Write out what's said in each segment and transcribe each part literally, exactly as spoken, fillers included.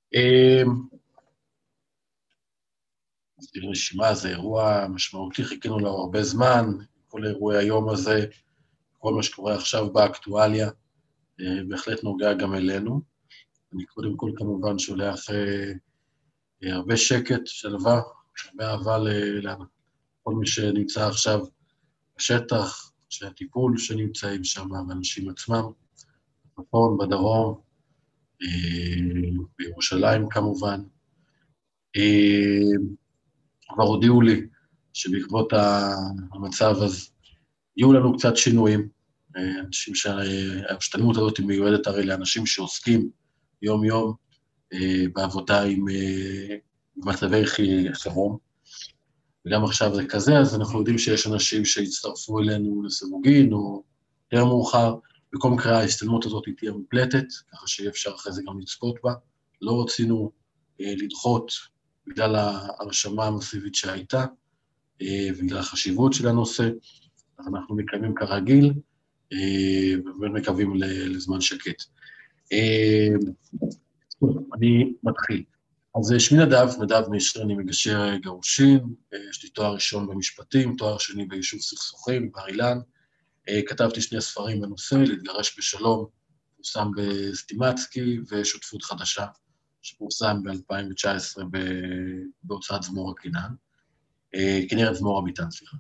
סדיר נשימה זה אירוע משמעותי, חיכינו לו הרבה זמן, כל אירועי היום הזה, כל מה שקורה עכשיו באקטואליה, בהחלט נוגע גם אלינו. אני קודם כל כמובן שולח הרבה שקט, שלווה, הרבה אהבה לכל מי שנמצא עכשיו בשטח, שהטיפול שנמצאים שם, האנשים עצמם, בצפון, בדרום, בירושלים כמובן. כבר הודיעו לי שבעקבות המצב אז יהיו לנו קצת שינויים, אנשים שההשתלמות הזאת מיועדת הרי לאנשים שעוסקים יום-יום בעבודה עם מצבי חירום, וגם עכשיו זה כזה, אז אנחנו יודעים שיש אנשים שהצטרפו אלינו לסירוגין או יותר מאוחר, בכל מקרה ההשתלמות הזאת תהיה מוקלטת, ככה שיהיה אפשר אחרי זה גם לצפות בה, לא רצינו לדחות בגלל ההרשמה המסיבית שהייתה, בגלל החשיבות של הנושא, אז אנחנו מקיימים כרגיל, ובאמת מקווים לזמן שקט. אני מתחיל. אז שמי נדב, נדב מישר, אני מגשר גירושין, יש לי תואר ראשון במשפטים, תואר שני ביישוב סכסוכים, בר אילן, כתבתי שני ספרים בנושא, להתגרש בשלום, פורסם בסטימצקי, ושותפות חדשה, שפורסם ב-אלפיים תשע עשרה בהוצאת זמור הקינן, כנרת זמור הביטן, סליחה.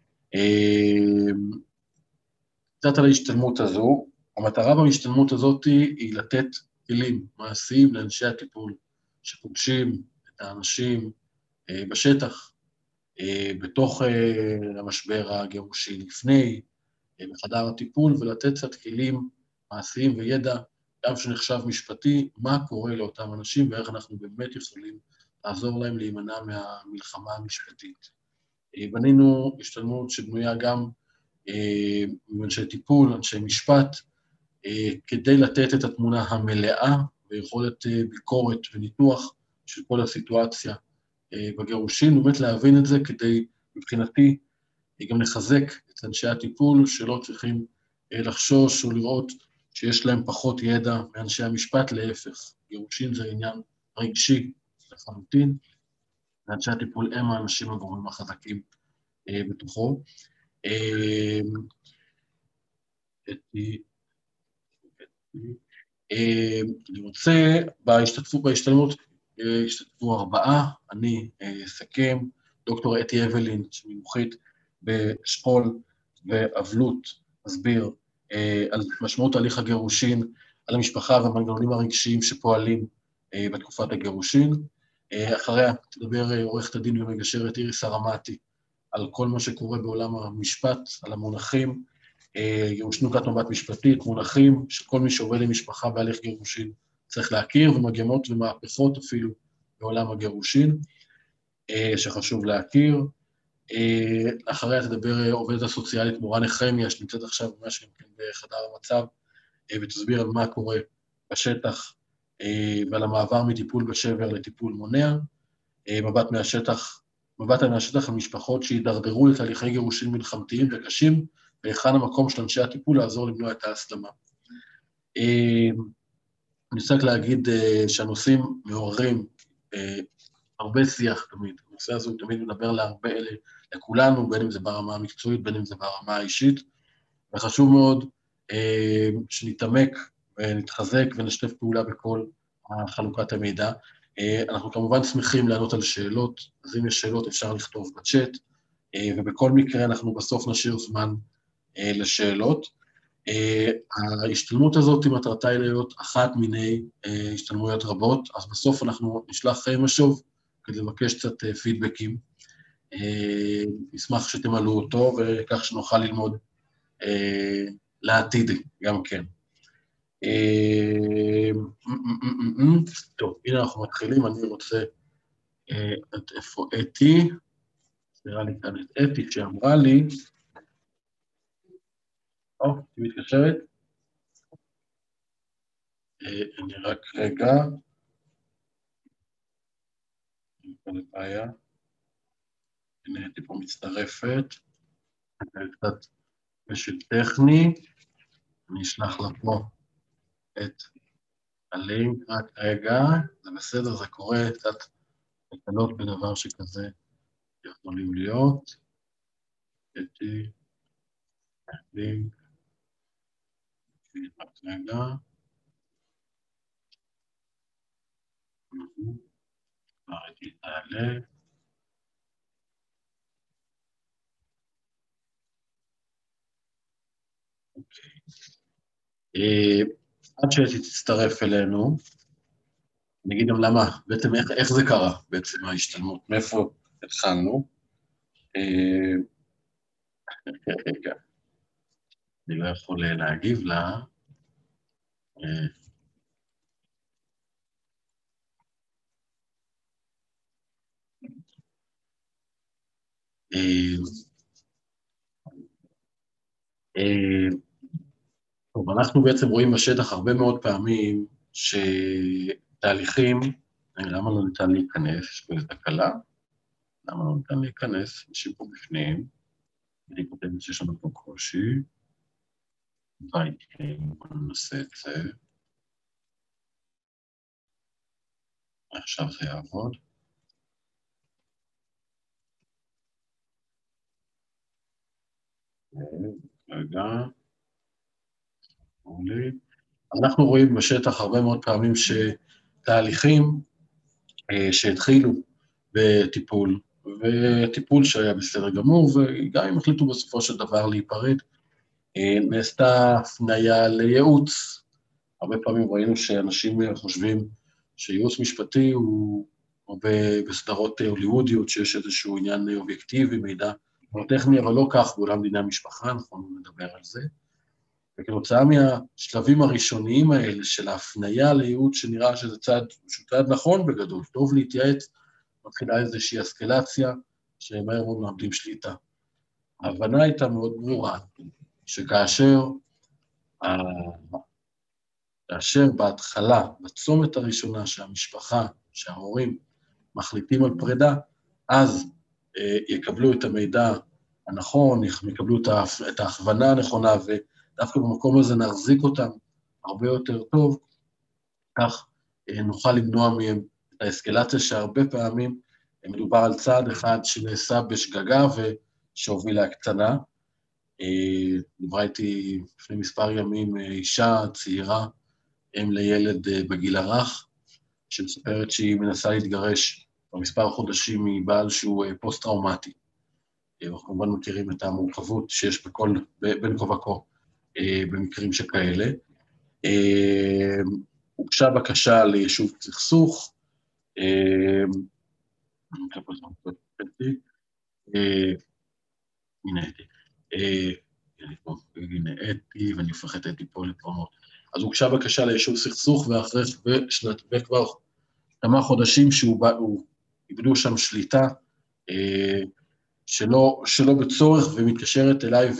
קצת על ההשתלמות הזו, המטרה בהשתלמות הזאת היא לתת כלים מעשיים לאנשי הטיפול, שפוגשים את האנשים בשטח, בתוך המשבר הגירושי לפני, בחדר הטיפול, ולתת קצת כלים מעשיים וידע, גם שנחשב משפטי, מה קורה לאותם אנשים, ואיך אנחנו באמת יכולים לעזור להם להימנע מהמלחמה המשפטית. בנינו השתלמות שבנויה גם מאנשי טיפול, אנשי משפט, כדי לתת את התמונה המלאה, ויכולת ביקורת וניתוח של כל הסיטואציה בגירושין, ובאמת להבין את זה כדי, מבחינתי, גם לחזק את אנשי הטיפול, שלא צריכים לחשוש או לראות שיש להם פחות ידע מאנשי המשפט, להפך. גירושין זה עניין רגשי לחלוטין, ואנשי הטיפול הם האנשים הגורמים החזקים בתוכו. אני רוצה, בהשתתפות בהשתלמות, השתתפו ארבעה, אני אסכם, דוקטור אתי אבלין, שמומחית בשכול ואבלות, מסביר על משמעות תהליך הגירושין, על המשפחה והמנגנונים הרגשיים שפועלים בתקופת הגירושין. אחריה תדבר עורכת הדין ומגשרת איריס הרמתי, על כל מה שקורה בעולם המשפט, על המונחים, גירושין נקודת מבט משפטית, מונחים שכל מי שעובד עם משפחה בהליך גירושין צריך להכיר, ומגמות ומהפכות אפילו בעולם הגירושין, שחשוב להכיר. אחריה תדבר עובדת הסוציאלית מורן נחמיה, שנמצאת עכשיו ממש בחדר המצב, ותסביר על מה קורה בשטח, ועל המעבר מטיפול בשבר לטיפול מונע, מבט מהשטח, מבט מהשטח על משפחות שהידרדרו לתהליכי גירושין מלחמתיים וקשים, והיכן המקום של אנשי הטיפול לעזור למנוע את ההסלמה. אני רוצה להגיד שהנושאים מעוררים הרבה שיח תמיד. הנושא הזה תמיד מדבר להרבה אלה, לכולנו, בין אם זה ברמה המקצועית, בין אם זה ברמה האישית, וחשוב מאוד שנתעמק ונתחזק ונשתף פעולה בכל חלוקת המידע. אנחנו כמובן שמחים לענות על שאלות, אז אם יש שאלות אפשר לכתוב בצ'אט, ובכל מקרה אנחנו בסוף נשאיר זמן לשאלות. ההשתלמות הזאת מטרתה היא להיות אחת מיני השתלמויות רבות, אז בסוף אנחנו נשלח משוב כדי לבקש קצת פידבקים. נשמח שתמלאו אותו, וכך שנוכל ללמוד לעתיד גם כן. טוב, הנה אנחנו מתחילים, אני רוצה את איפה אתי, נראה לי כאן את אתי שאמרה לי, או, היא מתקשרת. אני רק רגע. אני פה לבעיה. הנה, הייתי פה מצטרפת. קצת משל טכני. אני אשלח לה פה את הלינק, רק רגע, זה בסדר, זה קורה, קצת תקלות בדבר שכזה יכולים להיות. איתי, לינק, רק רגע. כבר הייתי תעלה. אוקיי. עד שתצטרף אלינו, נגיד גם למה, בעצם איך, איך זה קרה, בעצם ההשתלמות, מאיפה התחלנו. רגע, אני לא יכול להגיב לה. טוב, אנחנו בעצם רואים בשטח הרבה מאוד פעמים שתהליכים, למה לא ניתן להיכנס? יש פה איזו תקלה, למה לא ניתן להיכנס? אנשים פה בפנים, אני כותבת שיש לנו פה קושי, ביי, בואו ננסה את זה, עכשיו זה יעבוד. רגע, אנחנו רואים בשטח הרבה מאוד פעמים שתהליכים שהתחילו בטיפול, וטיפול שהיה בסדר גמור, וגם אם החליטו בסופו של דבר להיפרד, נעשתה הפניה לייעוץ. הרבה פעמים ראינו שאנשים חושבים שייעוץ משפטי הוא בסדרות הוליוודיות, שיש איזשהו עניין אובייקטיבי, מידע טכני, אבל לא כך בעולם דיני המשפחה, אנחנו נדבר על זה. וכתוצאה מהשלבים הראשוניים האלה של ההפניה לייעוץ, שנראה שזה צעד, שהוא צעד נכון בגדול, טוב להתייעץ, מתחילה איזושהי אסקלציה, שמהר מאוד מאבדים שליטה. ההבנה הייתה מאוד ברורה, שכאשר כאשר בהתחלה, בצומת הראשונה שהמשפחה, שההורים מחליטים על פרידה, אז אה, יקבלו את המידע הנכון, יקבלו את ההכוונה הנכונה, ודווקא במקום הזה נחזיק אותם הרבה יותר טוב, כך אה, נוכל למנוע מהם את האסקלציה שהרבה פעמים מדובר על צעד אחד שנעשה בשגגה ושהוביל להקטנה. אה, דיברה איתי לפני מספר ימים אישה צעירה, אם לילד בגיל הרך, שמספרת שהיא מנסה להתגרש במספר חודשים מבעל שהוא פוסט-טראומטי. אנחנו כמובן מכירים את המורכבות שיש בכל, בין כה וכה במקרים שכאלה. הוגשה בקשה ליישוב סכסוך, הנה אתי, הנה אתי, ואני הופך את אתי פה לפרומות. אז הוגשה בקשה ליישוב סכסוך, ואחרי בשנת, וכבר כמה חודשים שהוא איבדו שם שליטה, שלא, שלא בצורך, ומתקשרת אליי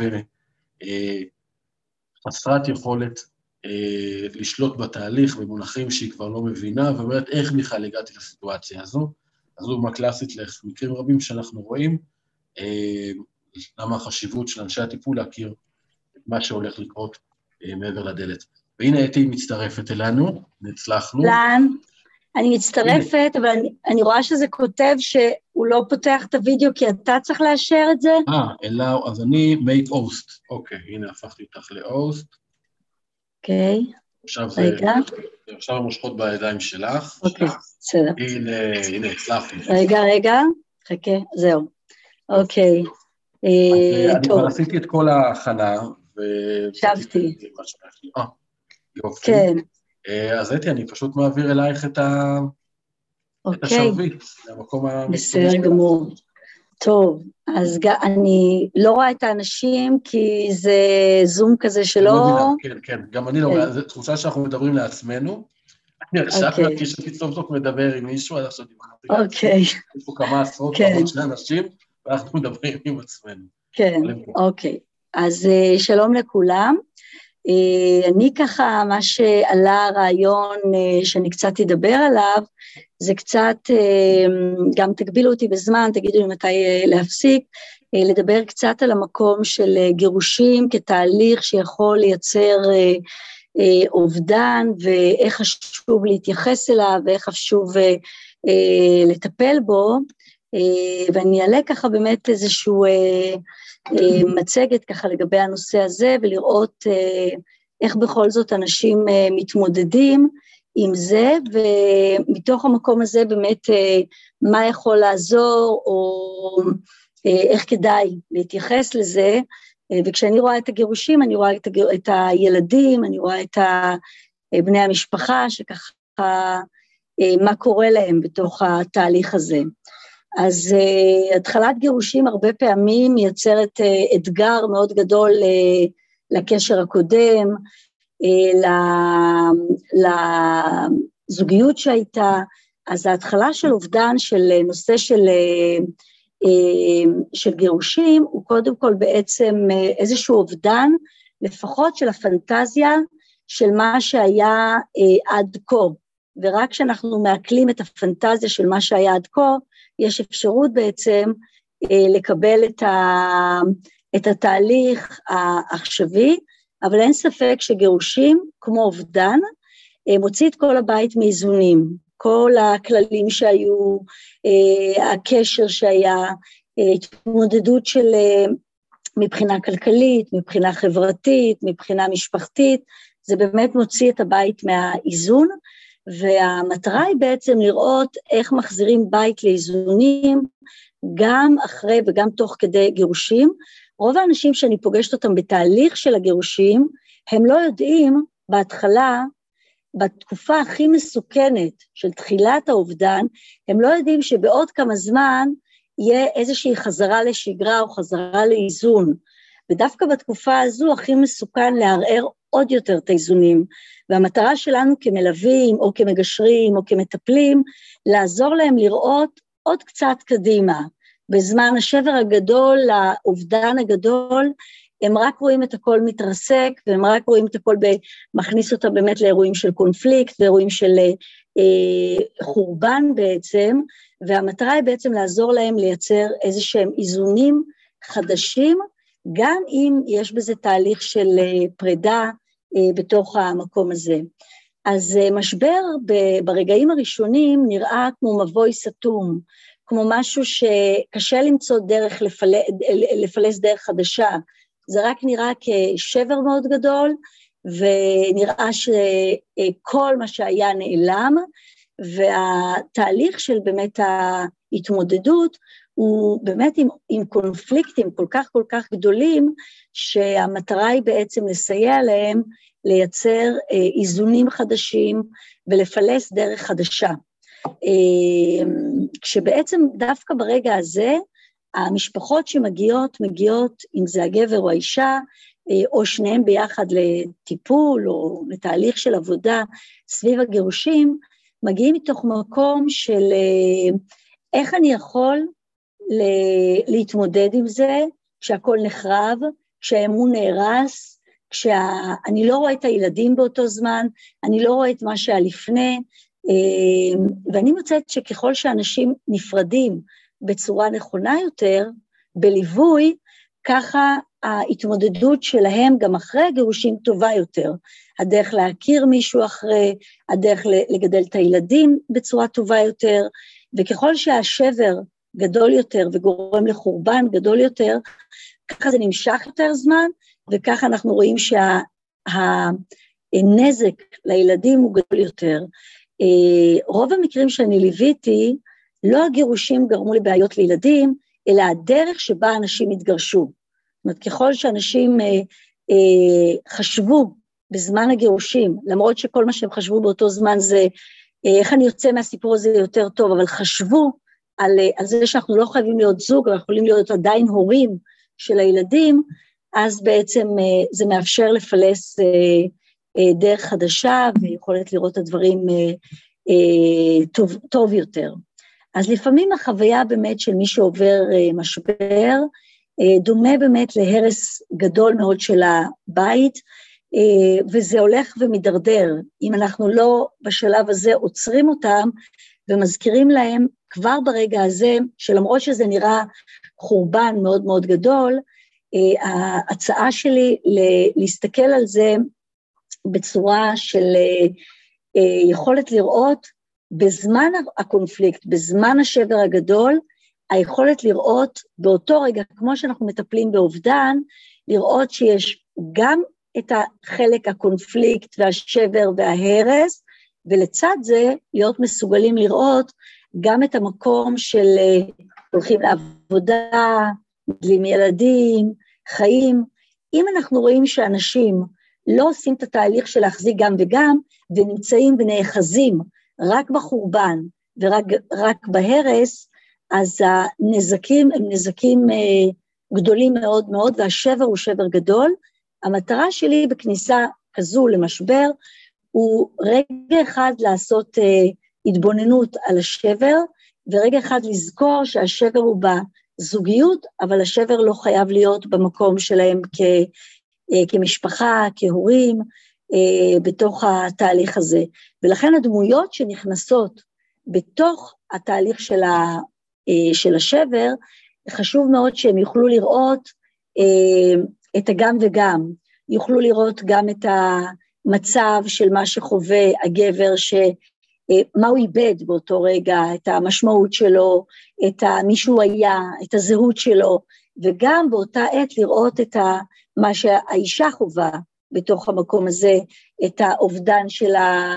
וחסרת יכולת לשלוט בתהליך, במונחים שהיא כבר לא מבינה, ואומרת איך בכלל הגעתי לסיטואציה הזו. אז זו דוגמה קלאסית למקרים רבים שאנחנו רואים, למה החשיבות של אנשי הטיפול להכיר את מה שהולך לקרות מעבר לדלת. והנה הייתי מצטרפת אלינו, נצלחנו. לאן? אני מצטרפת, אבל אני, אני רואה שזה כותב שהוא לא פותח את הוידאו, כי אתה צריך לאשר את זה. אה, אלא, אז אני make host. אוקיי, הנה הפכתי אותך ל-host. אוקיי, רגע. זה, עכשיו המושכות בידיים שלך. אוקיי, בסדר. הנה, הנה, הצלחנו. רגע, רגע, חכה, זהו. אוקיי, אני כבר עשיתי את כל ההכנה, שבתי. אה, יופי. כן. אז הייתי, אני פשוט מעביר אלייך את השרביט, למקום המקום. בסדר גמור. טוב, אז אני לא רואה את האנשים, כי זה זום כזה שלא... כן, כן, גם אני לא רואה, זו תחושה שאנחנו מדברים לעצמנו. אני עכשיו מרגיש שאני סוף סוף מדבר עם מישהו, עד עכשיו דיברתי. אוקיי. יש פה כמה עשרות רבות של אנשים, ואנחנו מדברים עם עצמנו. כן, אוקיי. אז שלום לכולם. אני ככה, מה שעלה הרעיון שאני קצת אדבר עליו, זה קצת, גם תגבילו אותי בזמן, תגידו לי מתי להפסיק, לדבר קצת על המקום של גירושים כתהליך שיכול לייצר אובדן, ואיך חשוב להתייחס אליו, ואיך חשוב לטפל בו, ואני אעלה ככה באמת איזשהו מצגת ככה לגבי הנושא הזה, ולראות איך בכל זאת אנשים מתמודדים עם זה, ומתוך המקום הזה באמת מה יכול לעזור, או איך כדאי להתייחס לזה, וכשאני רואה את הגירושים, אני רואה את, הגיר... את הילדים, אני רואה את בני המשפחה, שככה, מה קורה להם בתוך התהליך הזה. אז uh, התחלת גירושים הרבה פעמים מייצרת uh, אתגר מאוד גדול uh, לקשר הקודם, uh, לזוגיות שהייתה, אז ההתחלה של אובדן של נושא של... Uh, של גירושים, הוא קודם כל בעצם איזשהו אובדן, לפחות של הפנטזיה של מה שהיה עד כה, ורק כשאנחנו מעכלים את הפנטזיה של מה שהיה עד כה, יש אפשרות בעצם לקבל את, ה, את התהליך העכשווי, אבל אין ספק שגירושים, כמו אובדן, מוציא את כל הבית מאיזונים, כל הכללים שהיו, הקשר שהיה, התמודדות של מבחינה כלכלית, מבחינה חברתית, מבחינה משפחתית, זה באמת מוציא את הבית מהאיזון, והמטרה היא בעצם לראות איך מחזירים בית לאיזונים, גם אחרי וגם תוך כדי גירושים. רוב האנשים שאני פוגשת אותם בתהליך של הגירושים, הם לא יודעים בהתחלה, בתקופה הכי מסוכנת של תחילת האובדן, הם לא יודעים שבעוד כמה זמן יהיה איזושהי חזרה לשגרה או חזרה לאיזון, ודווקא בתקופה הזו הכי מסוכן לערער עוד יותר את האיזונים, והמטרה שלנו כמלווים או כמגשרים או כמטפלים, לעזור להם לראות עוד קצת קדימה, בזמן השבר הגדול, האובדן הגדול, הם רק רואים את הכל מתרסק, והם רק רואים את הכל, מכניס אותם באמת לאירועים של קונפליקט, ואירועים של אה, חורבן בעצם, והמטרה היא בעצם לעזור להם לייצר איזה שהם איזונים חדשים, גם אם יש בזה תהליך של אה, פרידה אה, בתוך המקום הזה. אז אה, משבר ב, ברגעים הראשונים נראה כמו מבוי סתום, כמו משהו שקשה למצוא דרך לפל, לפלס דרך חדשה, זה רק נראה כשבר מאוד גדול, ונראה שכל מה שהיה נעלם, והתהליך של באמת ההתמודדות, הוא באמת עם, עם קונפליקטים כל כך כל כך גדולים, שהמטרה היא בעצם לסייע להם, לייצר איזונים חדשים, ולפלס דרך חדשה. כשבעצם דווקא ברגע הזה, המשפחות שמגיעות, מגיעות, אם זה הגבר או האישה, או שניהם ביחד לטיפול, או לתהליך של עבודה סביב הגירושים, מגיעים מתוך מקום של איך אני יכול להתמודד עם זה, כשהכל נחרב, כשהאמון נהרס, כשאני לא רואה את הילדים באותו זמן, אני לא רואה את מה שהיה לפני, ואני מוצאת שככל שאנשים נפרדים בצורה נכונה יותר, בליווי, ככה ההתמודדות שלהם גם אחרי הגירושים טובה יותר, הדרך להכיר מישהו אחרי, הדרך לגדל את הילדים בצורה טובה יותר, וככל שהשבר גדול יותר וגורם לחורבן גדול יותר, ככה זה נמשך יותר זמן, וככה אנחנו רואים שהנזק לילדים הוא גדול יותר. רוב המקרים שאני ליוויתי, לא הגירושים גרמו לבעיות לילדים, אלא הדרך שבה אנשים התגרשו. זאת אומרת, ככל שאנשים אה, אה, חשבו בזמן הגירושים, למרות שכל מה שהם חשבו באותו זמן זה, אה, איך אני יוצא מהסיפור הזה יותר טוב, אבל חשבו על, אה, על זה שאנחנו לא חייבים להיות זוג, אבל יכולים להיות עדיין הורים של הילדים, אז בעצם אה, זה מאפשר לפלס אה, אה, דרך חדשה, ויכולת לראות את הדברים אה, אה, טוב, טוב יותר. אז לפעמים החוויה באמת של מי שעובר אה, משבר, אה, דומה באמת להרס גדול מאוד של הבית, אה, וזה הולך ומדרדר. אם אנחנו לא בשלב הזה עוצרים אותם, ומזכירים להם כבר ברגע הזה, שלמרות שזה נראה חורבן מאוד מאוד גדול, אה, ההצעה שלי להסתכל על זה בצורה של יכולת לראות בזמן הקונפליקט, בזמן השבר הגדול, היכולת לראות באותו רגע, כמו שאנחנו מטפלים באובדן, לראות שיש גם את החלק הקונפליקט והשבר וההרס, ולצד זה להיות מסוגלים לראות גם את המקום של הולכים לעבודה, מגדלים ילדים, חיים. אם אנחנו רואים שאנשים לא עושים את התהליך של להחזיק גם וגם, ונמצאים ונאחזים רק בחורבן ורק רק בהרס, אז הנזקים הם נזקים אה, גדולים מאוד מאוד, והשבר הוא שבר גדול. המטרה שלי בכניסה כזו למשבר, הוא רגע אחד לעשות אה, התבוננות על השבר, ורגע אחד לזכור שהשבר הוא בזוגיות, אבל השבר לא חייב להיות במקום שלהם כ, אה, כמשפחה, כהורים, אה, בתוך התהליך הזה. ולכן הדמויות שנכנסות בתוך התהליך של ה... של השבר, חשוב מאוד שהם יוכלו לראות אה, את הגם וגם, יוכלו לראות גם את המצב של מה שחווה הגבר, שמה הוא איבד באותו רגע, את המשמעות שלו, את מי שהוא היה, את הזהות שלו, וגם באותה עת לראות את מה שהאישה חווה בתוך המקום הזה, את האובדן של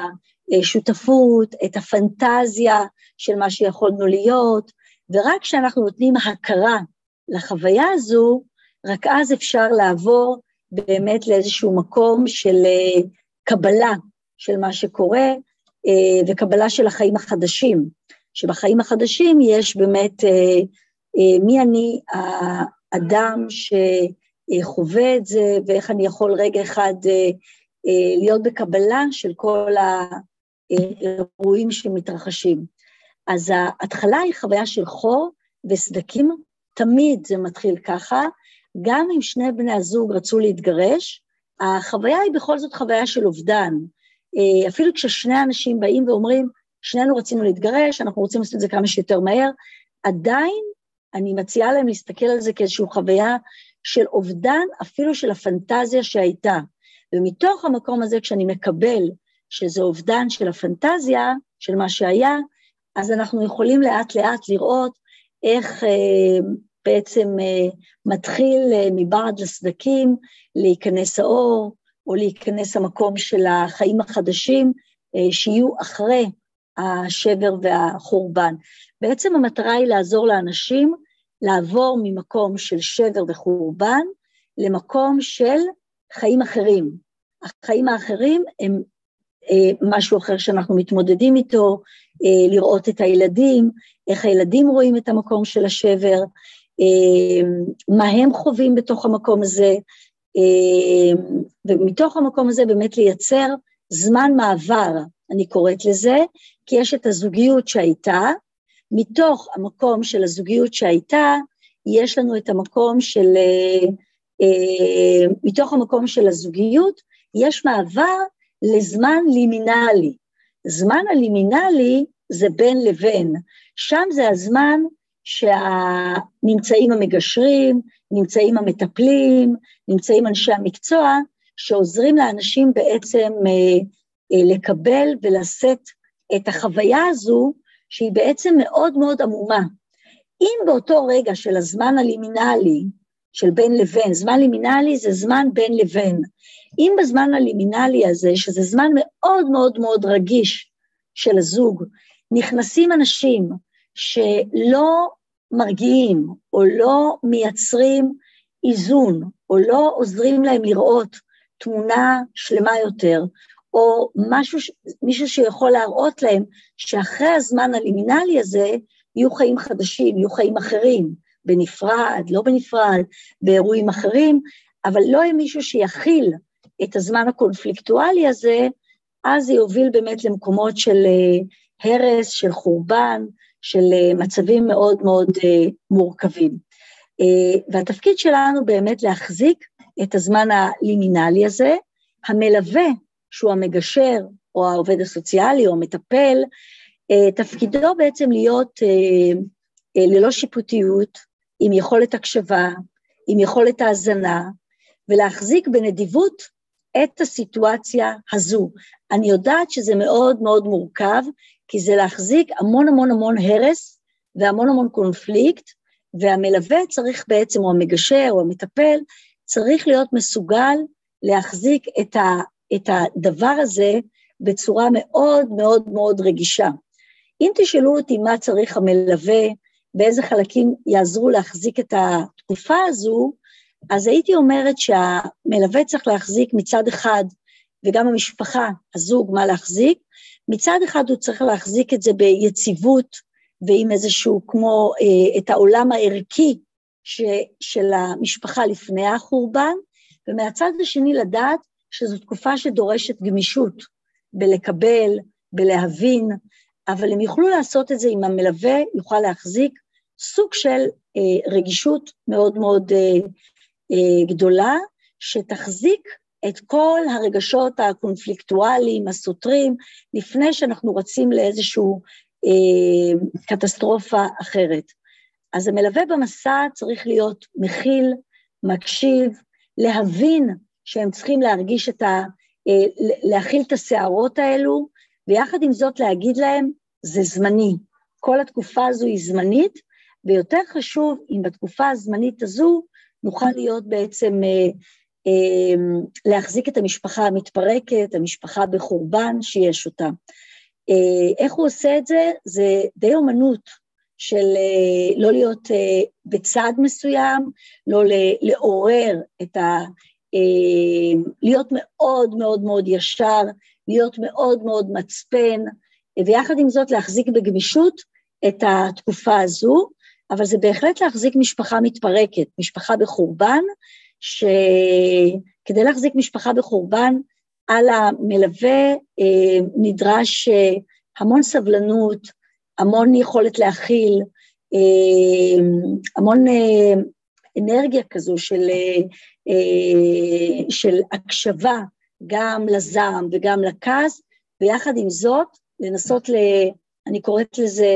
השותפות, את הפנטזיה של מה שיכולנו להיות, ורק כשאנחנו נותנים הכרה לחוויה הזו, רק אז אפשר לעבור באמת לאיזשהו מקום של קבלה של מה שקורה, וקבלה של החיים החדשים, שבחיים החדשים יש באמת מי אני האדם שחווה את זה, ואיך אני יכול רגע אחד להיות בקבלה של כל האירועים שמתרחשים. אז ההתחלה היא חוויה של חור וסדקים, תמיד זה מתחיל ככה, גם אם שני בני הזוג רצו להתגרש, החוויה היא בכל זאת חוויה של אובדן, אפילו כששני אנשים באים ואומרים, שנינו רצינו להתגרש, אנחנו רוצים לעשות את זה כמה שיותר מהר, עדיין אני מציעה להם להסתכל על זה כאיזושהי חוויה של אובדן, אפילו של הפנטזיה שהייתה, ומתוך המקום הזה כשאני מקבל שזה אובדן של הפנטזיה, של מה שהיה, אז אנחנו יכולים לאט לאט לראות איך אה, בעצם אה, מתחיל אה, מבעד לסדקים להיכנס האור, או להיכנס המקום של החיים החדשים, אה, שיהיו אחרי השבר והחורבן. בעצם המטרה היא לעזור לאנשים לעבור ממקום של שבר וחורבן, למקום של חיים אחרים. החיים האחרים הם משהו אחר שאנחנו מתמודדים איתו, לראות את הילדים, איך הילדים רואים את המקום של השבר, מה הם חווים בתוך המקום הזה, ומתוך המקום הזה באמת לייצר זמן מעבר, אני קוראת לזה, כי יש את הזוגיות שהייתה, מתוך המקום של הזוגיות שהייתה, יש לנו את המקום של, מתוך המקום של הזוגיות, יש מעבר לזמן לימינלי. זמן הלימינלי זה בין לבין, שם זה הזמן שנמצאים המגשרים, נמצאים המטפלים, נמצאים אנשי המקצוע, שעוזרים לאנשים בעצם לקבל ולשאת את החוויה הזו, שהיא בעצם מאוד מאוד עמומה. אם באותו רגע של הזמן הלימינלי, של בין לבין, זמן לימינלי זה זמן בין לבין, אם בזמן הלימינלי הזה, שזה זמן מאוד מאוד מאוד רגיש של הזוג, נכנסים אנשים שלא מרגיעים, או לא מייצרים איזון, או לא עוזרים להם לראות תמונה שלמה יותר, או משהו, מישהו שיכול להראות להם, שאחרי הזמן הלימינלי הזה, יהיו חיים חדשים, יהיו חיים אחרים, בנפרד, לא בנפרד, באירועים אחרים, אבל לא יהיה מישהו שיכיל את הזמן הקונפליקטואלי הזה, אז זה יוביל באמת למקומות של הרס, של חורבן, של מצבים מאוד מאוד מורכבים. והתפקיד שלנו באמת להחזיק את הזמן הלימינלי הזה, המלווה שהוא המגשר, או העובד הסוציאלי, או המטפל, תפקידו בעצם להיות ללא שיפוטיות, עם יכולת הקשבה, עם יכולת האזנה, ולהחזיק בנדיבות את הסיטואציה הזו. אני יודעת שזה מאוד מאוד מורכב, כי זה להחזיק המון המון המון הרס, והמון המון קונפליקט, והמלווה צריך בעצם, או המגשר, או המטפל, צריך להיות מסוגל להחזיק את, ה, את הדבר הזה, בצורה מאוד מאוד מאוד רגישה. אם תשאלו אותי מה צריך המלווה, באיזה חלקים יעזרו להחזיק את התקופה הזו, אז הייתי אומרת שהמלווה צריך להחזיק מצד אחד, וגם המשפחה, הזוג, מה להחזיק, מצד אחד הוא צריך להחזיק את זה ביציבות, ועם איזשהו כמו אה, את העולם הערכי ש, של המשפחה לפני החורבן, ומהצד השני לדעת שזו תקופה שדורשת גמישות, בלקבל, בלהבין, אבל הם יוכלו לעשות את זה אם המלווה יוכל להחזיק סוג של אה, רגישות מאוד מאוד אה, אה, גדולה, שתחזיק את כל הרגשות הקונפליקטואליים, הסותרים, לפני שאנחנו רצים לאיזשהו אה, קטסטרופה אחרת. אז המלווה במסע צריך להיות מכיל, מקשיב, להבין שהם צריכים להרגיש את ה... אה, להכיל את השערות האלו, ויחד עם זאת להגיד להם, זה זמני. כל התקופה הזו היא זמנית, ויותר חשוב, אם בתקופה הזמנית הזו, נוכל להיות בעצם, אה, אה, להחזיק את המשפחה המתפרקת, המשפחה בחורבן שיש אותה. אה, איך הוא עושה את זה? זה די אומנות של אה, לא להיות אה, בצד מסוים, לא לעורר את ה... אה, להיות מאוד מאוד מאוד ישר, להיות מאוד מאוד מצפן, ויחד עם זאת להחזיק בגמישות את התקופה הזו, אבל זה בהחלט להחזיק משפחה מתפרקת, משפחה בחורבן, שכדי להחזיק משפחה בחורבן, על המלווה אה, נדרש אה, המון סבלנות, המון יכולת להכיל, אה, המון אה, אנרגיה כזו של, אה, אה, של הקשבה, גם לזעם וגם לכעס, ויחד עם זאת, לנסות, ל, אני קוראת לזה,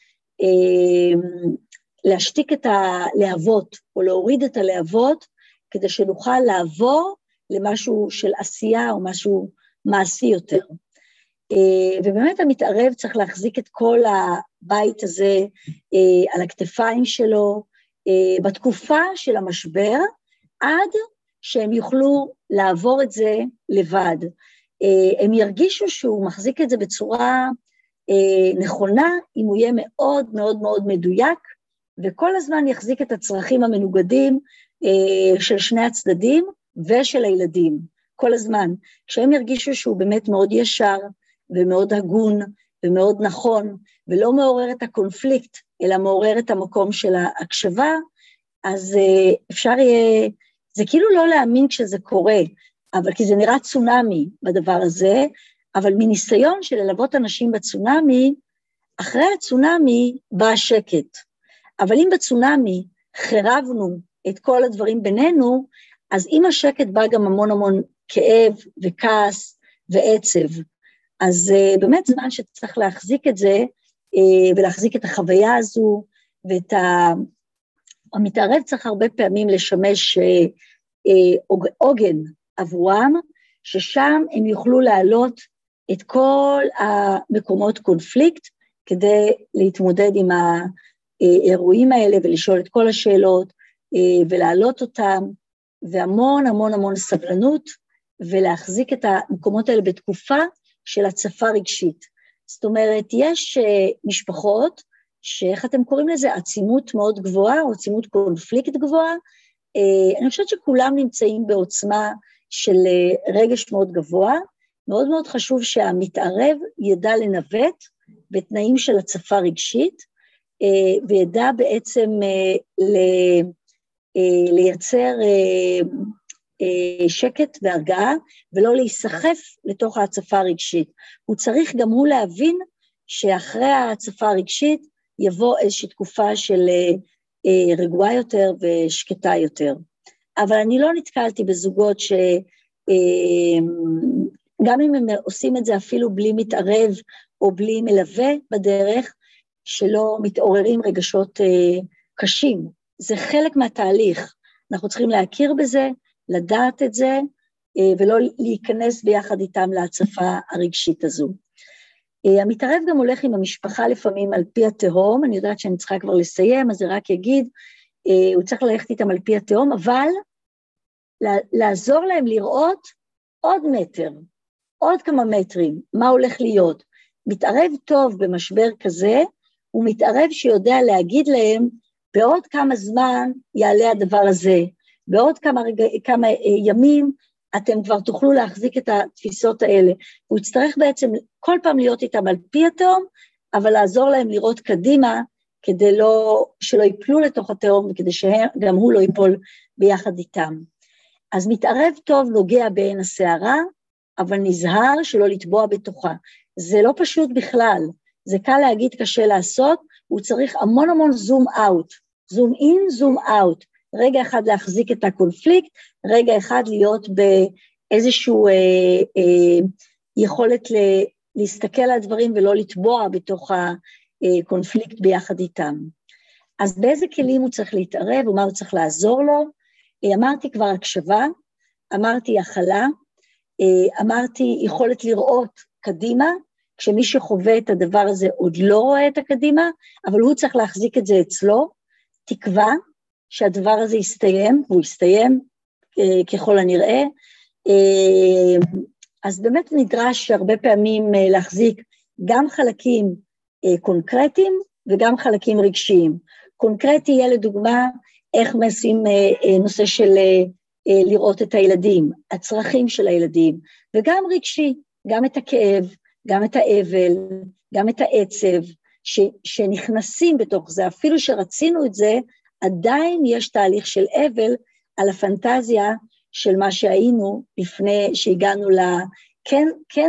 אה, להשתיק את הלהבות, או להוריד את הלהבות, כדי שנוכל לעבור למשהו של עשייה, או משהו מעשי יותר. אה, ובאמת המתערב צריך להחזיק את כל הבית הזה, אה, על הכתפיים שלו, אה, בתקופה של המשבר, עד שהם יוכלו לעבור את זה לבד. הם ירגישו שהוא מחזיק את זה בצורה נכונה, אם הוא יהיה מאוד מאוד מאוד מדויק, וכל הזמן יחזיק את הצרכים המנוגדים של שני הצדדים ושל הילדים, כל הזמן. כשהם ירגישו שהוא באמת מאוד ישר ומאוד הגון ומאוד נכון, ולא מעורר את הקונפליקט, אלא מעורר את המקום של ההקשבה, אז אפשר יהיה, זה כאילו לא להאמין כשזה קורה, אבל כי זה נראה צונמי בדבר הזה, אבל מניסיון של ללוות אנשים בצונמי, אחרי הצונמי בא השקט. אבל אם בצונמי חרבנו את כל הדברים בינינו, אז עם השקט בא גם המון המון כאב וכעס ועצב. אז uh, באמת זמן שצריך להחזיק את זה, uh, ולהחזיק את החוויה הזו, ואת ה... המתערב צריך הרבה פעמים לשמש עוגן עבורם, ששם הם יוכלו להעלות את כל המקומות קונפליקט, כדי להתמודד עם האירועים האלה, ולשאול את כל השאלות, ולהעלות אותם, והמון המון המון סבלנות, ולהחזיק את המקומות האלה בתקופה של הצפה רגשית. זאת אומרת, יש משפחות, שאיך אתם קוראים לזה, עצימות מאוד גבוהה, או עצימות קונפליקט גבוהה, אני חושבת שכולם נמצאים בעוצמה של רגש מאוד גבוה, מאוד מאוד חשוב שהמתערב ידע לנווט בתנאים של הצפה רגשית, וידע בעצם לייצר שקט והרגעה, ולא להיסחף לתוך ההצפה הרגשית. הוא צריך גם הוא להבין שאחרי ההצפה הרגשית, יבוא איזושהי תקופה של אה, רגועה יותר ושקטה יותר. אבל אני לא נתקלתי בזוגות שגם אה, אם הם עושים את זה אפילו בלי מתערב או בלי מלווה בדרך, שלא מתעוררים רגשות אה, קשים. זה חלק מהתהליך. אנחנו צריכים להכיר בזה, לדעת את זה, ולא להיכנס ביחד איתם להצפה הרגשית הזו. המתערב גם הולך עם המשפחה לפעמים על פי התהום, אני יודעת שאני צריכה כבר לסיים, אז זה רק יגיד, הוא צריך ללכת איתם על פי התהום, אבל לעזור להם לראות עוד מטר, עוד כמה מטרים, מה הולך להיות. מתערב טוב במשבר כזה, הוא מתערב שיודע להגיד להם, בעוד כמה זמן יעלה הדבר הזה, בעוד כמה, רגע, כמה ימים אתם כבר תוכלו להחזיק את התפיסות האלה. הוא יצטרך בעצם כל פעם להיות איתם על פי התהום, אבל לעזור להם לראות קדימה, כדי לא, שלא ייפלו לתוך התהום, וכדי שגם הוא לא ייפול ביחד איתם. אז מתערב טוב נוגע בעין השערה, אבל נזהר שלא לטבוע בתוכה. זה לא פשוט בכלל, זה קל להגיד, קשה לעשות, הוא צריך המון המון זום אאוט, זום אין, זום אאוט, רגע אחד להחזיק את הקונפליקט, רגע אחד להיות באיזשהו אה, אה, יכולת ל, להסתכל על הדברים ולא לטבוע בתוך הקונפליקט ביחד איתם. אז באיזה כלים הוא צריך להתערב, ומה הוא צריך לעזור לו? אמרתי כבר הקשבה, אמרתי הכלה, אמרתי יכולת לראות קדימה, כשמי שחווה את הדבר הזה עוד לא רואה את הקדימה, אבל הוא צריך להחזיק את זה אצלו, תקווה שהדבר הזה יסתיים, והוא יסתיים ככל הנראה, אז באמת נדרש הרבה פעמים להחזיק גם חלקים קונקרטיים וגם חלקים רגשיים. קונקרטי יהיה לדוגמה איך מעשים נושא של לראות את הילדים, הצרכים של הילדים, וגם רגשי, גם את הכאב, גם את האבל, גם את העצב, ש, שנכנסים בתוך זה, אפילו שרצינו את זה, עדיין יש תהליך של אבל על הפנטזיה של מה שהיינו לפני שהגענו ל... כן, כן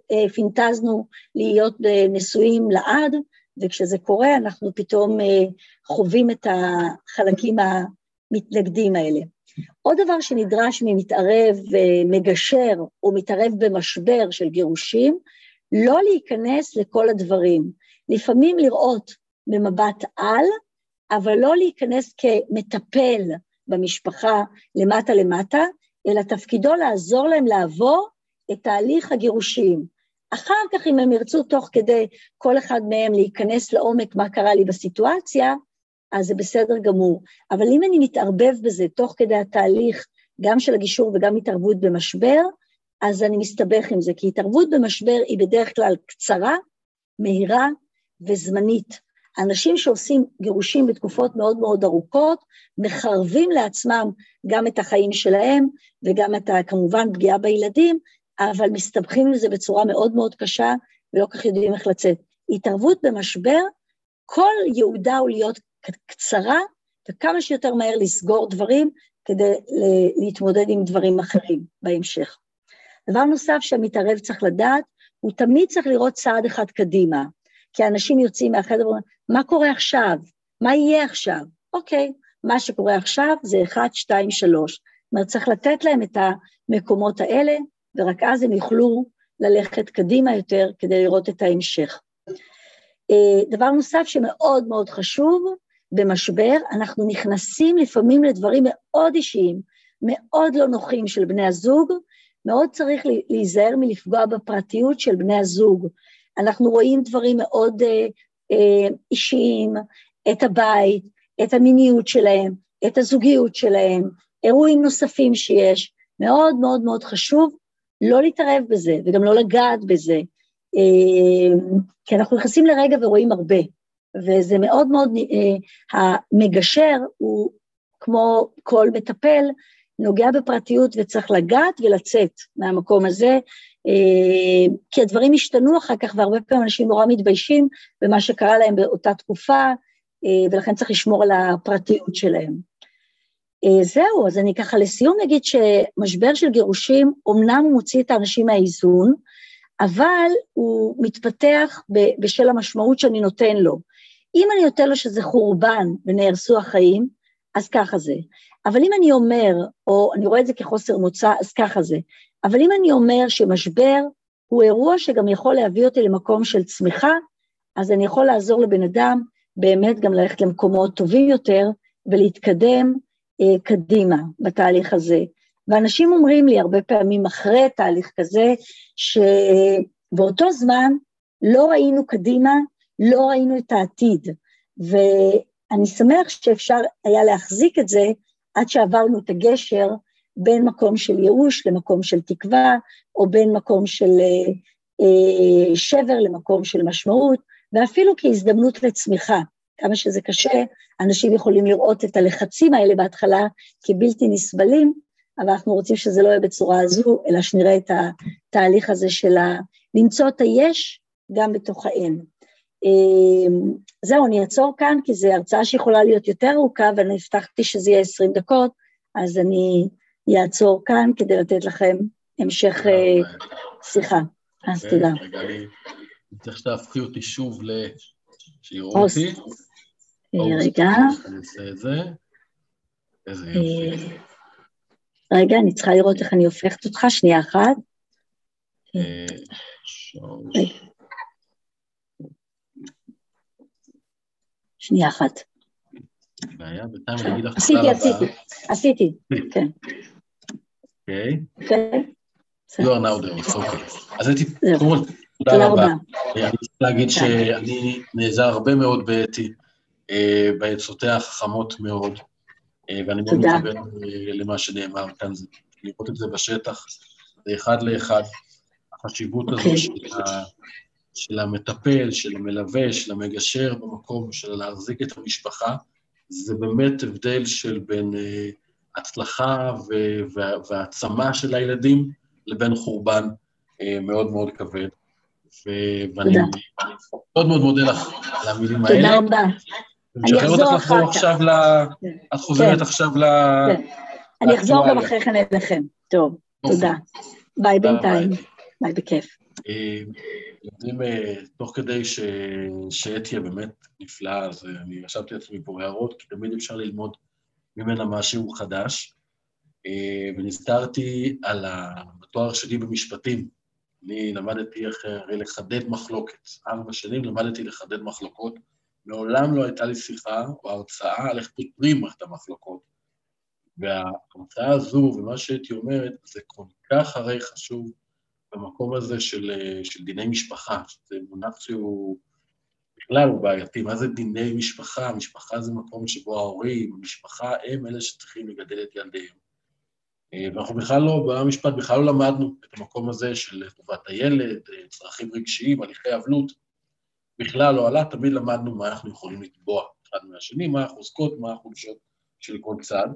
פינטזנו להיות נשואים לעד, וכשזה קורה אנחנו פתאום חווים את החלקים המתנגדים האלה. עוד דבר שנדרש ממתערב מגשר או מתערב במשבר של גירושים, לא להיכנס לכל הדברים. לפעמים לראות במבט על, אבל לא להיכנס כמטפל במשפחה למטה למטה, אלא תפקידו לעזור להם לעבור את תהליך הגירושים. אחר כך אם הם ירצו תוך כדי כל אחד מהם להיכנס לעומק מה קרה לי בסיטואציה, אז זה בסדר גמור. אבל אם אני מתערבב בזה תוך כדי התהליך, גם של הגישור וגם התערבות במשבר, אז אני מסתבך עם זה, כי התערבות במשבר היא בדרך כלל קצרה, מהירה וזמנית. אנשים שעושים גירושים בתקופות מאוד מאוד ארוכות, מחרבים לעצמם גם את החיים שלהם, וגם את כמובן פגיעה בילדים, אבל מסתבכים לזה בצורה מאוד מאוד קשה, ולא כך יודעים איך לצאת. התערבות במשבר, כל יעודה הוא להיות קצרה, וכמה שיותר מהר לסגור דברים, כדי להתמודד עם דברים אחרים בהמשך. דבר נוסף שהמתערב צריך לדעת, הוא תמיד צריך לראות צעד אחד קדימה, כי האנשים יוצאים מהחדר, מה קורה עכשיו? מה יהיה עכשיו? אוקיי, מה שקורה עכשיו זה אחד, שתיים, שלוש. זאת אומרת, צריך לתת להם את המקומות האלה, ורק אז הם יוכלו ללכת קדימה יותר, כדי לראות את ההמשך. דבר נוסף שמאוד מאוד חשוב, במשבר, אנחנו נכנסים לפעמים לדברים מאוד אישיים, מאוד לא נוחים של בני הזוג, מאוד צריך להיזהר מלפגוע בפרטיות של בני הזוג. אנחנו רואים דברים מאוד אה, אה, אישיים, את הבית, את המיניות שלהם, את הזוגיות שלהם, אירועים נוספים שיש, מאוד מאוד מאוד חשוב לא להתערב בזה, וגם לא לגעת בזה, אה, כי אנחנו נכנסים לרגע ורואים הרבה, וזה מאוד מאוד, אה, המגשר הוא כמו כל מטפל, נוגע בפרטיות וצריך לגעת ולצאת מהמקום הזה, כי הדברים השתנו אחר כך, והרבה פעמים אנשים נורא מתביישים במה שקרה להם באותה תקופה, ולכן צריך לשמור על הפרטיות שלהם. זהו, אז אני ככה לסיום נגיד שמשבר של גירושים, אומנם הוא מוציא את האנשים מהאיזון, אבל הוא מתפתח בשל המשמעות שאני נותן לו. אם אני נותן לו שזה חורבן ונהרסו החיים, אז ככה זה. אבל אם אני אומר, או אני רואה את זה כחוסר מוצא, אז ככה זה. אבל אם אני אומר שמשבר הוא אירוע שגם יכול להביא אותי למקום של צמיחה, אז אני יכול לעזור לבן אדם באמת גם ללכת למקומות טובים יותר, ולהתקדם אה, קדימה בתהליך הזה. ואנשים אומרים לי הרבה פעמים אחרי תהליך כזה, שבאותו זמן לא ראינו קדימה, לא ראינו את העתיד, ואני שמח שאפשר היה להחזיק את זה, עד שעברנו את הגשר, בין מקום של ייאוש למקום של תקווה, או בין מקום של אה, שבר למקום של משמעות, ואפילו כהזדמנות לצמיחה, כמה שזה קשה, אנשים יכולים לראות את הלחצים האלה בהתחלה, כבלתי נסבלים, אבל אנחנו רוצים שזה לא יהיה בצורה הזו, אלא שנראה את התהליך הזה של למצוא את היש, גם בתוך האין. זהו, אני אעצור כאן, כי זו הרצאה שיכולה להיות יותר ארוכה, ואני הבטחתי שזה יהיה עשרים דקות, אז אני אעצור כאן, כדי לתת לכם המשך שיחה. אז תודה. רגע, אני צריך שתהפכי אותי שוב שיראו אותי. רגע. אני אעשה את זה. איזה יופי. רגע, אני צריכה לראות איך אני הופכת אותך, שנייה אחת. שנייה אחת. בעיה, בינתיים אני אגיד לך תודה רבה. עשיתי, עשיתי, עשיתי, כן. אוקיי. אוקיי. You are now there, אוקיי. אז הייתי, קודם כל, תודה רבה. אני רוצה להגיד שאני נעזר הרבה מאוד באתי, בעצותיה החכמות מאוד, ואני מאוד מתחבר למה שנאמר כאן, לראות את זה בשטח, זה אחד לאחד, החשיבות הזו של המטפל, של המלווה, של המגשר במקום, של להחזיק את המשפחה, זה באמת הבדל של בין הצלחה והעצמה של הילדים, לבין חורבן מאוד מאוד כבד. ואני מאוד מאוד מודה לך על המילים האלה. תודה רבה. אני אחזור אחר כך. את חוזרת עכשיו ל... אני אחזור גם אחרי כן אליכם. טוב, תודה. ביי בינתיים. ביי, בכיף. יודעים, תוך כדי שאתיה באמת נפלאה, אז אני חשבתי לעצמי פה הערות, כי תמיד אפשר ללמוד ממנה משהו חדש, ונזכרתי על התואר שלי במשפטים. אני למדתי אחרי לחדד מחלוקת. ארבע שנים למדתי לחדד מחלוקות. מעולם לא הייתה לי שיחה או הרצאה על איך פותרים את המחלוקות. וההרצאה הזו, ומה שהייתי אומרת, זה כל כך הרי חשוב במקום הזה של, של דיני משפחה. זה מונח שהוא בכלל הוא בעייתי. מה זה דיני משפחה? משפחה זה מקום שבו ההורים, המשפחה הם אלה שצריכים לגדל את ילדיהם. ואנחנו בכלל לא, במשפט בכלל לא למדנו את המקום הזה של טובת הילד, צרכים רגשיים, הליכי אבלות, בכלל לא עלה, תמיד למדנו מה אנחנו יכולים לתבוע אחד מהשני, מה החוזקות, מה החולשות של כל צד.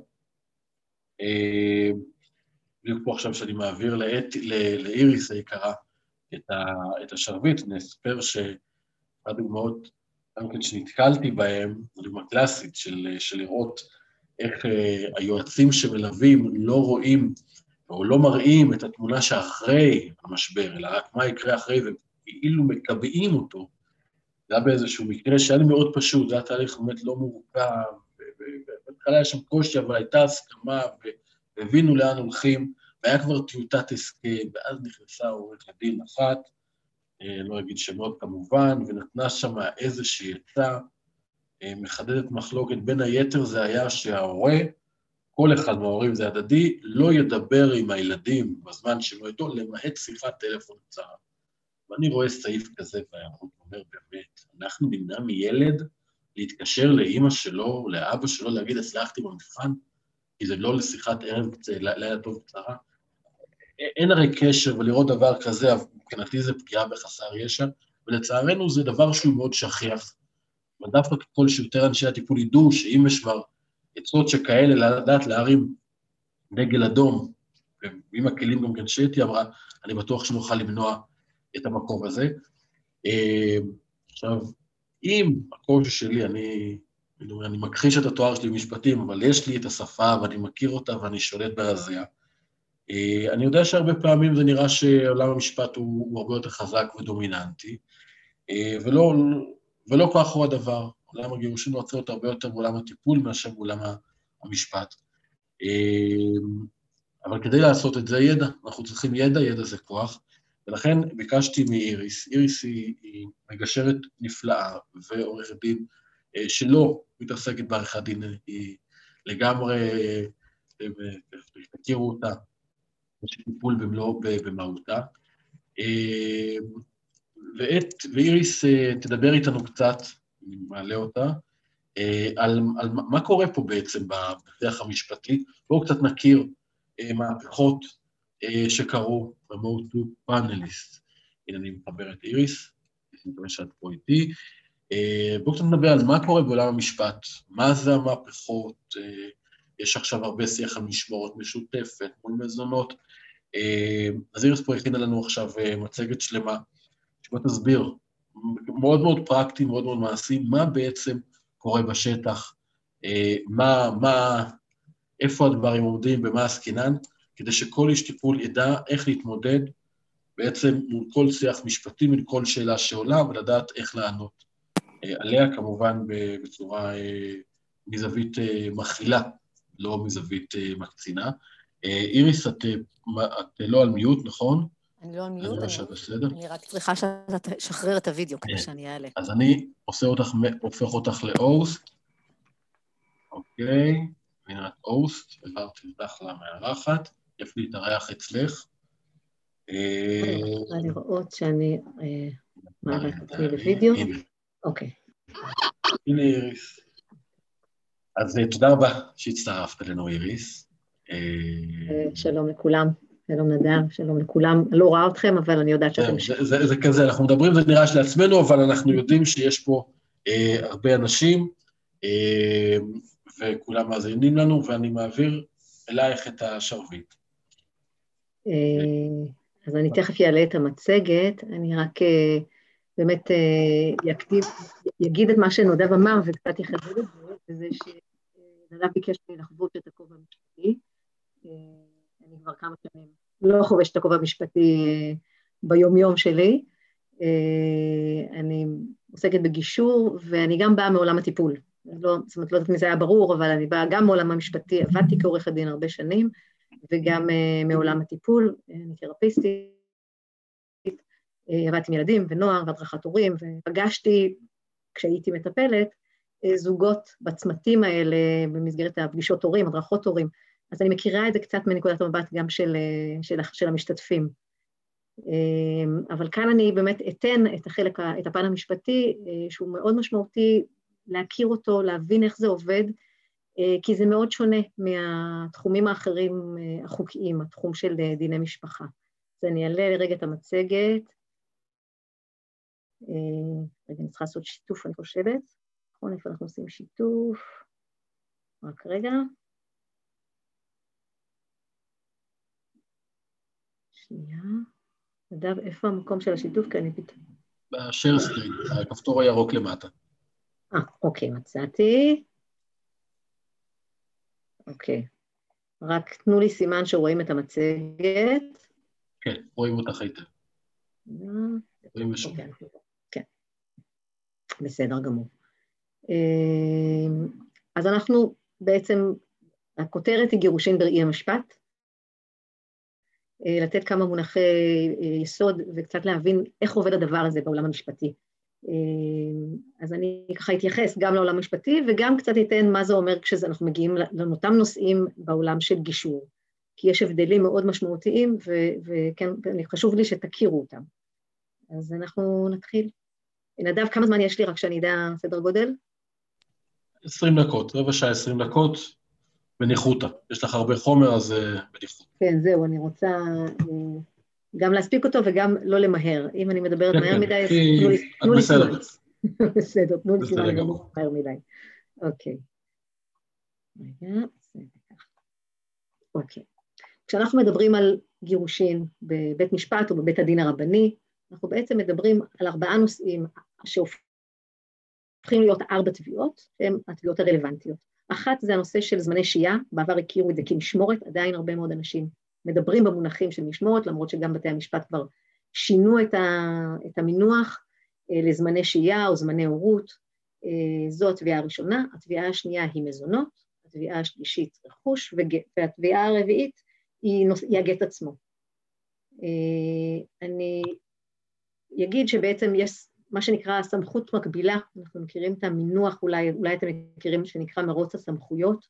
בדיוק פה עכשיו שאני מעביר לאת, לאיריס היקרה את, ה, את השרביט, נספר שאחת דוגמאות, גם כן שנתקלתי בהם, זו דוגמה קלאסית של, של לראות איך uh, היועצים שמלווים לא רואים או לא מראים את התמונה שאחרי המשבר, אלא רק מה יקרה אחרי, וכאילו מקבעים אותו. זה היה באיזשהו מקרה שהיה לי מאוד פשוט, זה היה תהליך באמת לא מורכב, ובהתחלה היה שם קושי, אבל הייתה הסכמה, והבינו לאן הולכים, והיה כבר טיוטת הסכם, ואז נכנסה עורכת הדין אחת, לא אגיד שמות כמובן, ונתנה שם איזושהי עצה, מחדדת מחלוקת, בין היתר זה היה שההורה, כל אחד מההורים זה הדדי, לא ידבר עם הילדים בזמן שלו איתו, למעט שיחת טלפון קצרה. ואני רואה סעיף כזה, והוא אומר באמת, אנחנו נמנע מילד להתקשר לאמא שלו, לאבא שלו, להגיד, הצלחתי במבחן, כי זה לא לשיחת ערב, לילה טוב קצרה. אין הרי קשר, ולראות דבר כזה, מבחינתי זה פגיעה בחסר ישע, ולצערנו זה דבר שהוא מאוד שכיח. ודווקא ככל שיותר אנשי הטיפול ידעו שאם יש כבר עצות שכאלה לדעת להרים דגל אדום, ועם הכלים גם כן שאתי אמרה, אני בטוח שנוכל למנוע את המקום הזה. עכשיו, אם הקושי שלי, אני, אני מכחיש את התואר שלי במשפטים, אבל יש לי את השפה ואני מכיר אותה ואני שולט ברזיה, אני יודע שהרבה פעמים זה נראה שעולם המשפט הוא, הוא הרבה יותר חזק ודומיננטי, ולא... ולא כך הוא הדבר, עולם הגירושים רוצה להיות הרבה יותר בעולם הטיפול מאשר בעולם המשפט. אבל כדי לעשות את זה ידע, אנחנו צריכים ידע, ידע זה כוח, ולכן ביקשתי מאיריס, איריס היא, היא מגשרת נפלאה ועורכת דין שלא מתעסקת בעריכת דין, היא לגמרי אתם תכירו אותה, יש טיפול במלוא במהותה. ואת, ואיריס תדבר איתנו קצת, אני מעלה אותה, על, על מה קורה פה בעצם בשיח המשפטי. בואו קצת נכיר מהפכות שקרו ב-Mode to Panelist. הנה אני מחבר את איריס, אני מקווה שאת פה איתי. בואו קצת נדבר על מה קורה בעולם המשפט, מה זה המהפכות, יש עכשיו הרבה שיח על משמורת משותפת, מול מזונות. אז איריס פה הכינה לנו עכשיו מצגת שלמה, שבוא תסביר, מאוד מאוד פרקטי, מאוד מאוד מעשי, מה בעצם קורה בשטח, מה, מה, איפה הדברים עומדים, במה עסקינן, כדי שכל איש טיפול ידע איך להתמודד בעצם מול כל שיח משפטי, מול כל שאלה שעולה, ולדעת איך לענות עליה, כמובן בצורה מזווית מכילה, לא מזווית מקצינה. איריס, את, את לא על מיוט, נכון? אני לא על מיוט, אני, אני רק צריכה שאתה תשחרר את הוידאו כדי שאני אעלה. אז אני עושה אותך, הופך אותך לאוסט, אוקיי, הנה את אוסט, העברתי אותך למארחת, יפה להתארח אצלך. אני רוצה לראות שאני מעלה את עצמי לוידאו. אוקיי. הנה איריס. אז תודה רבה שהצטרפת אלינו איריס. שלום לכולם. שלום נדב, שלום לכולם. לא רואה אתכם, אבל אני יודעת שאתם... זה, זה, זה כזה, אנחנו מדברים, זה נראה שלעצמנו, אבל אנחנו יודעים שיש פה אה, הרבה אנשים, אה, וכולם מאזינים לנו, ואני מעביר אלייך את השרביט. אה, אז אני תכף יעלה את המצגת, אני רק אה, באמת אה, יקדיב, יגיד את מה שנדב אמר, וקצת יחדד את זה, וזה שנדב ביקש לי לחוות את הכובע המשפטי, אה, אני כבר כמה שנים לא חובשת את הכובע המשפטי ביום-יום שלי, אני עוסקת בגישור, ואני גם באה מעולם הטיפול. לא, זאת אומרת, לא יודעת אם זה היה ברור, אבל אני באה גם מעולם המשפטי, עבדתי כעורך הדין הרבה שנים, וגם מעולם הטיפול, אני תרפיסטית, עבדתי עם ילדים ונוער והדרכת הורים, ופגשתי, כשהייתי מטפלת, זוגות בצמתים האלה, במסגרת הפגישות הורים, הדרכות הורים, אז אני מכירה את זה קצת מנקודת המבט גם של, של, של המשתתפים. אבל כאן אני באמת אתן את החלק, את הפן המשפטי, שהוא מאוד משמעותי להכיר אותו, להבין איך זה עובד, כי זה מאוד שונה מהתחומים האחרים החוקיים, התחום של דיני משפחה. אז אני אעלה לרגע את המצגת. רגע, אני צריכה לעשות שיתוף, אני חושבת. נכון, איפה אנחנו עושים שיתוף? רק רגע. שנייה. נדב, איפה המקום של השיתוף? כי אני פתאום... בשיר סקרין, הכפתור הירוק למטה. אה, אוקיי, מצאתי. אוקיי. רק תנו לי סימן שרואים את המצגת. כן, רואים אותך היטב. רואים ושום. כן. בסדר גמור. אז אנחנו בעצם, הכותרת היא גירושין בראי המשפט, לתת כמה מונחי יסוד וקצת להבין איך עובד הדבר הזה בעולם המשפטי. אז אני ככה אתייחס גם לעולם המשפטי וגם קצת אתן מה זה אומר כשאנחנו מגיעים לאותם נושאים בעולם של גישור, כי יש הבדלים מאוד משמעותיים וכן, חשוב לי שתכירו אותם. אז אנחנו נתחיל. נדב, כמה זמן יש לי רק שאני אדע סדר גודל? עשרים דקות, רבע שעה עשרים דקות. בניחותא, יש לך הרבה חומר, אז בניחותא. כן, זהו, אני רוצה גם להספיק אותו וגם לא למהר. אם אני מדברת מהר מדי, תנו לי סימן. בסדר, תנו לי סימן, אני לא מהר מדי. אוקיי. רגע, זה ככה. אוקיי. כשאנחנו מדברים על גירושין בבית משפט או בבית הדין הרבני, אנחנו בעצם מדברים על ארבעה נושאים שהופכים להיות ארבע תביעות, שהן התביעות הרלוונטיות. אחת זה הנושא של זמני שהייה, בעבר הכירו את זה כמשמורת, עדיין הרבה מאוד אנשים מדברים במונחים של משמורת, למרות שגם בתי המשפט כבר שינו את, ה, את המינוח אה, לזמני שהייה או זמני הורות. אה, זו התביעה הראשונה, התביעה השנייה היא מזונות, התביעה השלישית רכוש, וגט, והתביעה הרביעית היא, נוס, היא הגט עצמו. אה, אני אגיד שבעצם יש מה שנקרא סמכות מקבילה, אנחנו מכירים את המינוח, אולי, אולי אתם מכירים שנקרא מרוץ הסמכויות,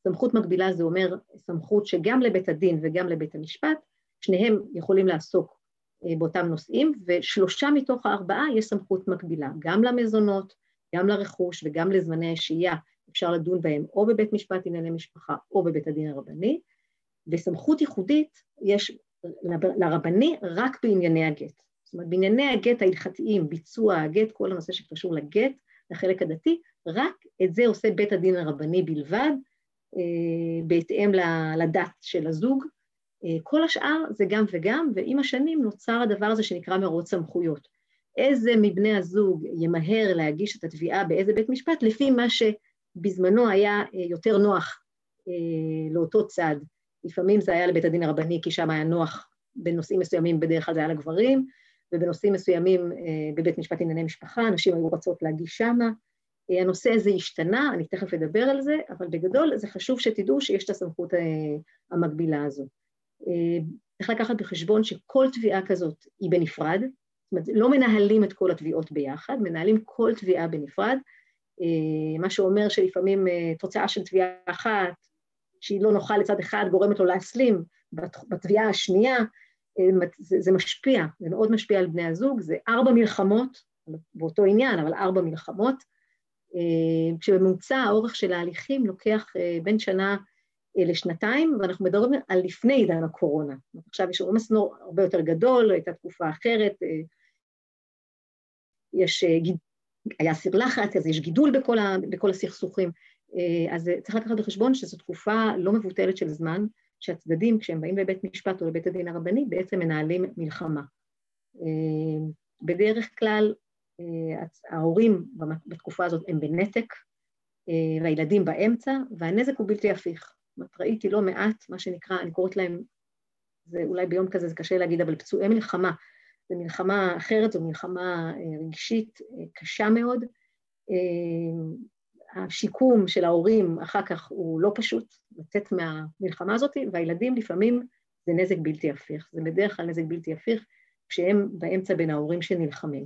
סמכות מקבילה זה אומר סמכות שגם לבית הדין וגם לבית המשפט, שניהם יכולים לעסוק באותם נושאים, ושלושה מתוך הארבעה יש סמכות מקבילה, גם למזונות, גם לרכוש וגם לזמני השהייה, אפשר לדון בהם או בבית משפט ענייני משפחה או בבית הדין הרבני, וסמכות ייחודית יש לרבני רק בענייני הגט. זאת אומרת, בענייני הגט ההלכתיים, ביצוע הגט, כל הנושא שקשור לגט, לחלק הדתי, רק את זה עושה בית הדין הרבני בלבד, בהתאם לדת של הזוג. כל השאר זה גם וגם, ועם השנים נוצר הדבר הזה שנקרא מרוץ סמכויות. איזה מבני הזוג ימהר להגיש את התביעה באיזה בית משפט, לפי מה שבזמנו היה יותר נוח לאותו צד. לפעמים זה היה לבית הדין הרבני, כי שם היה נוח בנושאים מסוימים, בדרך כלל זה היה לגברים, ובנושאים מסוימים בבית משפט ענייני משפחה, אנשים היו רצות להגיש שמה. הנושא הזה השתנה, אני תכף אדבר על זה, אבל בגדול זה חשוב שתדעו שיש את הסמכות המקבילה הזו. צריך לקחת בחשבון שכל תביעה כזאת היא בנפרד, זאת אומרת, לא מנהלים את כל התביעות ביחד, מנהלים כל תביעה בנפרד, מה שאומר שלפעמים תוצאה של תביעה אחת, שהיא לא נוחה לצד אחד, גורמת לו להסלים בתביעה השנייה, זה, זה משפיע, זה מאוד משפיע על בני הזוג, זה ארבע מלחמות, באותו עניין, אבל ארבע מלחמות, כשבממוצע האורך של ההליכים לוקח בין שנה לשנתיים, ואנחנו מדברים על לפני עידן הקורונה. עכשיו יש עומס הרבה יותר גדול, הייתה תקופה אחרת, יש, היה סיר לחץ, אז יש גידול בכל, ה, בכל הסכסוכים, אז צריך לקחת בחשבון שזו תקופה לא מבוטלת של זמן, שהצדדים כשהם באים לבית משפט או לבית הדין הרבני בעצם מנהלים מלחמה. בדרך כלל ההורים בתקופה הזאת הם בנתק, והילדים באמצע, והנזק הוא בלתי הפיך. ראיתי לא מעט, מה שנקרא, אני קוראת להם, זה אולי ביום כזה זה קשה להגיד, אבל פצועי מלחמה, זו מלחמה אחרת, זו מלחמה רגשית קשה מאוד, השיקום של ההורים אחר כך הוא לא פשוט, לצאת מהמלחמה הזאת, והילדים לפעמים זה נזק בלתי הפיך, זה בדרך כלל נזק בלתי הפיך, כשהם באמצע בין ההורים שנלחמים.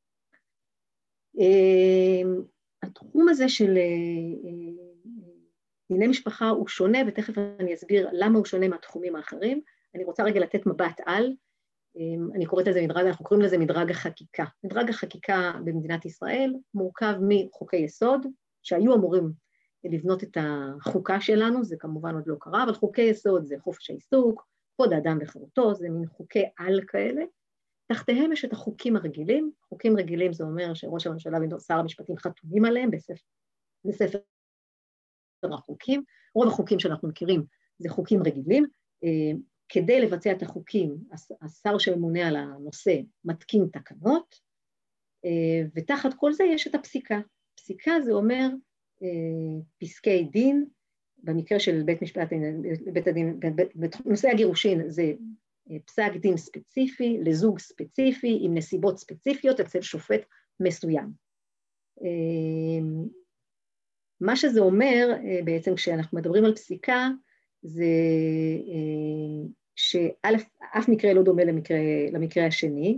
התחום הזה של דיני משפחה הוא שונה, ותכף אני אסביר למה הוא שונה מהתחומים האחרים. אני רוצה רגע לתת מבט על, אני קוראת לזה מדרג, אנחנו קוראים לזה מדרג החקיקה. מדרג החקיקה במדינת ישראל מורכב מחוקי יסוד, שהיו אמורים לבנות את החוקה שלנו, זה כמובן עוד לא קרה, אבל חוקי יסוד זה חופש העיסוק, כבוד האדם וחירותו, זה מין חוקי על כאלה. תחתיהם יש את החוקים הרגילים, חוקים רגילים זה אומר שראש הממשלה ושר המשפטים חתומים עליהם בספר, בספר החוקים, רוב החוקים שאנחנו מכירים זה חוקים רגילים, כדי לבצע את החוקים, השר שממונה על הנושא מתקין תקנות, ותחת כל זה יש את הפסיקה. פסיקה זה אומר פסקי דין, במקרה של בית משפט, בית הדין, בנושא הגירושין זה פסק דין ספציפי, לזוג ספציפי, עם נסיבות ספציפיות אצל שופט מסוים. מה שזה אומר, בעצם כשאנחנו מדברים על פסיקה, זה שאף מקרה לא דומה למקרה, למקרה השני.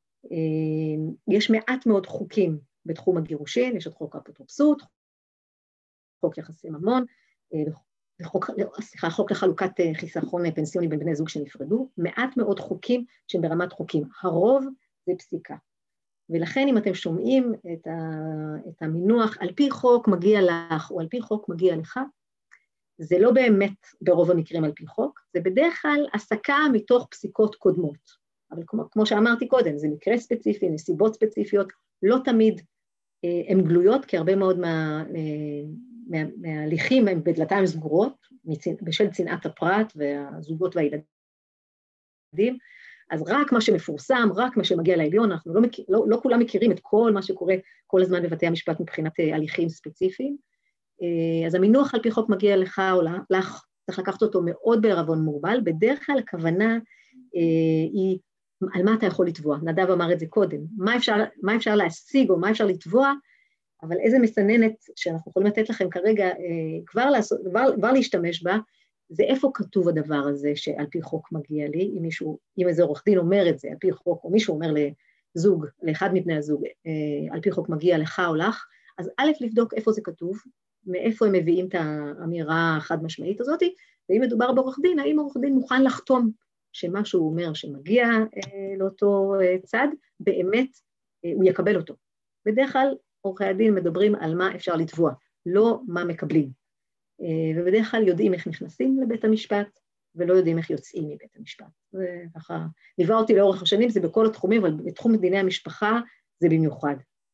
יש מעט מאוד חוקים בתחום הגירושין, יש את חוק האפוטרופסות, חוק יחסי ממון, וחוק, סליחה, חוק לחלוקת חיסכון פנסיוני בין בני זוג שנפרדו, מעט מאוד חוקים שהם ברמת חוקים. הרוב זה פסיקה. ולכן אם אתם שומעים את, ה, את המינוח, על פי חוק מגיע לך, או על פי חוק מגיע לך, זה לא באמת ברוב המקרים על פי חוק, זה בדרך כלל הסקה מתוך פסיקות קודמות. אבל כמו, כמו שאמרתי קודם, זה מקרה ספציפי, נסיבות ספציפיות, לא תמיד אה, הן גלויות, כי הרבה מאוד מה, אה, מה, מההליכים הם בדלתיים סגורות, מצנ, בשל צנעת הפרט והזוגות והילדים, אז רק מה שמפורסם, רק מה שמגיע לעליון, אנחנו לא, מכיר, לא, לא כולם מכירים את כל מה שקורה כל הזמן בבתי המשפט מבחינת הליכים ספציפיים, אז המינוח על פי חוק מגיע לך או לך, צריך לקחת אותו מאוד בערבון מוגבל, בדרך כלל הכוונה היא על מה אתה יכול לתבוע, נדב אמר את זה קודם, מה אפשר, מה אפשר להשיג או מה אפשר לתבוע, אבל איזה מסננת שאנחנו יכולים לתת לכם כרגע כבר, לעשות, כבר, כבר להשתמש בה, זה איפה כתוב הדבר הזה שעל פי חוק מגיע לי, אם מישהו, אם איזה עורך דין אומר את זה, על פי חוק, או מישהו אומר לזוג, לאחד מבני הזוג, על פי חוק מגיע לך או לך, אז א' לבדוק איפה זה כתוב, מאיפה הם מביאים את האמירה החד משמעית הזאת, ואם מדובר בעורך דין, האם עורך דין מוכן לחתום שמה שהוא אומר שמגיע אה, לאותו אה, צד, באמת אה, הוא יקבל אותו. בדרך כלל עורכי הדין מדברים על מה אפשר לתבוע, לא מה מקבלים. אה, ובדרך כלל יודעים איך נכנסים לבית המשפט, ולא יודעים איך יוצאים מבית המשפט. זה ככה, ליווה אותי לאורך השנים, זה בכל התחומים, אבל בתחום דיני המשפחה זה במיוחד.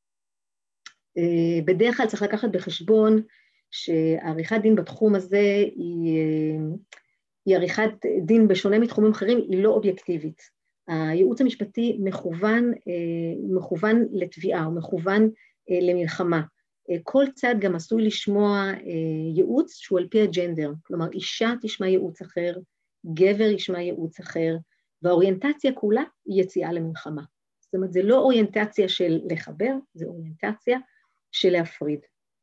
אה, בדרך כלל צריך לקחת בחשבון, שעריכת דין בתחום הזה היא, היא עריכת דין בשונה מתחומים אחרים, היא לא אובייקטיבית. הייעוץ המשפטי מכוון, מכוון לתביעה, הוא מכוון למלחמה. כל צד גם עשוי לשמוע ייעוץ שהוא על פי הג'נדר, כלומר אישה תשמע ייעוץ אחר, גבר ישמע ייעוץ אחר, והאוריינטציה כולה היא יציאה למלחמה. זאת אומרת, זה לא אוריינטציה של לחבר, זה אוריינטציה של להפריד.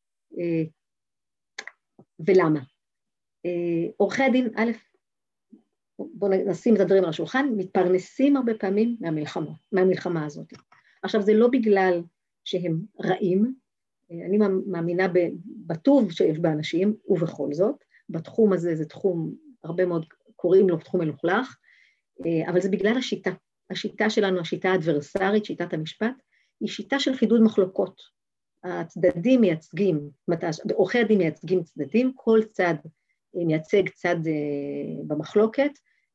ולמה? עורכי הדין, א', בואו נשים את הדברים על השולחן, מתפרנסים הרבה פעמים מהמלחמה, מהמלחמה הזאת. עכשיו, זה לא בגלל שהם רעים, אני מאמינה בטוב שיש באנשים, ובכל זאת, בתחום הזה זה תחום, הרבה מאוד קוראים לו תחום מלוכלך, אבל זה בגלל השיטה. השיטה שלנו, השיטה האדברסרית, שיטת המשפט, היא שיטה של חידוד מחלוקות. הצדדים מייצגים, עורכי הדין מייצגים צדדים, כל צד מייצג צד במחלוקת,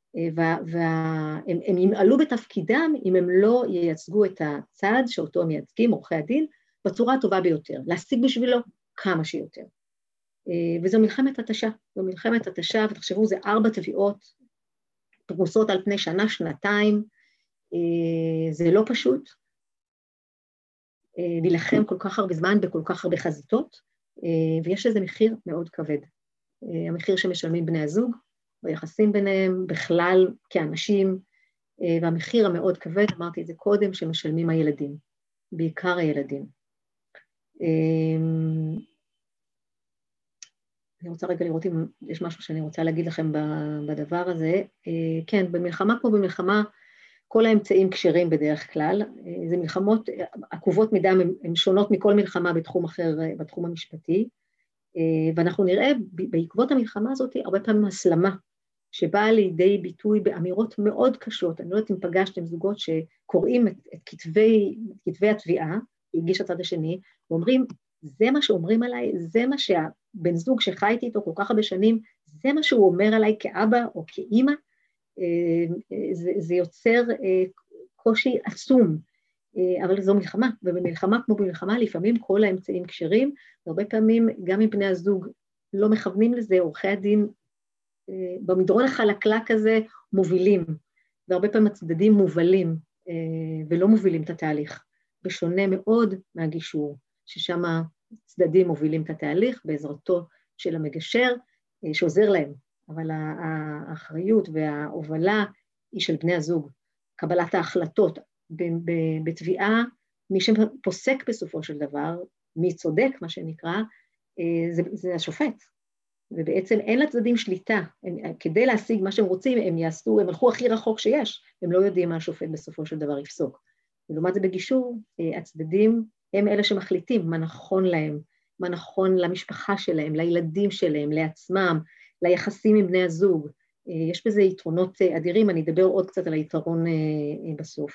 והם ימעלו בתפקידם אם הם לא ייצגו את הצד שאותו הם מייצגים, עורכי הדין, בצורה הטובה ביותר, להשיג בשבילו כמה שיותר. וזו מלחמת התשה, זו מלחמת התשה, ותחשבו, זה ארבע תביעות, פרוסות על פני שנה, שנתיים, זה לא פשוט, להילחם כל כך הרבה זמן בכל כך הרבה חזיתות, ויש לזה מחיר מאוד כבד. המחיר שמשלמים בני הזוג, ביחסים ביניהם, בכלל כאנשים, והמחיר המאוד כבד, אמרתי את זה קודם, שמשלמים הילדים, בעיקר הילדים. אני רוצה רגע לראות אם יש משהו שאני רוצה להגיד לכם בדבר הזה. כן, במלחמה כמו במלחמה, כל האמצעים כשרים בדרך כלל, זה מלחמות, עקובות מדם הן שונות מכל מלחמה בתחום אחר, בתחום המשפטי, ואנחנו נראה בעקבות המלחמה הזאת הרבה פעמים הסלמה, שבאה לידי ביטוי באמירות מאוד קשות. אני לא יודעת אם פגשתם זוגות שקוראים את, את כתבי, כתבי התביעה, הגיש הצד השני, ואומרים, זה מה שאומרים עליי, זה מה שהבן זוג שחייתי איתו כל כך הרבה שנים, זה מה שהוא אומר עליי כאבא או כאמא, זה, זה יוצר קושי עצום, אבל זו מלחמה, ובמלחמה כמו במלחמה לפעמים כל האמצעים כשרים, והרבה פעמים גם אם בני הזוג לא מכוונים לזה, עורכי הדין במדרון החלקלק הזה מובילים, והרבה פעמים הצדדים מובלים ולא מובילים את התהליך, בשונה מאוד מהגישור, ששם הצדדים מובילים את התהליך בעזרתו של המגשר, שעוזר להם, אבל האחריות וההובלה היא של בני הזוג, קבלת ההחלטות בתביעה, מי שפוסק בסופו של דבר, מי צודק מה שנקרא, זה, זה השופט, ובעצם אין לצדדים שליטה, הם, כדי להשיג מה שהם רוצים, הם יעשו, הם הלכו הכי רחוק שיש, הם לא יודעים מה השופט בסופו של דבר יפסוק. ולעומת זה בגישור, הצדדים הם אלה שמחליטים מה נכון להם, מה נכון למשפחה שלהם, לילדים שלהם, לעצמם, ליחסים עם בני הזוג. יש בזה יתרונות אדירים, אני אדבר עוד קצת על היתרון בסוף.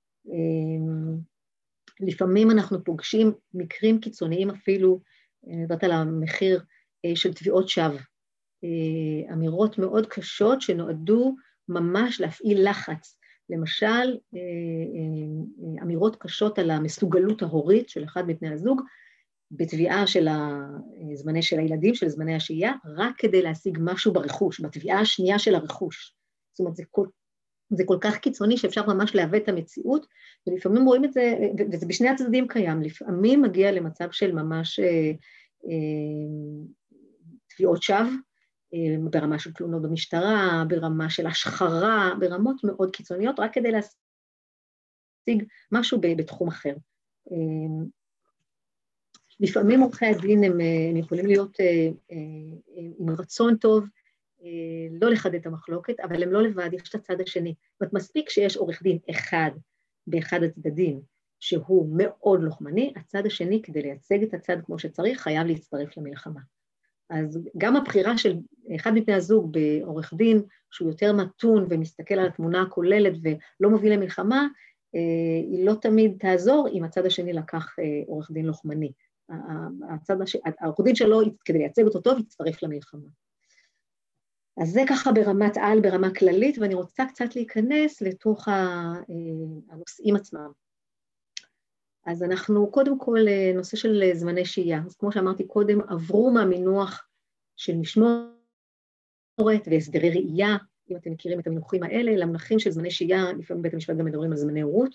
לפעמים אנחנו פוגשים מקרים קיצוניים אפילו, אני יודעת על המחיר של תביעות שווא, אמירות מאוד קשות שנועדו ממש להפעיל לחץ, למשל אמירות קשות על המסוגלות ההורית של אחד מבני הזוג, בתביעה של הזמני של הילדים, של זמני השהייה, רק כדי להשיג משהו ברכוש, בתביעה השנייה של הרכוש. זאת אומרת, זה כל, זה כל כך קיצוני שאפשר ממש להוות את המציאות, ולפעמים רואים את זה, וזה בשני הצדדים קיים, לפעמים מגיע למצב של ממש אה, אה, תביעות שווא, אה, ברמה של תלונות במשטרה, ברמה של השחרה, ברמות מאוד קיצוניות, רק כדי להשיג משהו בתחום אחר. אה, לפעמים עורכי הדין הם, הם יכולים להיות אה, אה, עם רצון טוב, אה, לא לחדד את המחלוקת, אבל הם לא לבד, יש את הצד השני. זאת אומרת, מספיק שיש עורך דין אחד באחד הצדדים, שהוא מאוד לוחמני, הצד השני, כדי לייצג את הצד כמו שצריך, חייב להצטרף למלחמה. אז גם הבחירה של אחד מבני הזוג בעורך דין, שהוא יותר מתון ומסתכל על התמונה הכוללת ולא מוביל למלחמה, היא לא תמיד תעזור אם הצד השני לקח עורך דין לוחמני. הצד השני, העורך דין שלו, כדי לייצג אותו טוב, יצטרף למלחמה. אז זה ככה ברמת על, ברמה כללית, ואני רוצה קצת להיכנס לתוך הנושאים עצמם. אז אנחנו קודם כל נושא של זמני שהייה, אז כמו שאמרתי קודם, עברו מהמינוח של משמורת והסדרי ראייה, אם אתם מכירים את המינוחים האלה, למונחים של זמני שהייה, לפעמים בית המשפט גם מדברים על זמני הורות,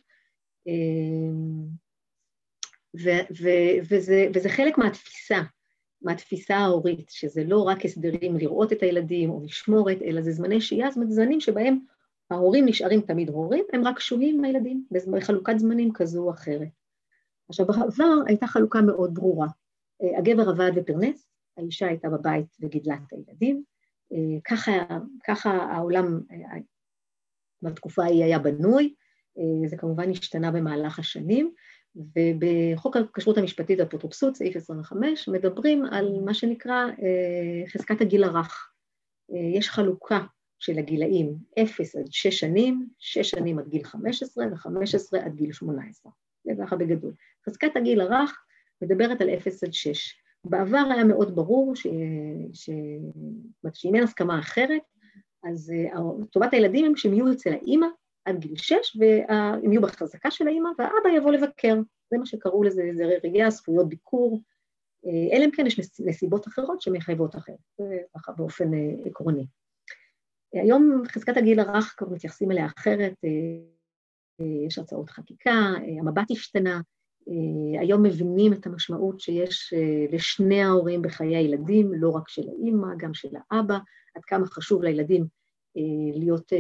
ו- ו- וזה, וזה חלק מהתפיסה, מהתפיסה ההורית, שזה לא רק הסדרים לראות את הילדים או משמורת, אלא זה זמני שהייה, זאת אומרת זמנים שבהם ההורים נשארים תמיד הורים, הם רק שוהים עם הילדים, בחלוקת זמנים כזו או אחרת. עכשיו, בעבר הייתה חלוקה מאוד ברורה. הגבר עבד ופרנס, האישה הייתה בבית וגידלה את הילדים, ככה, ככה העולם בתקופה ההיא היה בנוי, זה כמובן השתנה במהלך השנים, ובחוק הכשרות המשפטית והאפוטרופסות, סעיף עשרים וחמש, מדברים על מה שנקרא חזקת הגיל הרך. יש חלוקה של הגילאים אפס עד שש שנים, שש שנים עד גיל חמש עשרה ושש עשרה עד גיל שמונה עשרה. זה ככה בגדול. חזקת הגיל הרך מדברת על אפס עד שש. בעבר היה מאוד ברור ש... ש... שאם אין הסכמה אחרת, אז טובת הילדים הם שהם יהיו אצל האמא עד גיל שש, והם יהיו בחזקה של האמא, והאבא יבוא לבקר. זה מה שקראו לזה, זה ראייה, זכויות ביקור, אלא אם כן יש נסיבות אחרות שמחייבות אחרת, ככה באופן עקרוני. היום חזקת הגיל הרך כבר מתייחסים אליה אחרת, יש הצעות חקיקה, המבט השתנה, היום מבינים את המשמעות שיש לשני ההורים בחיי הילדים, לא רק של האמא, גם של האבא, עד כמה חשוב לילדים להיות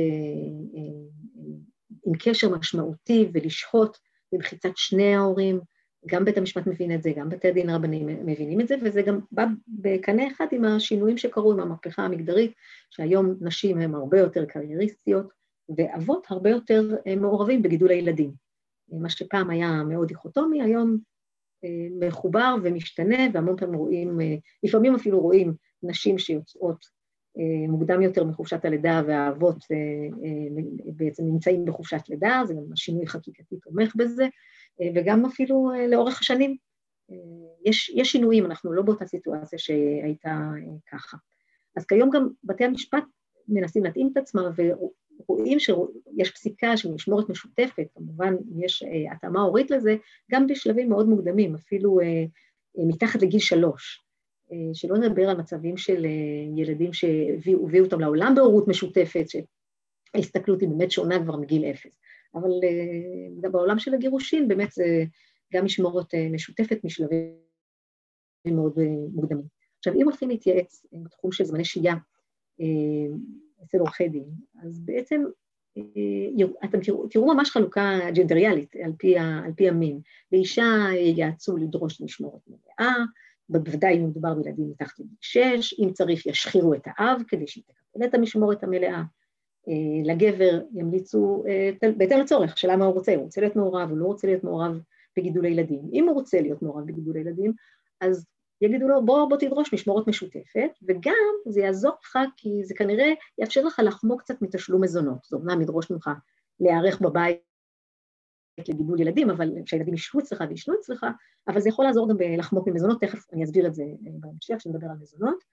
עם קשר משמעותי ולשהות במחיצת שני ההורים, גם בית המשפט מבין את זה, גם בתי הדין הרבניים מבינים את זה, וזה גם בא בקנה אחד עם השינויים שקרו עם המהפכה המגדרית, שהיום נשים הן הרבה יותר קרייריסטיות, ואבות הרבה יותר מעורבים בגידול הילדים. מה שפעם היה מאוד דיכוטומי, היום מחובר ומשתנה, והמון פעמים רואים, לפעמים אפילו רואים נשים שיוצאות מוקדם יותר מחופשת הלידה, והאבות בעצם נמצאים בחופשת לידה, זה גם השינוי חקיקתי תומך בזה, וגם אפילו לאורך השנים. יש, יש שינויים, אנחנו לא באותה סיטואציה שהייתה ככה. אז כיום גם בתי המשפט מנסים להתאים את עצמם, ורואים שיש פסיקה של משמורת משותפת, כמובן יש התאמה הורית לזה, גם בשלבים מאוד מוקדמים, אפילו מתחת לגיל שלוש, שלא נדבר על מצבים של ילדים שהביאו אותם לעולם בהורות משותפת, שההסתכלות היא באמת שונה כבר מגיל אפס. אבל בעולם של הגירושין באמת זה גם משמורת משותפת משלבים מאוד מוקדמים. עכשיו, אם הולכים להתייעץ בתחום של זמני שהייה אצל עורכי דין, אז בעצם אתם תראו, תראו ממש חלוקה ג'נדריאלית על פי, על פי המין. לאישה יעצו לדרוש משמורת מלאה, בוודאי אם מדובר בילדים מתחת לגיל שש, אם צריך ישחירו את האב כדי שהיא תקבל את המשמורת המלאה, לגבר ימליצו בהתאם לצורך, של למה הוא רוצה, הוא רוצה להיות מעורב, הוא לא רוצה להיות מעורב בגידול הילדים. אם הוא רוצה להיות מעורב בגידול הילדים, אז יגידו לו, בוא, בוא תדרוש משמורת משותפת, וגם זה יעזור לך, כי זה כנראה יאפשר לך לחמוק קצת מתשלום מזונות. זאת אומרת, מדרוש ממך להיערך בבית לגידול ילדים, אבל שהילדים ישהו אצלך וישנו אצלך, אבל זה יכול לעזור גם לחמוק ממזונות, תכף אני אסביר את זה בהמשך, שנדבר על מזונות.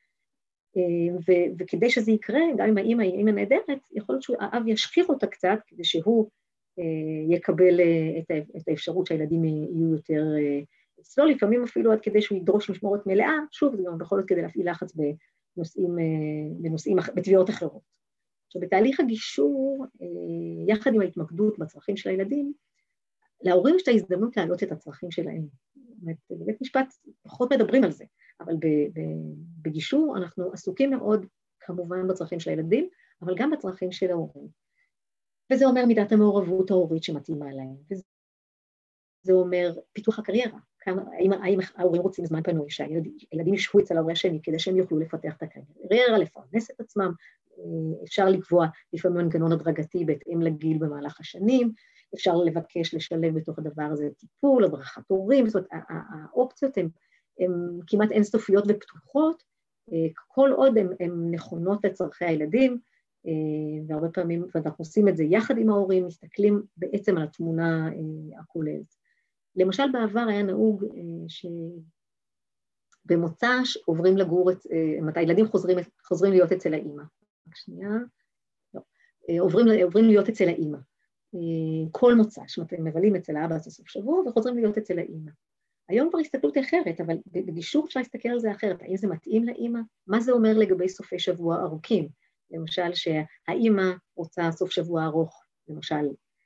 ו- וכדי שזה יקרה, גם אם האמא היא אמא נהדרת, יכול להיות שהאב ישחיר אותה קצת, כדי שהוא אה, יקבל אה, את, ה- את האפשרות שהילדים יהיו יותר אה, אצלו, לפעמים אפילו עד כדי שהוא ידרוש משמורת מלאה, שוב, זה גם בכל זאת כדי להפעיל לחץ בנושאים, אה, בנושאים, בתביעות אחרות. עכשיו, בתהליך הגישור, אה, יחד עם ההתמקדות בצרכים של הילדים, להורים יש את ההזדמנות להעלות את הצרכים שלהם. זאת אומרת, בבית משפט פחות מדברים על זה, אבל בגישור אנחנו עסוקים מאוד, כמובן, בצרכים של הילדים, אבל גם בצרכים של ההורים. וזה אומר מידת המעורבות ההורית שמתאימה להם, וזה אומר פיתוח הקריירה. כמה, האם, האם ההורים רוצים זמן פנוי, שהילדים ישהו אצל ההורה השני, כדי שהם יוכלו לפתח את הקריירה, לפרנס את עצמם, אפשר לקבוע לפעמים מנגנון הדרגתי בהתאם לגיל במהלך השנים, אפשר לבקש לשלב בתוך הדבר הזה טיפול, הדרכת הורים, זאת אומרת, האופציות הן כמעט אינסופיות ופתוחות, כל עוד הן נכונות לצרכי הילדים, והרבה פעמים, ואנחנו עושים את זה יחד עם ההורים, מסתכלים בעצם על התמונה הכוללת. למשל בעבר היה נהוג שבמוצ"ש עוברים לגור, מתי ילדים חוזרים, חוזרים להיות אצל האמא. רק שנייה, לא, עוברים, עוברים להיות אצל האמא. כל מוצ"ש, אתם מבלים אצל האבא עד סוף שבוע ושחוזרים להיות אצל האמא. היום כבר הסתכלות אחרת, אבל בגישור אפשר להסתכל על זה אחרת. האם זה מתאים לאמא? מה זה אומר לגבי סופי שבוע ארוכים? למשל שהאמא רוצה סוף שבוע ארוך, למשל,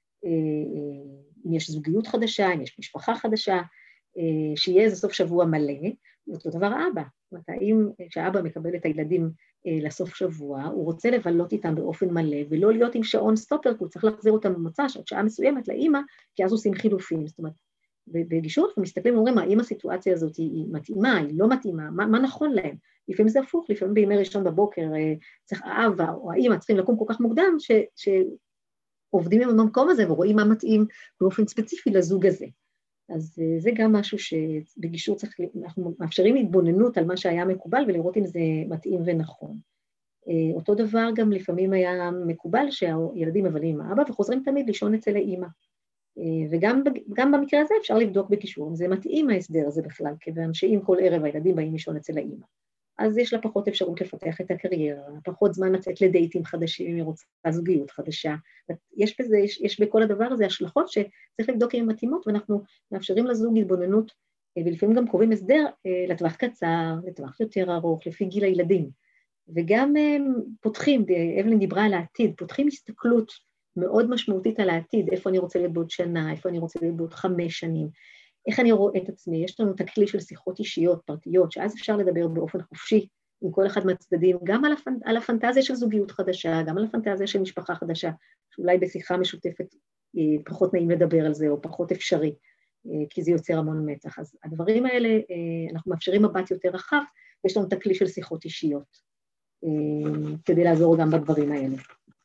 אם יש זוגיות חדשה, אם יש משפחה חדשה, שיהיה איזה סוף שבוע מלא, אותו דבר אבא. זאת אומרת, האם כשאבא מקבל את הילדים לסוף שבוע, הוא רוצה לבלות איתם באופן מלא, ולא להיות עם שעון סטופר, כי הוא צריך להחזיר אותם במוצ"ש, עד שעה מסוימת לאמא, כי אז עושים חילופים. זאת אומרת, בגישור אנחנו מסתכלים ואומרים, האם הסיטואציה הזאת היא מתאימה, היא לא מתאימה, מה, מה נכון להם? לפעמים זה הפוך, לפעמים בימי ראשון בבוקר, צריך האבא או האמא צריכים לקום כל כך מוקדם, ש, שעובדים עם המקום הזה ורואים מה מתאים באופן ספציפי לזוג הזה. אז זה גם משהו שבגישור צריך, אנחנו מאפשרים התבוננות על מה שהיה מקובל, ולראות אם זה מתאים ונכון. אותו דבר גם לפעמים היה מקובל שהילדים מבלים עם האבא, וחוזרים תמיד לישון אצל האמא. וגם גם במקרה הזה אפשר לבדוק בקישור, אם זה מתאים ההסדר הזה בכלל, כיוון שאם כל ערב הילדים באים לישון אצל האמא, אז יש לה פחות אפשרות לפתח את הקריירה, פחות זמן לצאת לדייטים חדשים, אם היא רוצה זוגיות חדשה. יש בזה, יש, יש בכל הדבר הזה השלכות שצריך לבדוק אם הן מתאימות, ואנחנו מאפשרים לזוג התבוננות, ולפעמים גם קובעים הסדר לטווח קצר, לטווח יותר ארוך, לפי גיל הילדים. וגם פותחים, אבלין דיברה על העתיד, פותחים הסתכלות מאוד משמעותית על העתיד, איפה אני רוצה להיות בעוד שנה, איפה אני רוצה להיות בעוד חמש שנים, איך אני רואה את עצמי, יש לנו את הכלי של שיחות אישיות, פרטיות, שאז אפשר לדבר באופן חופשי עם כל אחד מהצדדים, גם על, הפנ... על הפנטזיה של זוגיות חדשה, גם על הפנטזיה של משפחה חדשה, שאולי בשיחה משותפת פחות נעים לדבר על זה, או פחות אפשרי, כי זה יוצר המון מתח. אז הדברים האלה, אנחנו מאפשרים מבט יותר רחב, ויש לנו את הכלי של שיחות אישיות, כדי לעזור גם בדברים האלה.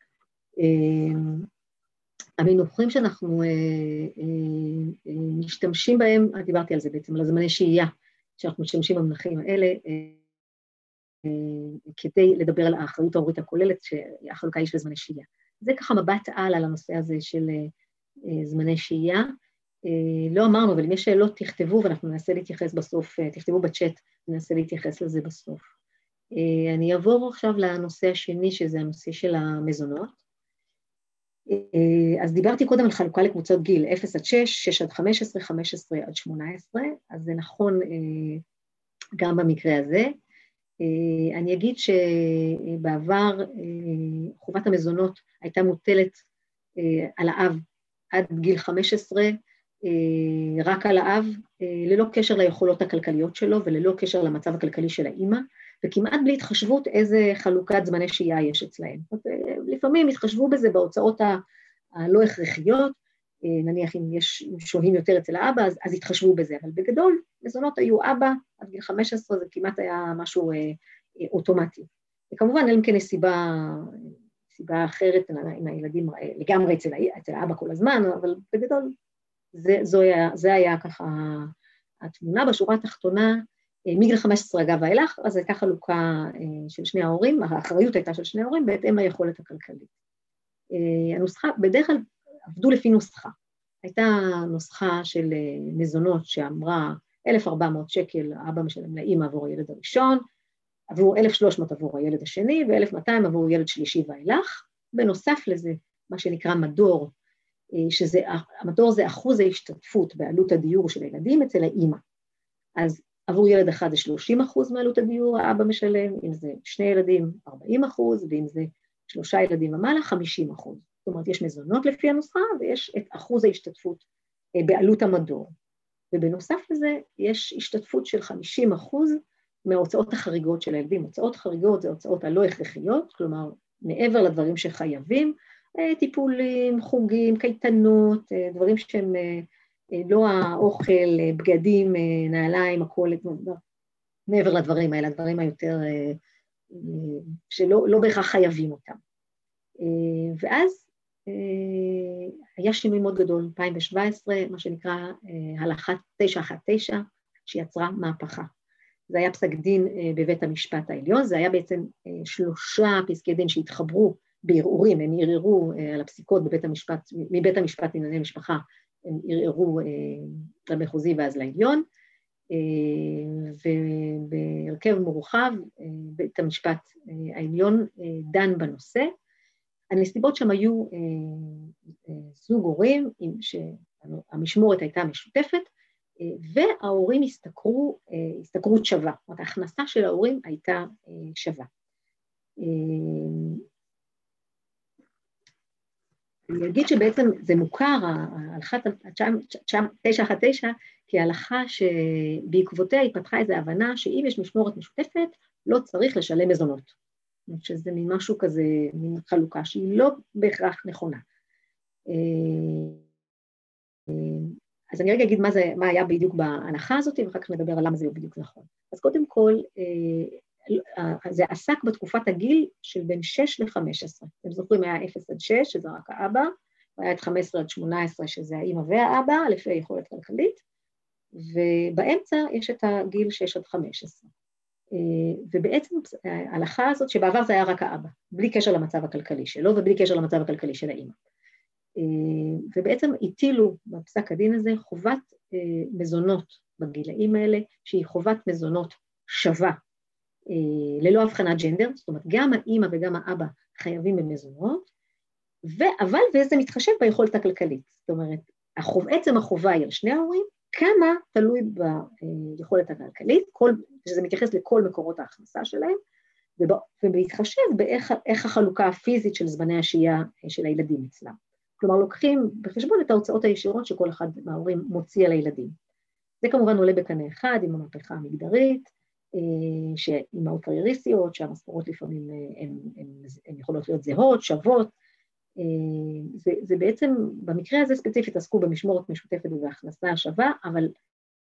המינוחים שאנחנו משתמשים בהם, דיברתי על זה בעצם, על הזמני שהייה, שאנחנו משתמשים במונחים האלה, כדי לדבר על האחריות ההורית הכוללת, שהחלוקה היא של זמני שהייה. זה ככה מבט על על הנושא הזה של זמני שהייה. לא אמרנו, אבל אם יש שאלות תכתבו, ואנחנו ננסה להתייחס בסוף, תכתבו בצ'אט, ננסה להתייחס לזה בסוף. אני אעבור עכשיו לנושא השני, שזה הנושא של המזונות. אז דיברתי קודם על חלוקה לקבוצות גיל, אפס עד שש, שש עד חמש עשרה, חמש עשרה עד שמונה עשרה, אז זה נכון גם במקרה הזה. אני אגיד שבעבר חובת המזונות הייתה מוטלת על האב עד גיל חמש עשרה, רק על האב, ללא קשר ליכולות הכלכליות שלו וללא קשר למצב הכלכלי של האמא, וכמעט בלי התחשבות איזה חלוקת זמני שהייה יש אצלהם. לפעמים התחשבו בזה בהוצאות הלא הכרחיות, נניח אם יש שוהים יותר אצל האבא, אז, אז התחשבו בזה, אבל בגדול, מזונות היו אבא, עד גיל חמש עשרה זה כמעט היה משהו אה, אה, אוטומטי. וכמובן, אין כן סיבה, סיבה אחרת, אם הילדים לגמרי אצל, אצל האבא כל הזמן, אבל בגדול, זה, זו היה, זה היה ככה התמונה בשורה התחתונה, מגיל חמש עשרה אגב ואילך, אז הייתה חלוקה של שני ההורים, האחריות הייתה של שני ההורים, בהתאם ליכולת הכלכלית. הנוסחה, בדרך כלל עבדו לפי נוסחה. הייתה נוסחה של מזונות שאמרה אלף וארבע מאות שקל, האבא משלם לאמא עבור הילד הראשון, עבור אלף ושלוש מאות עבור הילד השני, ו-אלף ומאתיים עבור ילד שלישי ואילך. בנוסף לזה, מה שנקרא מדור, שזה, המדור זה אחוז ההשתתפות בעלות הדיור של הילדים אצל האמא. אז עבור ילד אחד זה שלושים אחוז מעלות הדיור, האבא משלם, אם זה שני ילדים ארבעים אחוז, ואם זה שלושה ילדים ומעלה חמישים אחוז. זאת אומרת, יש מזונות לפי הנוסחה, ויש את אחוז ההשתתפות בעלות המדור. ובנוסף לזה, יש השתתפות של חמישים אחוז מההוצאות החריגות של הילדים. הוצאות חריגות זה הוצאות הלא הכרחיות, כלומר, מעבר לדברים שחייבים, טיפולים, חוגים, קייטנות, דברים שהם לא האוכל, בגדים, נעליים, הכל, מעבר לדברים האלה, הדברים היותר שלא לא בהכרח חייבים אותם. ואז היה שינוי מאוד גדול, אלפיים שבע עשרה, מה שנקרא הלכה תשע אחת תשע, שיצרה מהפכה. זה היה פסק דין בבית המשפט העליון, זה היה בעצם שלושה פסקי דין שהתחברו בערעורים, הם ערערו על הפסיקות בבית המשפט, מבית המשפט לענייני משפחה, הם ערערו למחוזי ואז לעליון, ובהרכב מורחב, בית המשפט העליון דן בנושא. הנסיבות שם היו זוג הורים, שהמשמורת הייתה משותפת, וההורים הסתכרו, הסתכרות שווה, זאת אומרת, ההכנסה של ההורים הייתה שווה. אני אגיד שבעצם זה מוכר, ההלכה תשע אחת תשע, כי ההלכה שבעקבותיה היא פתחה איזו הבנה שאם יש משמורת משותפת, לא צריך לשלם מזונות. שזה מין משהו כזה, מין חלוקה שהיא לא בהכרח נכונה. אז אני רגע אגיד מה, זה, מה היה בדיוק בהנחה הזאת, ואחר כך נדבר על למה זה לא בדיוק נכון. אז קודם כל, זה עסק בתקופת הגיל של בין שש ל-חמש עשרה. אתם זוכרים, היה אפס עד שש, שזה רק האבא, והיה את חמש עשרה עד שמונה עשרה, שזה האמא והאבא, לפי יכולת כלכלית, ובאמצע יש את הגיל שש עד חמש עשרה. ובעצם ההלכה הזאת, שבעבר זה היה רק האבא, בלי קשר למצב הכלכלי שלו, ובלי קשר למצב הכלכלי של האמא. ובעצם הטילו בפסק הדין הזה חובת מזונות בגילאים האלה, שהיא חובת מזונות שווה, ללא הבחנת ג'נדר, זאת אומרת, גם האמא וגם האבא חייבים במזונות, אבל וזה מתחשב ביכולת הכלכלית, זאת אומרת, החוב, עצם החובה היא על שני ההורים, כמה תלוי ביכולת הכלכלית, כל, שזה מתייחס לכל מקורות ההכנסה שלהם, ובהתחשב באיך איך החלוקה הפיזית של זמני השהייה של הילדים אצלם. כלומר, לוקחים בחשבון את ההוצאות הישירות שכל אחד מההורים מוציא על הילדים. זה כמובן עולה בקנה אחד עם המהפכה המגדרית, שאימהות קרייריסטיות, שהמשכורות לפעמים הן יכולות להיות זהות, שוות, זה, זה בעצם, במקרה הזה ספציפית עסקו במשמורת משותפת ובהכנסה שווה, אבל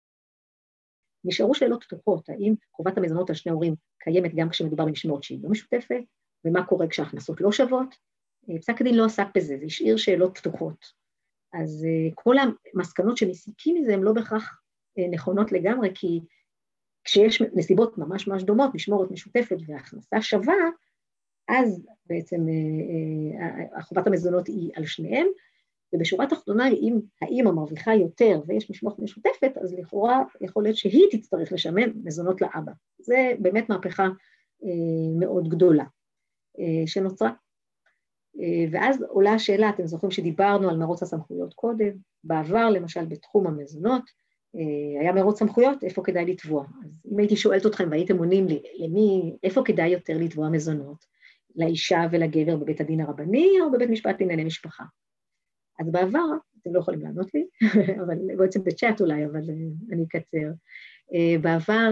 נשארו שאלות פתוחות, האם חובת המזונות על שני הורים קיימת גם כשמדובר במשמורת שהיא לא משותפת, ומה קורה כשההכנסות לא שוות? פסק הדין לא עסק בזה, זה השאיר שאלות פתוחות. אז כל המסקנות שמסיקים מזה הן לא בהכרח נכונות לגמרי, כי כשיש נסיבות ממש ממש דומות, משמורת משותפת והכנסה שווה, אז בעצם חובת המזונות היא על שניהם, ובשורה התחתונה, אם האמא מרוויחה יותר ויש משמורת משותפת, אז לכאורה יכול להיות שהיא תצטרך לשלם מזונות לאבא. זה באמת מהפכה מאוד גדולה שנוצרה. ואז עולה השאלה, אתם זוכרים שדיברנו על מרוץ הסמכויות קודם, בעבר למשל בתחום המזונות, היה מרוץ סמכויות, איפה כדאי לתבוע? אז אם הייתי שואלת אתכם והייתם עונים לי, למי, איפה כדאי יותר לתבוע מזונות? לאישה ולגבר בבית הדין הרבני או בבית משפט לענייני משפחה? אז בעבר, אתם לא יכולים לענות לי, אבל בעצם בצ'אט אולי, אבל אני אקצר. בעבר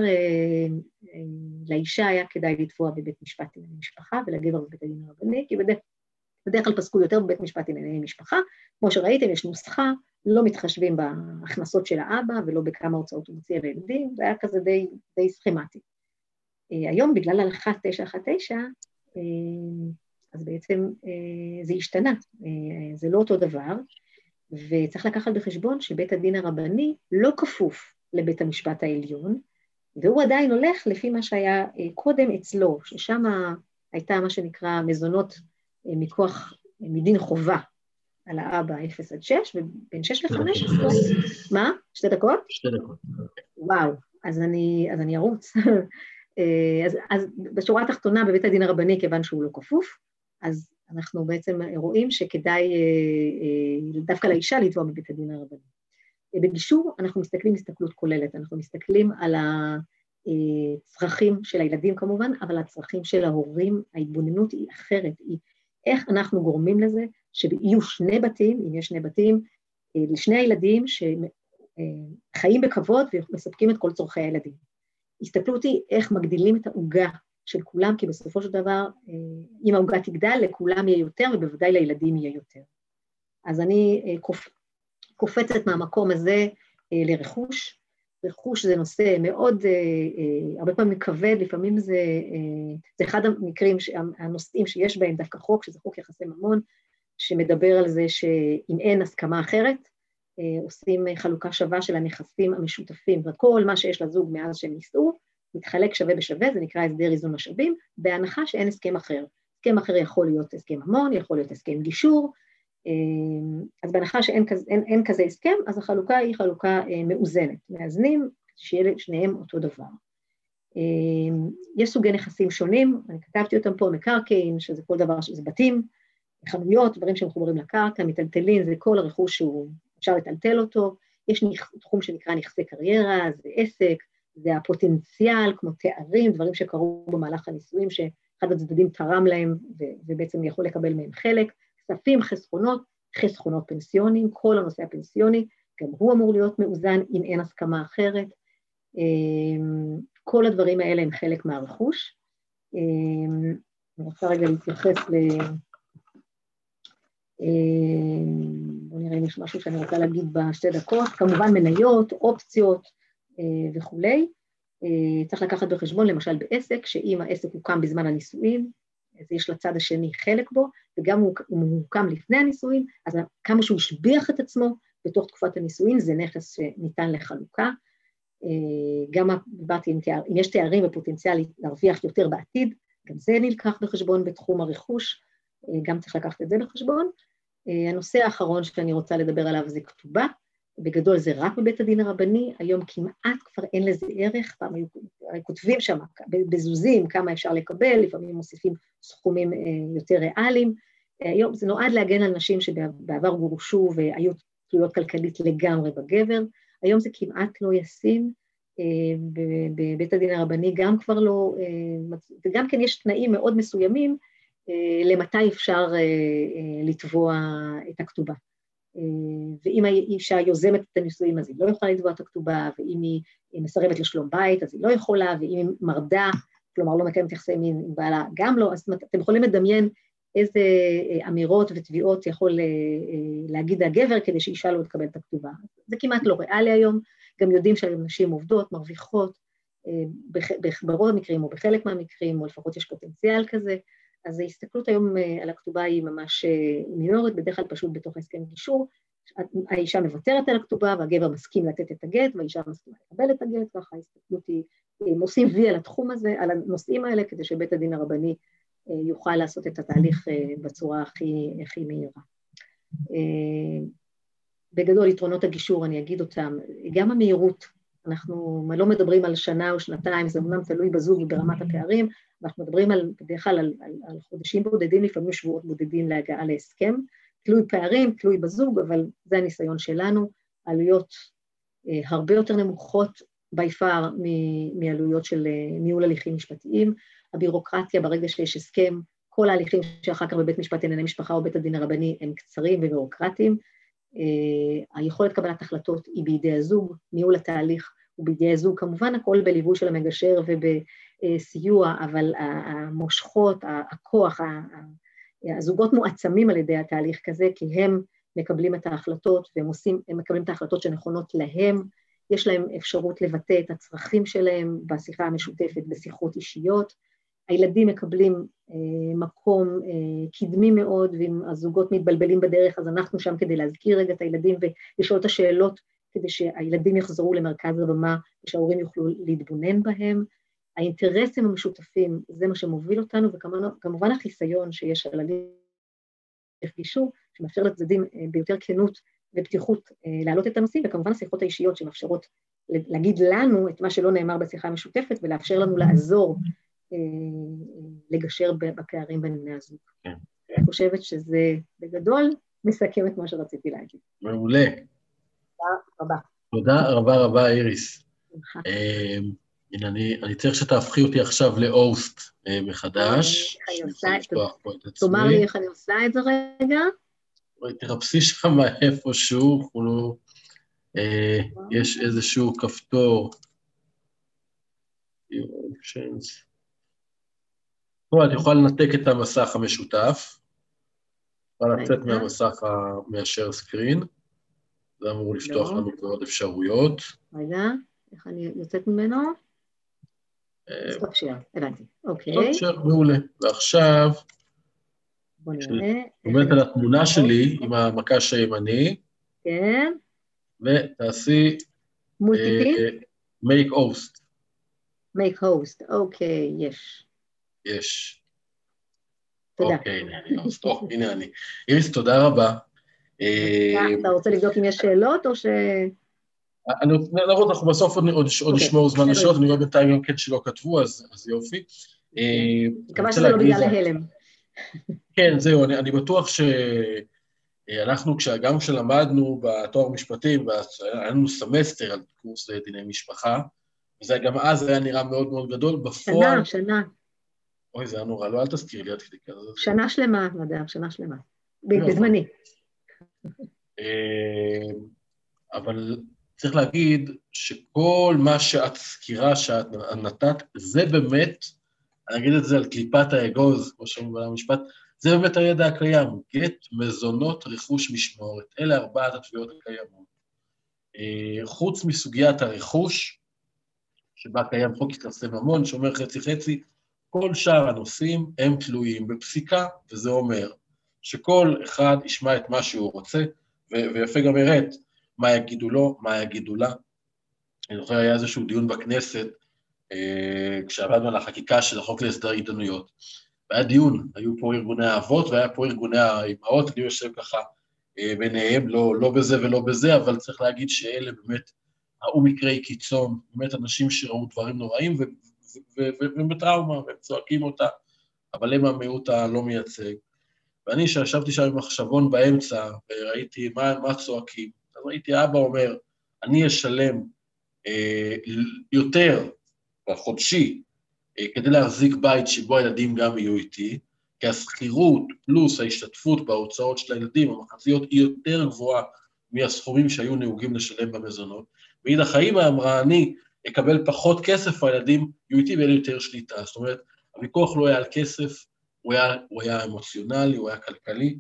לאישה היה כדאי לתבוע בבית משפט לענייני משפחה ולגבר בבית הדין הרבני, כי בדרך, בדרך כלל פסקו יותר בבית משפט לענייני משפחה. כמו שראיתם, יש נוסחה, לא מתחשבים בהכנסות של האבא ולא בכמה הוצאות הוא מוציא על הילדים, זה היה כזה די, די סכמטי. היום, בגלל הלכה תשע אחת תשע, אז בעצם זה השתנה, זה לא אותו דבר, וצריך לקחת בחשבון שבית הדין הרבני לא כפוף לבית המשפט העליון, והוא עדיין הולך לפי מה שהיה קודם אצלו, ששם הייתה מה שנקרא מזונות מכוח מדין חובה, על האבא אפס עד שש, ובין שש ל-חמש עשרה, מה? שתי דקות? שתי דקות. וואו, אז אני, אז אני ארוץ. אז, אז בשורה התחתונה בבית הדין הרבני, כיוון שהוא לא כפוף, אז אנחנו בעצם רואים שכדאי דווקא לאישה לתבוע בבית הדין הרבני. בגישור אנחנו מסתכלים הסתכלות כוללת, אנחנו מסתכלים על הצרכים של הילדים כמובן, אבל הצרכים של ההורים, ההתבוננות היא אחרת, היא איך אנחנו גורמים לזה שיהיו שני בתים, אם יש שני בתים, לשני הילדים שחיים בכבוד ומספקים את כל צורכי הילדים. הסתכלות היא איך מגדילים את העוגה של כולם, כי בסופו של דבר, אם העוגה תגדל, לכולם יהיה יותר, ובוודאי לילדים יהיה יותר. אז אני קופ... קופצת מהמקום הזה לרכוש. רכוש זה נושא מאוד, הרבה פעמים כבד, לפעמים זה, זה אחד המקרים, הנושאים שיש בהם דווקא חוק, שזה חוק יחסי ממון, שמדבר על זה שאם אין הסכמה אחרת, עושים חלוקה שווה של הנכסים המשותפים, וכל מה שיש לזוג מאז שהם נישאו, מתחלק שווה בשווה, זה נקרא הסדר איזון משאבים, בהנחה שאין הסכם אחר. הסכם אחר יכול להיות הסכם המון, יכול להיות הסכם גישור, אז בהנחה שאין אין, אין כזה הסכם, אז החלוקה היא חלוקה מאוזנת, מאזנים, שיהיה שניהם אותו דבר. יש סוגי נכסים שונים, אני כתבתי אותם פה, מקרקעין, שזה כל דבר, שזה בתים, חנויות, דברים שמחוברים לקרקע, מטלטלין, זה כל הרכוש שהוא, אפשר לטלטל אותו, יש תחום שנקרא נכסי קריירה, זה עסק, זה הפוטנציאל, כמו תארים, דברים שקרו במהלך הנישואים, שאחד הצדדים תרם להם, ובעצם יכול לקבל מהם חלק, כספים, חסכונות, חסכונות פנסיונים, כל הנושא הפנסיוני, גם הוא אמור להיות מאוזן, אם אין הסכמה אחרת, כל הדברים האלה הם חלק מהרכוש. אני רוצה רגע להתייחס ל... בואו נראה אם יש משהו שאני רוצה להגיד בשתי דקות, כמובן מניות, אופציות וכו'. צריך לקחת בחשבון, למשל בעסק, שאם העסק הוקם בזמן הנישואים, אז יש לצד השני חלק בו, וגם אם הוא הוקם לפני הנישואים, אז כמה שהוא השביח את עצמו בתוך תקופת הנישואים, זה נכס שניתן לחלוקה. גם דיברתי, אם יש תארים ופוטנציאל להרוויח יותר בעתיד, גם זה נלקח בחשבון בתחום הרכוש, גם צריך לקחת את זה בחשבון. הנושא האחרון שאני רוצה לדבר עליו זה כתובה, בגדול זה רק בבית הדין הרבני, היום כמעט כבר אין לזה ערך, פעם היו כותבים שם בזוזים כמה אפשר לקבל, לפעמים מוסיפים סכומים יותר ריאליים, היום זה נועד להגן על נשים שבעבר גורשו והיו תלויות כלכלית לגמרי בגבר, היום זה כמעט לא ישים, בבית הדין הרבני גם כבר לא, וגם כן יש תנאים מאוד מסוימים, למתי אפשר לתבוע את הכתובה. ואם האישה יוזמת את הנישואים, אז היא לא יכולה לתבוע את הכתובה, ואם היא מסרבת לשלום בית, אז היא לא יכולה, ואם היא מרדה, כלומר לא מקיימת יחסי מין עם בעלה, גם לא, אז אתם יכולים לדמיין איזה אמירות ותביעות יכול להגיד הגבר, כדי שאישה לא תקבל את הכתובה. זה כמעט לא ריאלי היום, גם יודעים שהיום נשים עובדות, מרוויחות, ברוב המקרים או בחלק מהמקרים, או לפחות יש פוטנציאל כזה, אז ההסתכלות היום על הכתובה היא ממש מינורית, בדרך כלל פשוט בתוך הסכם גישור, האישה מוותרת על הכתובה, והגבר מסכים לתת את הגט, והאישה מסכימה לקבל את הגט, ככה ההסתכלות היא, עושים וי על התחום הזה, על הנושאים האלה, כדי שבית הדין הרבני יוכל לעשות את התהליך בצורה הכי, הכי מהירה. בגדול, יתרונות הגישור, אני אגיד אותם, גם המהירות, אנחנו לא מדברים על שנה או שנתיים, זה אומנם תלוי בזוג ברמת הפערים, ואנחנו מדברים על, בדרך כלל על, על, על חודשים בודדים, לפעמים שבועות בודדים להגעה להסכם, תלוי פערים, תלוי בזוג, אבל זה הניסיון שלנו, עלויות אה, הרבה יותר נמוכות ביפר מעלויות של אה, ניהול הליכים משפטיים, הבירוקרטיה ברגע שיש הסכם, כל ההליכים שאחר כך בבית משפט לענייני משפחה או בית הדין הרבני הם קצרים ובירוקרטיים, אה, היכולת קבלת החלטות היא בידי הזוג, ניהול התהליך הוא בידי הזוג, כמובן הכל בליווי של המגשר ובסיוע, אבל המושכות, הכוח, הזוגות מועצמים על ידי התהליך כזה, כי הם מקבלים את ההחלטות, והם עושים, הם מקבלים את ההחלטות שנכונות להם, יש להם אפשרות לבטא את הצרכים שלהם בשיחה המשותפת, בשיחות אישיות, הילדים מקבלים אה, מקום אה, קדמי מאוד, ואם הזוגות מתבלבלים בדרך, אז אנחנו שם כדי להזכיר רגע את הילדים ולשאול את השאלות, כדי שהילדים יחזרו למרכז הבמה, ושההורים יוכלו להתבונן בהם. האינטרסים המשותפים, זה מה שמוביל אותנו, וכמובן החיסיון שיש על הליך גישור, שמאפשר לצדדים ביותר כנות ופתיחות להעלות את הנושאים, וכמובן השיחות האישיות שמאפשרות להגיד לנו את מה שלא נאמר בשיחה המשותפת, ולאפשר לנו לעזור לגשר בפערים בין בני הזוג. אני חושבת שזה בגדול מסכם את מה שרציתי להגיד. מעולה. רבה. תודה רבה רבה, איריס. הנה, אני צריך שתהפכי אותי עכשיו לאוסט מחדש. תאמר לי איך אני עושה את זה רגע. תרפסי שם איפשהו, יש איזשהו כפתור. את יכולה לנתק את המסך המשותף, יכולה לצאת מהמסך המאשר סקרין, זה אמור לפתוח לנו בעוד אפשרויות. רגע, איך אני יוצאת ממנו? סטופ שייר, הבנתי. אוקיי. סטופ שייר, מעולה. ועכשיו, בוא נראה. עומדת על התמונה שלי עם המקש הימני. כן. ותעשי... מולטיפי? make host. make host, אוקיי, יש. יש. תודה. אוקיי, הנה אני. איריס, תודה רבה. אתה רוצה לבדוק אם יש שאלות או ש... אנחנו בסוף עוד נשמור זמן לשאלות, אני רואה בינתיים גם כן שלא כתבו, אז יופי. מקווה שזה לא בגלל ההלם. כן, זהו, אני בטוח שאנחנו, גם כשלמדנו בתואר משפטים, היה לנו סמסטר על קורס דיני משפחה, וזה גם אז היה נראה מאוד מאוד גדול, בפועל... שנה, שנה. אוי, זה היה נורא, לא, אל תזכיר לי, עד כדי כזה. שנה שלמה, מדע, שנה שלמה. בזמני. אבל צריך להגיד שכל מה שאת סקירה שאת נתת, זה באמת, אני אגיד את זה על קליפת האגוז, כמו שאומרים בעולם המשפט, זה באמת הידע הקיים, גט, מזונות, רכוש, משמורת. אלה ארבעת התביעות הקיימות. חוץ מסוגיית הרכוש, שבה קיים חוק יחסי ממון, שאומר חצי חצי, כל שאר הנושאים הם תלויים בפסיקה, וזה אומר שכל אחד ישמע את מה שהוא רוצה, ו- ויפה גם הראת מה יגידו לו, מה יגידו לה. אני זוכר, היה איזשהו דיון בכנסת, אה, כשעבדנו על החקיקה של החוק להסדר התדיינויות. והיה דיון, היו פה ארגוני האבות, והיה פה ארגוני האימהות, אני יושב ככה אה, ביניהם, לא, לא בזה ולא בזה, אבל צריך להגיד שאלה באמת, ראו מקרי קיצון, באמת אנשים שראו דברים נוראים, והם בטראומה, והם צועקים אותה, אבל הם המיעוט הלא מייצג. ואני שישבתי שם עם מחשבון באמצע, וראיתי מה, מה צועקים, אז ראיתי אבא אומר, אני אשלם אה, יותר בחודשי, אה, כדי להחזיק בית שבו הילדים גם יהיו איתי, כי הסחירות פלוס ההשתתפות בהוצאות של הילדים, המחציות היא יותר גבוהה מהסכומים שהיו נהוגים לשלם במזונות, ואידך האמא אמרה, אני אקבל פחות כסף, הילדים יהיו איתי ואין יותר שליטה, זאת אומרת, הוויכוח לא היה על כסף, הוא היה, הוא היה אמוציונלי, הוא היה כלכלי,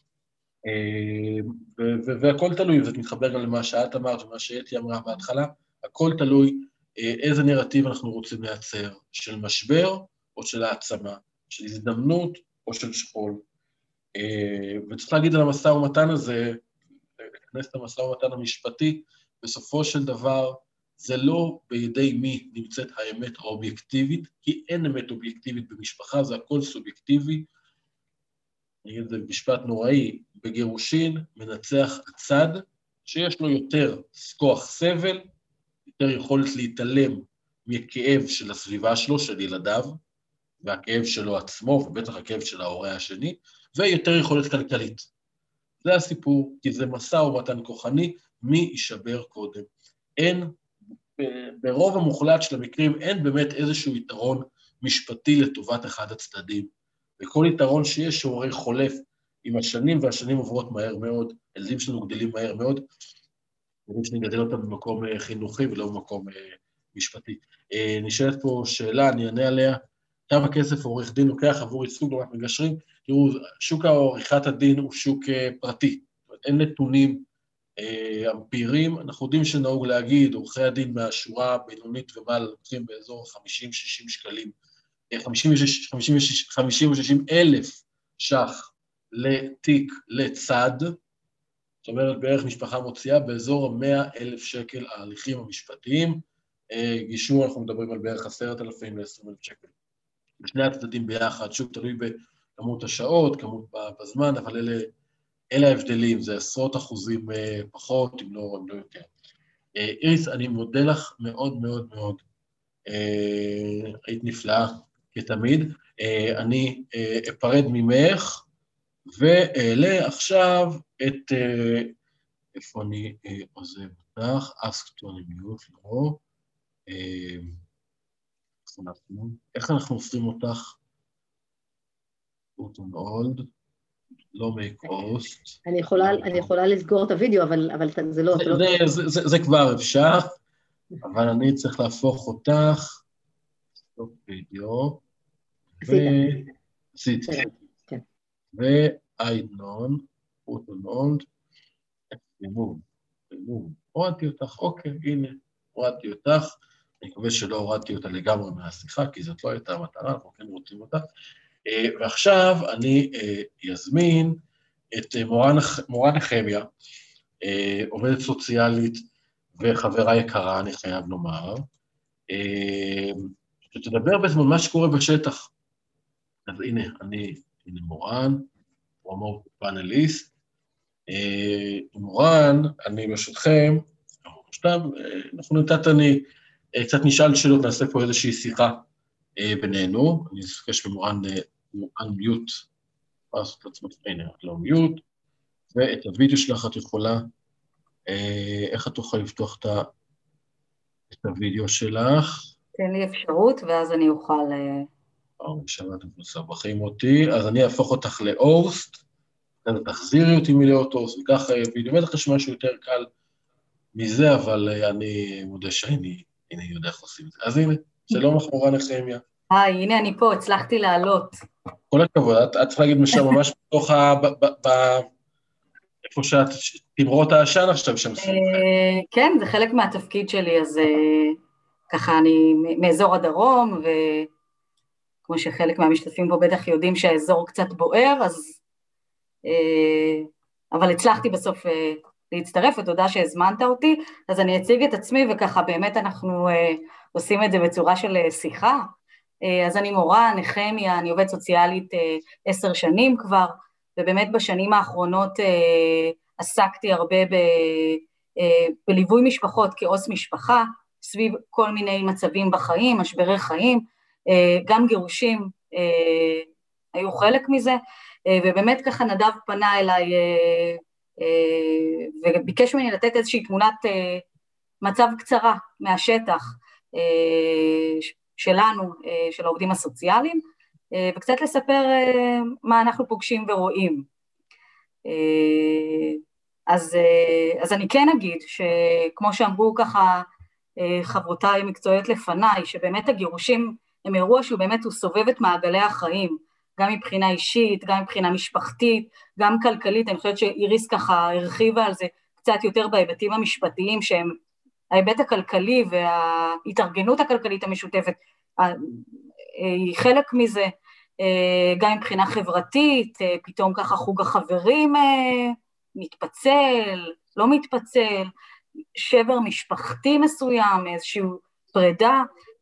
והכל תלוי, וזה מתחבר גם למה שאת אמרת, ומה שאתי אמרה בהתחלה, הכל תלוי איזה נרטיב אנחנו רוצים לייצר, של משבר או של העצמה, של הזדמנות או של שכול. וצריך להגיד על המשא ומתן הזה, להכנס את המשא ומתן המשפטי, בסופו של דבר, זה לא בידי מי נמצאת האמת האובייקטיבית, כי אין אמת אובייקטיבית במשפחה, זה הכל סובייקטיבי. אני אגיד את זה במשפט נוראי, בגירושין מנצח הצד שיש לו יותר כוח סבל, יותר יכולת להתעלם מכאב של הסביבה שלו, של ילדיו, והכאב שלו עצמו, ובטח הכאב של ההורה השני, ויותר יכולת כלכלית. זה הסיפור, כי זה מסע ומתן כוחני, מי יישבר קודם. אין, ברוב המוחלט של המקרים, אין באמת איזשהו יתרון משפטי לטובת אחד הצדדים. וכל יתרון שיש שהוא הרי חולף עם השנים, והשנים עוברות מהר מאוד, ילדים שלנו גדלים מהר מאוד, ילדים שנגדל אותם במקום חינוכי ולא במקום משפטי. נשאלת פה שאלה, אני אענה עליה, כמה כסף עורך דין לוקח עבור ייצוג לעומת מגשרים? תראו, שוק עריכת הדין הוא שוק פרטי, אין נתונים אמפיריים, אנחנו יודעים שנהוג להגיד, עורכי הדין מהשורה הבינונית ומעלה לוקחים באזור חמישים שישים שקלים, חמישים ושישים אלף ש"ח לתיק לצד, זאת אומרת בערך משפחה מוציאה באזור ה-מאה אלף שקל ההליכים המשפטיים, גישור אנחנו מדברים על בערך עשרת אלפים ל-עשרים אלף שקל. בשני הצדדים ביחד, שוב תלוי בכמות השעות, כמות בזמן, אבל אלה, אלה ההבדלים, זה עשרות אחוזים פחות, אם לא, אם לא יותר. איריס, אני מודה לך מאוד מאוד מאוד, היית נפלאה כתמיד, אני אפרד ממך, ואעלה עכשיו את, איפה אני עוזב אותך, ask to unmute, לא, איך אנחנו עושים אותך? put on hold, לא make host. אני יכולה, אני יכולה לסגור את הוידאו, אבל, אבל זה לא... זה, זה, זה, זה, זה כבר אפשר, אבל אני צריך להפוך אותך, סטופ וידאו, ועשיתי, ואיידנון, put on hold, remove, remove, הורדתי אותך, אוקיי, הנה, הורדתי אותך, אני מקווה שלא הורדתי אותה לגמרי מהשיחה, כי זאת לא הייתה המטרה, אנחנו כן רוצים אותה. ועכשיו אני אזמין את מורן נחמיה, עובדת סוציאלית וחברה יקרה, אני חייב לומר, שתדבר בעצם על מה שקורה בשטח. אז הנה, אני, הנה מורן, פרומו פאנליסט. מורן, אני ברשותכם, אנחנו נתת אני, קצת נשאל שאלות, נעשה פה איזושהי שיחה בינינו, אני אספקש במורן מיוט, לעשות את עצמך, הנה, את לא מיוט, ואת הוידאו שלך את יכולה, איך את תוכל לפתוח את הוידאו שלך? תן לי אפשרות, ואז אני אוכל... או, שמעתם, מסבכים אותי, אז אני אהפוך אותך לאורסט, תחזירי אותי מלהיות אורסט, וכך וידאו, בטח יש משהו יותר קל מזה, אבל אני מודה שאני, הנה, יודע איך עושים את זה. אז הנה, שלום לך מורן נחמיה. היי, הנה אני פה, הצלחתי לעלות. כל הכבוד, את צריכה להגיד משם ממש בתוך ה... איפה שאת, תמרות העשן עכשיו שם סביבכם. כן, זה חלק מהתפקיד שלי, אז ככה אני מאזור הדרום, וכמו שחלק מהמשתתפים פה בטח יודעים שהאזור קצת בוער, אז... אבל הצלחתי בסוף להצטרף, ותודה שהזמנת אותי, אז אני אציג את עצמי, וככה באמת אנחנו עושים את זה בצורה של שיחה. אז אני מורן נחמיה, אני עובדת סוציאלית עשר שנים כבר, ובאמת בשנים האחרונות עסקתי הרבה ב, בליווי משפחות כעוס משפחה, סביב כל מיני מצבים בחיים, משברי חיים, גם גירושים היו חלק מזה, ובאמת ככה נדב פנה אליי, וביקש ממני לתת איזושהי תמונת מצב קצרה מהשטח שלנו, של העובדים הסוציאליים, וקצת לספר מה אנחנו פוגשים ורואים. אז, אז אני כן אגיד שכמו שאמרו ככה חברותיי מקצועיות לפניי, שבאמת הגירושים הם אירוע שהוא באמת הוא סובב את מעגלי החיים, גם מבחינה אישית, גם מבחינה משפחתית, גם כלכלית. אני חושבת שאיריס ככה הרחיבה על זה קצת יותר בהיבטים המשפטיים, שהם ההיבט הכלכלי וההתארגנות הכלכלית המשותפת, היא חלק מזה, גם מבחינה חברתית, פתאום ככה חוג החברים מתפצל, לא מתפצל, שבר משפחתי מסוים, איזושהי פרידה,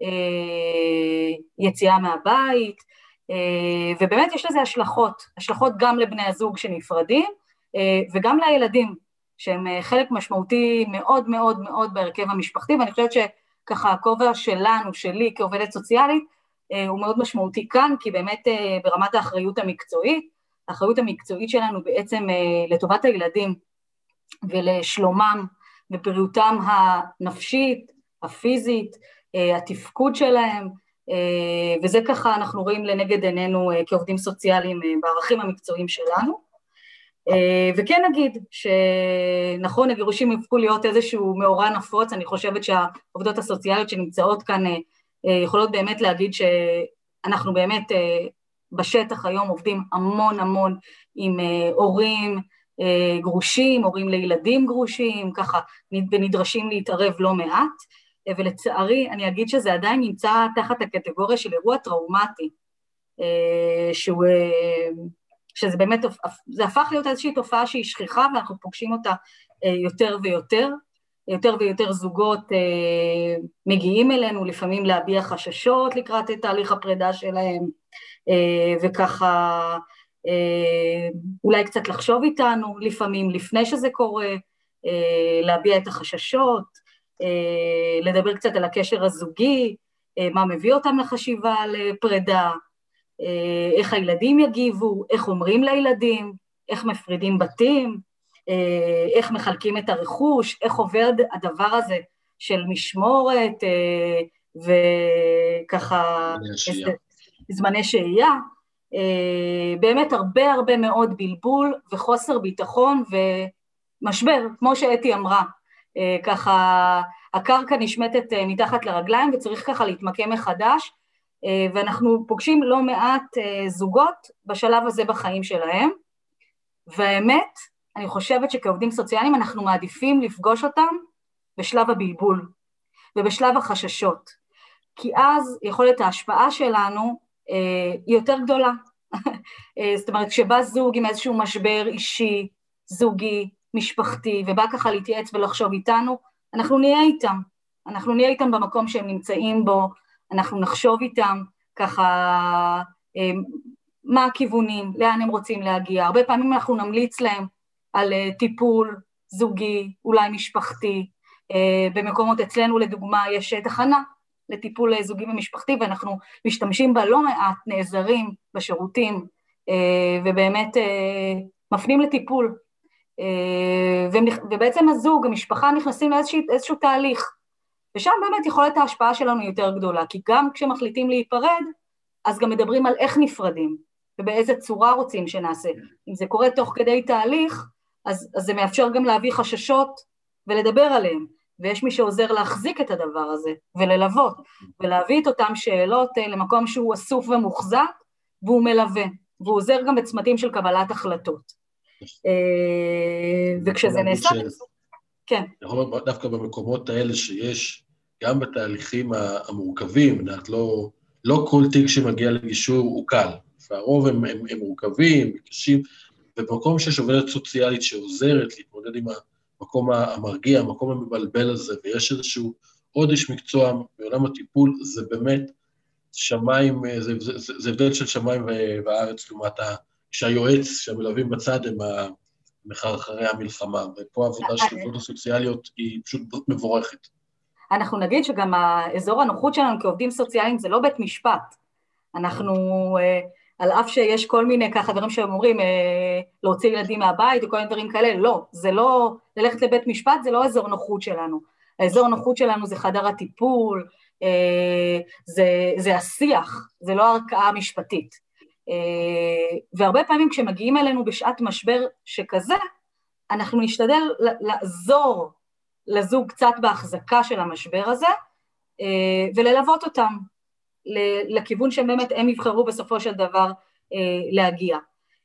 יציאה מהבית, ובאמת יש לזה השלכות, השלכות גם לבני הזוג שנפרדים, וגם לילדים, שהם חלק משמעותי מאוד מאוד מאוד בהרכב המשפחתי, ואני חושבת שככה הכובע שלנו, שלי כעובדת סוציאלית, הוא מאוד משמעותי כאן, כי באמת ברמת האחריות המקצועית, האחריות המקצועית שלנו בעצם לטובת הילדים, ולשלומם ובריאותם הנפשית, הפיזית, התפקוד שלהם, וזה ככה אנחנו רואים לנגד עינינו כעובדים סוציאליים בערכים המקצועיים שלנו, וכן נגיד שנכון, הגירושים הפכו להיות איזשהו מאורע נפוץ, אני חושבת שהעובדות הסוציאליות שנמצאות כאן יכולות באמת להגיד שאנחנו באמת בשטח היום עובדים המון המון עם הורים גרושים, הורים לילדים גרושים, ככה, ונדרשים להתערב לא מעט, ולצערי אני אגיד שזה עדיין נמצא תחת הקטגוריה של אירוע טראומטי, שהוא... שזה באמת, זה הפך להיות איזושהי תופעה שהיא שכיחה, ואנחנו פוגשים אותה יותר ויותר, יותר ויותר זוגות מגיעים אלינו, לפעמים להביע חששות לקראת תהליך הפרידה שלהם, וככה אולי קצת לחשוב איתנו, לפעמים לפני שזה קורה, להביע את החששות, לדבר קצת על הקשר הזוגי, מה מביא אותם לחשיבה על פרידה, איך הילדים יגיבו, איך אומרים לילדים, איך מפרידים בתים, איך מחלקים את הרכוש, איך עובר הדבר הזה של משמורת, וככה זמני שהייה, באמת הרבה הרבה מאוד בלבול וחוסר ביטחון ומשבר, כמו שאתי אמרה, ככה הקרקע נשמטת מתחת לרגליים וצריך ככה להתמקם מחדש, ואנחנו פוגשים לא מעט זוגות בשלב הזה בחיים שלהם, והאמת, אני חושבת שכעובדים סוציאליים אנחנו מעדיפים לפגוש אותם בשלב הבלבול ובשלב החששות, כי אז יכולת ההשפעה שלנו היא יותר גדולה, זאת אומרת, כשבא זוג עם איזשהו משבר אישי, זוגי, משפחתי, ובא ככה להתייעץ ולחשוב איתנו, אנחנו נהיה איתם, אנחנו נהיה איתם במקום שהם נמצאים בו, אנחנו נחשוב איתם ככה, מה הכיוונים, לאן הם רוצים להגיע, הרבה פעמים אנחנו נמליץ להם על טיפול זוגי, אולי משפחתי, במקומות אצלנו לדוגמה יש תחנה לטיפול זוגי ומשפחתי, ואנחנו משתמשים בה לא מעט, נעזרים בשירותים, ובאמת מפנים לטיפול, ובעצם הזוג, המשפחה נכנסים לאיזשהו תהליך, ושם באמת יכולת ההשפעה שלנו יותר גדולה, כי גם כשמחליטים להיפרד, אז גם מדברים על איך נפרדים, ובאיזה צורה רוצים שנעשה. אם זה קורה תוך כדי תהליך, אז, אז זה מאפשר גם להביא חששות ולדבר עליהם, ויש מי שעוזר להחזיק את הדבר הזה, וללוות, ולהביא את אותם שאלות למקום שהוא אסוף ומוחזק, והוא מלווה, והוא עוזר גם בצמתים של קבלת החלטות. וכשזה נעשה... כן. דווקא במקומות האלה שיש, גם בתהליכים המורכבים, לא, לא כל תיק שמגיע לגישור הוא קל, והרוב הם, הם, הם מורכבים, קשים, ובמקום שיש עובדת סוציאלית שעוזרת להתמודד עם המקום המרגיע, המקום המבלבל הזה, ויש איזשהו עוד איש מקצוע בעולם הטיפול, זה באמת שמיים, זה, זה, זה, זה הבדל של שמיים והארץ, לעומת שהיועץ שהמלווים בצד הם אחרי המלחמה, ופה העבודה של העבודות הסוציאליות היא פשוט מבורכת. אנחנו נגיד שגם האזור הנוחות שלנו כעובדים סוציאליים זה לא בית משפט, אנחנו, על אף שיש כל מיני ככה דברים שאומרים, להוציא ילדים מהבית או כל מיני דברים כאלה, לא, זה לא, ללכת לבית משפט זה לא אזור נוחות שלנו, האזור נוחות שלנו זה חדר הטיפול, זה, זה השיח, זה לא הערכאה משפטית, והרבה פעמים כשמגיעים אלינו בשעת משבר שכזה, אנחנו נשתדל לעזור לזוג קצת בהחזקה של המשבר הזה, וללוות אותם לכיוון שהם באמת הם יבחרו בסופו של דבר להגיע.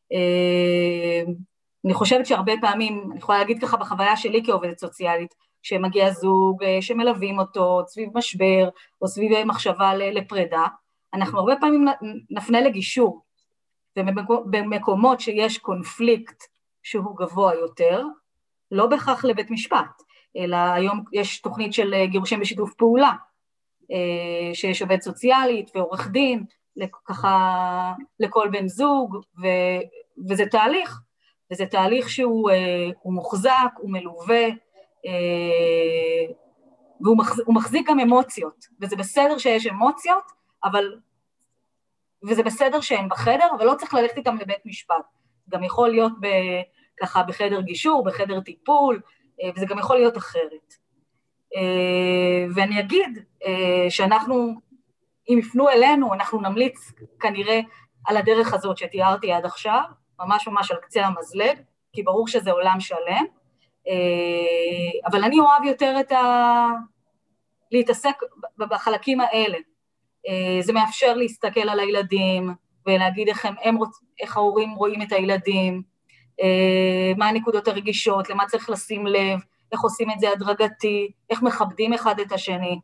אני חושבת שהרבה פעמים, אני יכולה להגיד ככה בחוויה שלי כעובדת סוציאלית, שמגיע זוג שמלווים אותו סביב משבר, או סביב מחשבה לפרידה, אנחנו הרבה פעמים נפנה לגישור, ובמקומות שיש קונפליקט שהוא גבוה יותר, לא בכך לבית משפט, אלא היום יש תוכנית של גירושים בשיתוף פעולה, שיש עובד סוציאלית ועורך דין, ככה לכל בן זוג, ו, וזה תהליך, וזה תהליך שהוא הוא מוחזק, הוא מלווה, והוא מחזיק, הוא מחזיק גם אמוציות, וזה בסדר שיש אמוציות, אבל, וזה בסדר שהן בחדר, אבל לא צריך ללכת איתם לבית משפט, גם יכול להיות ב, ככה בחדר גישור, בחדר טיפול, וזה גם יכול להיות אחרת. ואני אגיד שאנחנו, אם יפנו אלינו, אנחנו נמליץ כנראה על הדרך הזאת שתיארתי עד עכשיו, ממש ממש על קצה המזלג, כי ברור שזה עולם שלם, אבל אני אוהב יותר את ה... להתעסק בחלקים האלה. זה מאפשר להסתכל על הילדים, ולהגיד איך, הם, הם רוצ... איך ההורים רואים את הילדים, מה הנקודות הרגישות, למה צריך לשים לב, איך עושים את זה הדרגתי, איך מכבדים אחד את השני,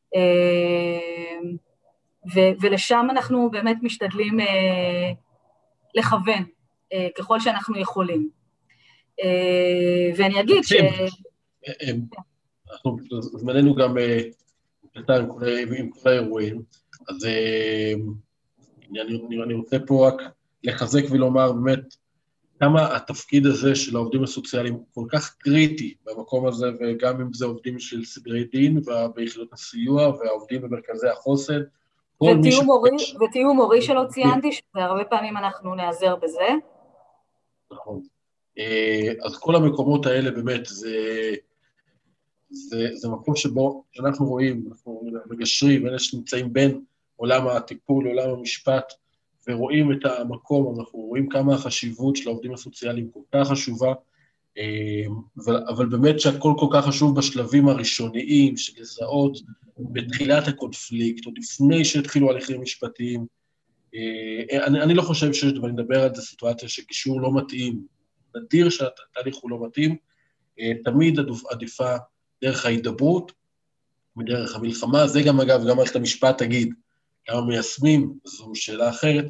ו- ולשם אנחנו באמת משתדלים לכוון, ככל שאנחנו יכולים. ואני אגיד ש... אנחנו זמננו גם עם כל האירועים, אז אני רוצה פה רק לחזק ולומר באמת, כמה התפקיד הזה של העובדים הסוציאליים הוא כל כך קריטי במקום הזה, וגם אם זה עובדים של סדרי דין, וביחידות הסיוע, והעובדים במרכזי החוסן. ותיאום מורי, ותיאום מורי שלא ציינתי, שהרבה פעמים אנחנו נעזר בזה. נכון. אז כל המקומות האלה באמת, זה, זה, זה מקום שבו אנחנו רואים, אנחנו מגשרים, אלה שנמצאים בין עולם הטיפול, עולם המשפט, ורואים את המקום, אנחנו רואים כמה החשיבות של העובדים הסוציאליים כל כך חשובה, אבל באמת שהכל כל כך חשוב בשלבים הראשוניים של לזהות בתחילת הקונפליקט, עוד לפני שהתחילו הליכים משפטיים. אני, אני לא חושב שיש, ואני מדבר על זה סיטואציה שגישור לא מתאים, נדיר שהתהליך הוא לא מתאים, תמיד עדיפה דרך ההידברות, מדרך המלחמה, זה גם אגב, גם מערכת המשפט תגיד, כמה מיישמים, זו שאלה אחרת,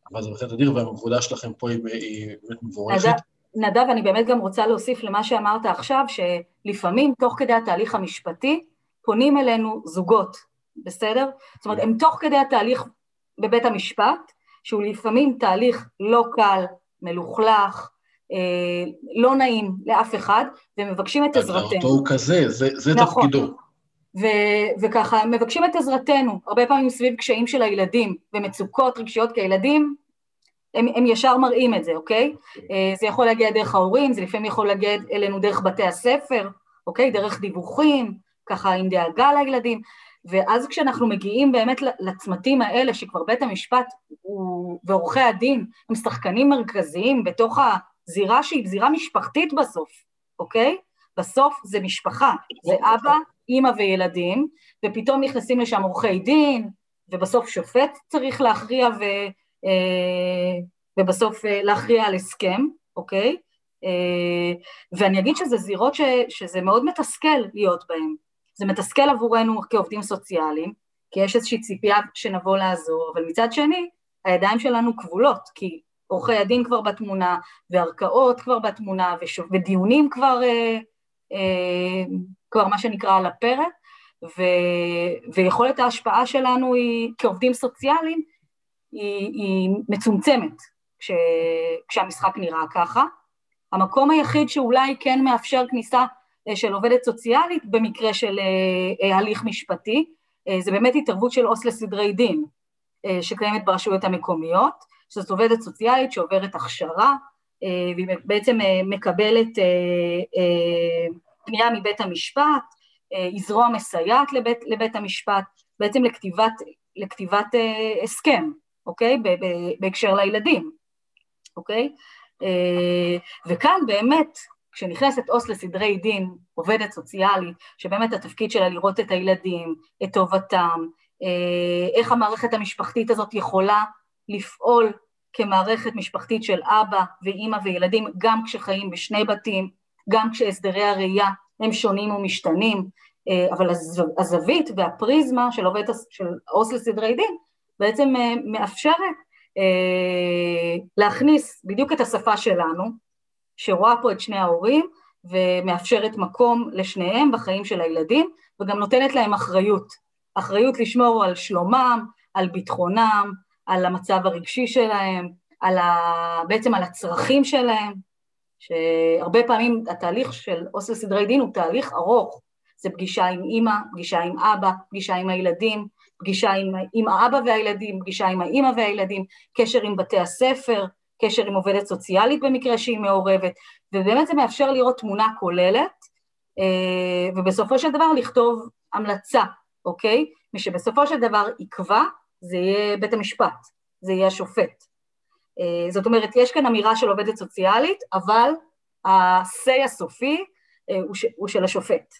אבל זה בהחלט אדיר, והעבודה שלכם פה היא באמת מבורכת. נדב, אני באמת גם רוצה להוסיף למה שאמרת עכשיו, שלפעמים תוך כדי התהליך המשפטי, פונים אלינו זוגות, בסדר? זאת אומרת, הם תוך כדי התהליך בבית המשפט, שהוא לפעמים תהליך לא קל, מלוכלך, אה, לא נעים לאף אחד, ומבקשים את עזרתנו. אותו הוא כזה, זה, זה נכון. תפקידו. ו- וככה, הם מבקשים את עזרתנו, הרבה פעמים סביב קשיים של הילדים, ומצוקות רגשיות כילדים, הם, הם ישר מראים את זה, אוקיי? אה, זה יכול להגיע דרך ההורים, זה לפעמים יכול להגיע אלינו דרך בתי הספר, אוקיי? דרך דיווחים, ככה עם דאגה לילדים, ואז כשאנחנו מגיעים באמת לצמתים האלה, שכבר בית המשפט הוא, ועורכי הדין הם שחקנים מרכזיים בתוך הזירה שהיא זירה משפחתית בסוף, אוקיי? בסוף זה משפחה, זה אבא, אמא וילדים, ופתאום נכנסים לשם עורכי דין, ובסוף שופט צריך להכריע, ו, ובסוף להכריע על הסכם, אוקיי? ואני אגיד שזה זירות ש, שזה מאוד מתסכל להיות בהם. זה מתסכל עבורנו כעובדים סוציאליים, כי יש איזושהי ציפייה שנבוא לעזור, אבל מצד שני, הידיים שלנו כבולות, כי עורכי הדין כבר בתמונה, וערכאות כבר בתמונה, ודיונים כבר, אה, אה, כבר מה שנקרא על הפרק, ו, ויכולת ההשפעה שלנו היא, כעובדים סוציאליים, היא, היא מצומצמת, כש, כשהמשחק נראה ככה. המקום היחיד שאולי כן מאפשר כניסה של עובדת סוציאלית במקרה של אה, הליך משפטי, אה, זה באמת התערבות של עו"ס לסדרי דין, אה, שקיימת ברשויות המקומיות, שזאת עובדת סוציאלית שעוברת הכשרה, אה, והיא בעצם אה, מקבלת אה, אה, פנייה מבית המשפט, אה, היא זרוע מסייעת לבית, לבית המשפט, בעצם לכתיבת, לכתיבת אה, הסכם, אוקיי? ב, ב, בהקשר לילדים, אוקיי? אה, וכאן באמת, כשנכנסת עו"ס לסדרי דין, עובדת סוציאלית, שבאמת התפקיד שלה לראות את הילדים, את טובתם, איך המערכת המשפחתית הזאת יכולה לפעול כמערכת משפחתית של אבא ואמא וילדים, גם כשחיים בשני בתים, גם כשהסדרי הראייה הם שונים ומשתנים, אבל הזווית והפריזמה של עובדת של עו"ס לסדרי דין, בעצם מאפשרת להכניס בדיוק את השפה שלנו, שרואה פה את שני ההורים, ומאפשרת מקום לשניהם בחיים של הילדים, וגם נותנת להם אחריות, אחריות לשמור על שלומם, על ביטחונם, על המצב הרגשי שלהם, על ה... בעצם על הצרכים שלהם, שהרבה פעמים התהליך של עו"ס לסדרי דין הוא תהליך ארוך, זה פגישה עם אמא, פגישה עם אבא, פגישה עם הילדים, פגישה עם, עם האבא והילדים, פגישה עם האמא והילדים, קשר עם בתי הספר, קשר עם עובדת סוציאלית במקרה שהיא מעורבת, ובאמת זה מאפשר לראות תמונה כוללת, ובסופו של דבר לכתוב המלצה, אוקיי? מי שבסופו של דבר יקבע, זה יהיה בית המשפט, זה יהיה השופט. זאת אומרת, יש כאן אמירה של עובדת סוציאלית, אבל ה-say הסופי הוא של השופט.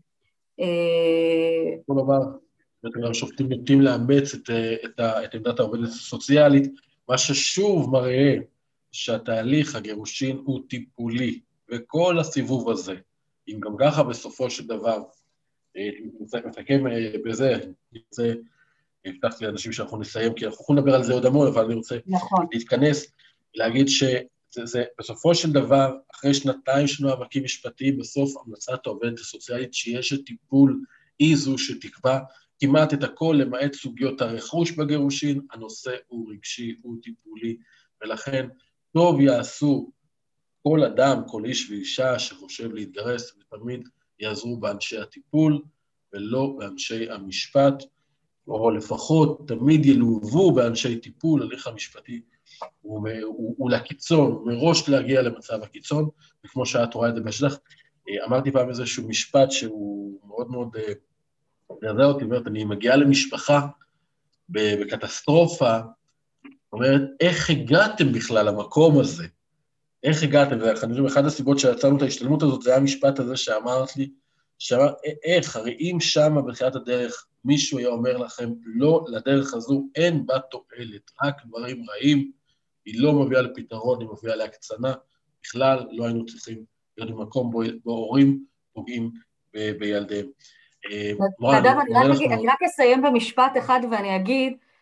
בוא נאמר, בעצם השופטים נוטים לאמץ את, את, את עמדת העובדת הסוציאלית, מה ששוב מראה שהתהליך הגירושין הוא טיפולי, וכל הסיבוב הזה, אם גם ככה בסופו של דבר, מסכם בזה, זה הבטחתי לאנשים שאנחנו נסיים, כי אנחנו יכולים לדבר על זה עוד המון, אבל אני רוצה נכון. להתכנס, להגיד שזה בסופו של דבר, אחרי שנתיים של מאבקים משפטיים, בסוף המלצת העובדת הסוציאלית שיש טיפול, היא זו שתקבע כמעט את הכל, למעט סוגיות הרכוש בגירושין, הנושא הוא רגשי, הוא טיפולי, ולכן טוב יעשו כל אדם, כל איש ואישה שחושב להתגרש, ותמיד יעזרו באנשי הטיפול, ולא באנשי המשפט, או לפחות תמיד ילוו באנשי טיפול, הליך המשפטי הוא, הוא, הוא לקיצון, מראש להגיע למצב הקיצון, וכמו שאת רואה את זה בשטח, אמרתי פעם איזשהו משפט שהוא מאוד מאוד נראה אותי, אומרת, אני מגיעה למשפחה בקטסטרופה, אומרת, איך הגעתם בכלל למקום הזה? איך הגעתם? ואני חושב, אחת הסיבות שיצרנו את ההשתלמות הזאת, זה היה המשפט הזה שאמרת לי, שאמר, איך, הרי אם שמה בתחילת הדרך, מישהו היה אומר לכם, לא, לדרך הזו אין בה תועלת, רק דברים רעים, היא לא מביאה לפתרון, היא מביאה להקצנה, בכלל לא היינו צריכים להיות במקום בו, בו הורים פוגעים ב, בילדיהם. נדב, אני רק אסיים במשפט אחד ואני אגיד,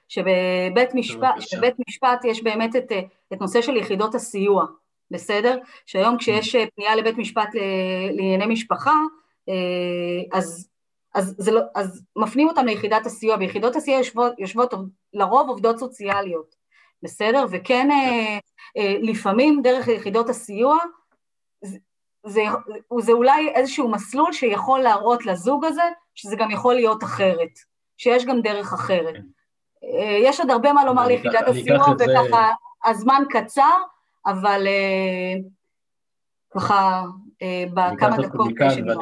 שבבית משפט, שבבית משפט יש באמת את, את נושא של יחידות הסיוע, בסדר? שהיום כשיש פנייה לבית משפט לענייני משפחה, אז, אז, זה לא, אז מפנים אותם ליחידת הסיוע, ויחידות הסיוע יושבות, יושבות לרוב עובדות סוציאליות, בסדר? וכן, לפעמים דרך יחידות הסיוע, זה, זה אולי איזשהו מסלול שיכול להראות לזוג הזה, שזה גם יכול להיות אחרת, שיש גם דרך אחרת. יש עוד הרבה מה לומר ליחידת הסיוע, וככה הזמן קצר, אבל ככה בכמה דקות שנראה.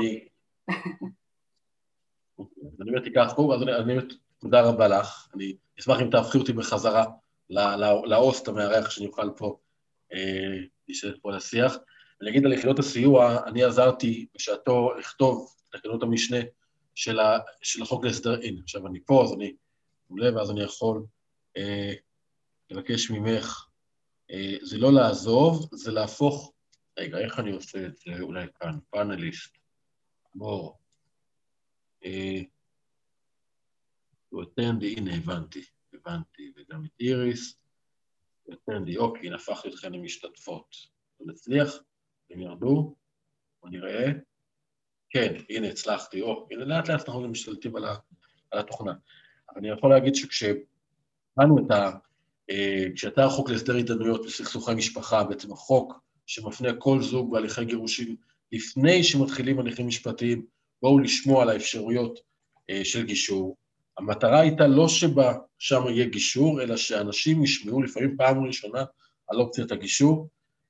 אני באמת אקח פה, אז אני באמת תודה רבה לך, אני אשמח אם תהפכי אותי בחזרה לאוסט המארח שאני אוכל פה להישאר פה לשיח. אני אגיד על יחידות הסיוע, אני עזרתי בשעתו לכתוב תקנות המשנה של, ה, של החוק להסדר עין. עכשיו אני פה, אז אני עולה, ואז אני יכול אה, לבקש ממך, אה, זה לא לעזוב, זה להפוך, רגע, איך אני עושה את זה אולי כאן, פאנליסט, בואו, אה, הוא אתן לי, הנה הבנתי, הבנתי, וגם את איריס, אתן לי, אוקיי, נפחתי אתכן למשתתפות. נצליח? הם ירדו, בוא נראה. כן, הנה, הצלחתי, או, הנה, לאט לאט אנחנו משתלטים על, על התוכנה. אבל אני יכול להגיד שכשבאנו את ה... כשאתה החוק להסדר התדיינויות בסכסוכי משפחה, בעצם החוק שמפנה כל זוג בהליכי גירושים, לפני שמתחילים הליכים משפטיים, בואו לשמוע על האפשרויות של גישור. המטרה הייתה לא שבה שם יהיה גישור, אלא שאנשים ישמעו לפעמים פעם ראשונה על אופציית הגישור,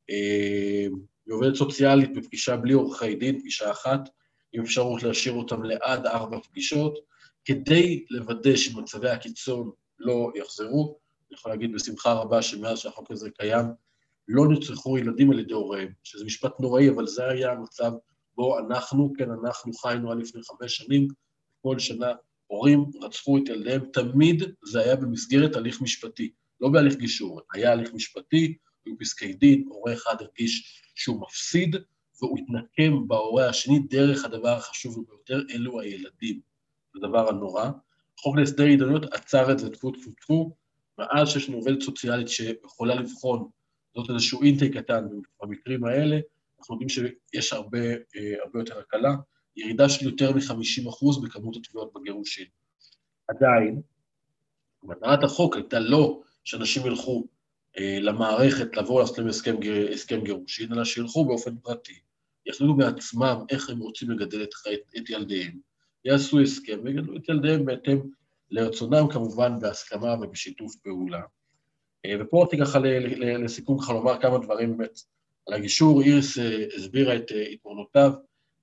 עובדת סוציאלית בפגישה בלי עורכי דין, פגישה אחת, עם אפשרות להשאיר אותם לעד ארבע פגישות, כדי לוודא שמצבי הקיצון לא יחזרו. אני יכול להגיד בשמחה רבה שמאז שהחוק הזה קיים, לא נרצחו ילדים על ידי הוריהם, שזה משפט נוראי, אבל זה היה המצב בו אנחנו, כן, אנחנו חיינו על לפני חמש שנים, כל שנה הורים רצחו את ילדיהם, תמיד זה היה במסגרת הליך משפטי, לא בהליך גישור, היה הליך משפטי, היו פסקי דין, הורה אחד הרגיש שהוא מפסיד, והוא התנקם בהורה השני דרך הדבר החשוב ביותר, אלו הילדים. זה הדבר הנורא. חוק להסדר התדיינויות עצר את זה, טפו טפו טפו, מאז שיש לנו עובדת סוציאלית שיכולה לבחון, זאת איזשהו אינטייק קטן במקרים האלה, אנחנו יודעים שיש הרבה, הרבה יותר הקלה, ירידה של יותר מ-חמישים אחוז בכמות התביעות בגירושים. עדיין, מטרת החוק הייתה לא שאנשים ילכו למערכת לעבור לעשות הסכם, הסכם גירושין, אלא שילכו באופן פרטי, יחליטו בעצמם איך הם רוצים לגדל את, את ילדיהם, יעשו הסכם ויגדלו את ילדיהם בהתאם לרצונם, כמובן בהסכמה ובשיתוף פעולה. ופה רציתי ככה לסיכום ככה לומר כמה דברים באמת על הגישור. איריס הסבירה את יתרונותיו,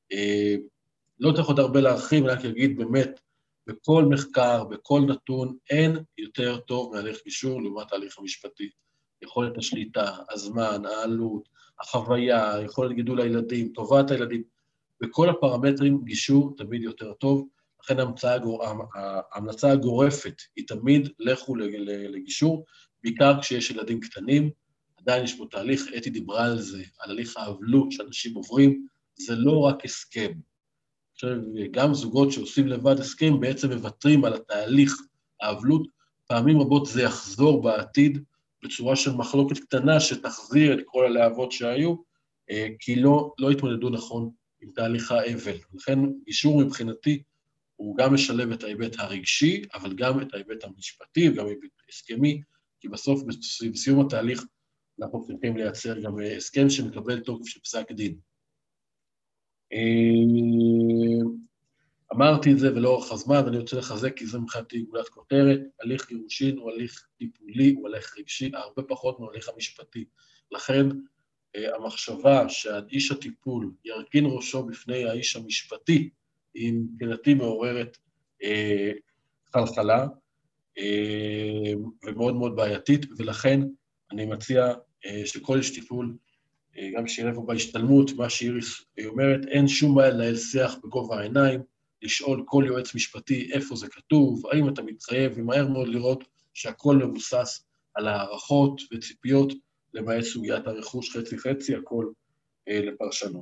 לא צריך עוד הרבה להרחיב, רק להגיד באמת, בכל מחקר, בכל נתון, אין יותר טוב מהליך גישור לעומת ההליך המשפטי. יכולת השליטה, הזמן, העלות, החוויה, יכולת גידול הילדים, טובת הילדים, בכל הפרמטרים גישור תמיד יותר טוב, לכן ההמלצה הגורפת היא תמיד לכו לגישור, בעיקר כשיש ילדים קטנים, עדיין יש פה תהליך, אתי דיברה על זה, על הליך האבלות שאנשים עוברים, זה לא רק הסכם. עכשיו, גם זוגות שעושים לבד הסכם בעצם מוותרים על התהליך האבלות, פעמים רבות זה יחזור בעתיד, בצורה של מחלוקת קטנה שתחזיר את כל הלהבות שהיו, כי לא, לא התמודדו נכון עם תהליך האבל. לכן גישור מבחינתי הוא גם משלב את ההיבט הרגשי, אבל גם את ההיבט המשפטי וגם ההיבט ההסכמי, כי בסוף בסיום התהליך אנחנו צריכים לייצר גם הסכם שמקבל תוקף של פסק דין. אמרתי את זה ולאורך הזמן, ואני רוצה לחזק כי זה מבחינתי גולת כותרת, הליך גירושין הוא הליך טיפולי, הוא הליך רגשי, הרבה פחות מההליך המשפטי. לכן המחשבה שהאיש הטיפול ירכין ראשו בפני האיש המשפטי, היא מבחינתי מעוררת אה, חלחלה, אה, ומאוד מאוד בעייתית, ולכן אני מציע אה, שכל איש טיפול, אה, גם שירבו בהשתלמות, מה שאיריס אומרת, אין שום בעיה לנהל שיח בגובה העיניים, לשאול כל יועץ משפטי איפה זה כתוב, האם אתה מתחייב, ומהר מאוד לראות שהכל מבוסס על הערכות וציפיות, למעט סוגיית הרכוש חצי-חצי, הכל אה, לפרשנות.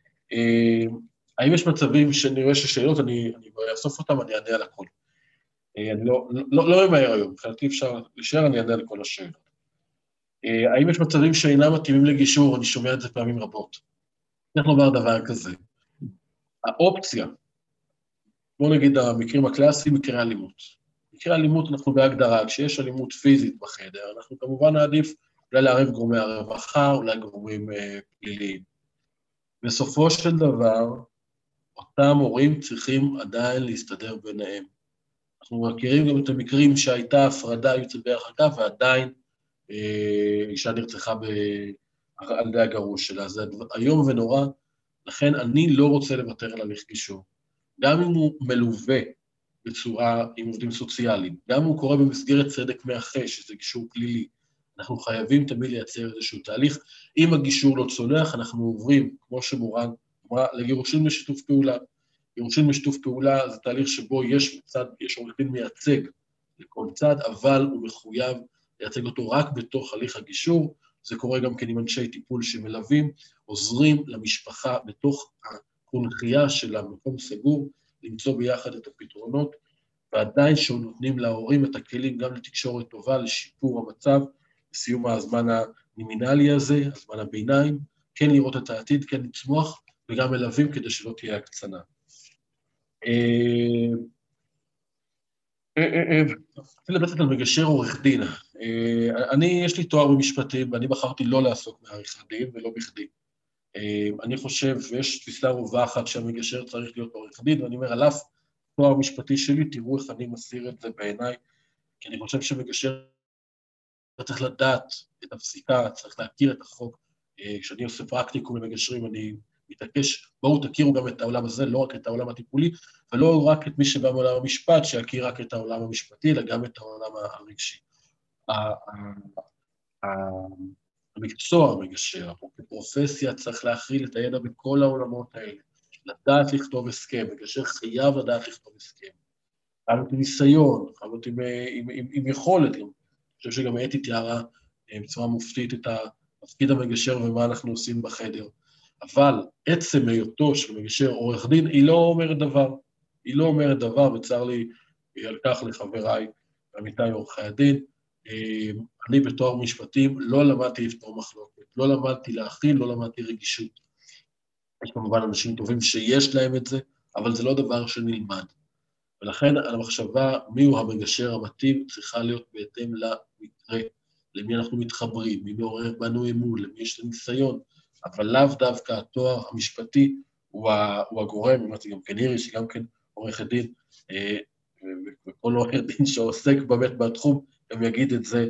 אה, האם יש מצבים שנראה ששאלות, אני, אני אאסוף אותם, אני אענה על הכל. אני לא, לא, לא ממהר היום, מבחינתי אפשר להישאר, אני אענה לכל השאלות. האם יש מצבים שאינם מתאימים לגישור? אני שומע את זה פעמים רבות. צריך לומר דבר כזה. האופציה, בוא נגיד המקרים הקלאסיים, מקרי אלימות. מקרי אלימות אנחנו בהגדרה, כשיש אלימות פיזית בחדר, אנחנו כמובן נעדיף אולי לערב גורמי הרווחה, אולי גורמים אה, פליליים. בסופו של דבר, אותם הורים צריכים עדיין להסתדר ביניהם. אנחנו מכירים גם את המקרים שהייתה הפרדה יוצאת בהרחקה, ועדיין אה, אישה נרצחה ב... על ידי הגרוש שלה. זה היום ונורא, לכן אני לא רוצה לוותר על הליך גישור. גם אם הוא מלווה בצורה עם עובדים סוציאליים, גם אם הוא קורה במסגרת צדק מאחה, שזה גישור פלילי, אנחנו חייבים תמיד לייצר איזשהו תהליך. אם הגישור לא צולח, אנחנו עוברים, כמו שמורן אמרה, לגירושים בשיתוף פעולה. גירושים בשיתוף פעולה זה תהליך שבו יש מצד, יש עורך דין מייצג לכל צד, אבל הוא מחויב לייצג אותו רק בתוך הליך הגישור. זה קורה גם כן עם אנשי טיפול שמלווים, עוזרים למשפחה בתוך הקונחייה של המקום סגור, למצוא ביחד את הפתרונות, ועדיין שנותנים להורים את הכלים גם לתקשורת טובה, לשיפור המצב, לסיום הזמן הנימינלי הזה, הזמן הביניים, כן לראות את העתיד, כן לצמוח, וגם מלווים כדי שלא תהיה הקצנה. רציתי לבטאת על מגשר עורך דין. אני, יש לי תואר במשפטים, ואני בחרתי לא לעסוק בעריכת דין, ולא בכדי. אני חושב, ויש תפיסה רווחת שהמגשר צריך להיות עורך דין, ואני אומר, על אף תואר משפטי שלי, תראו איך אני מסיר את זה בעיניי, כי אני חושב שמגשר צריך לדעת את הפסיקה, צריך להכיר את החוק. כשאני עושה פרקטיקום למגשרים, אני מתעקש, בואו תכירו גם את העולם הזה, לא רק את העולם הטיפולי, ולא רק את מי שבא מעולם המשפט, שיכיר רק את העולם המשפטי, אלא גם את העולם הרגשי. המקצוע המגשר, או כפרופסיה, צריך להכיל את הידע בכל העולמות האלה, לדעת לכתוב הסכם, מגשר חייב לדעת לכתוב הסכם. חייב להיות עם ניסיון, חייב להיות עם, עם, עם, עם יכולת. אני חושב שגם אתי תיארה בצורה מופתית את התפקיד המגשר ומה אנחנו עושים בחדר. אבל עצם היותו של מגשר עורך דין, היא לא אומרת דבר. היא לא אומרת דבר, וצר לי על כך לחבריי, עמיתיי עורכי הדין. אני בתואר משפטים לא למדתי לפתור מחלוקת, לא למדתי להכיל, לא למדתי רגישות. יש כמובן אנשים טובים שיש להם את זה, אבל זה לא דבר שנלמד. ולכן על המחשבה מיהו המגשר המתאים צריכה להיות בהתאם למקרה, למי אנחנו מתחברים, מי מעורר בנו אמון, למי יש ניסיון, אבל לאו דווקא התואר המשפטי הוא, הוא הגורם, אמרתי גם כן אירי, שגם כן עורך דין, וכל עורך דין שעוסק באמת בתחום, גם יגיד את זה,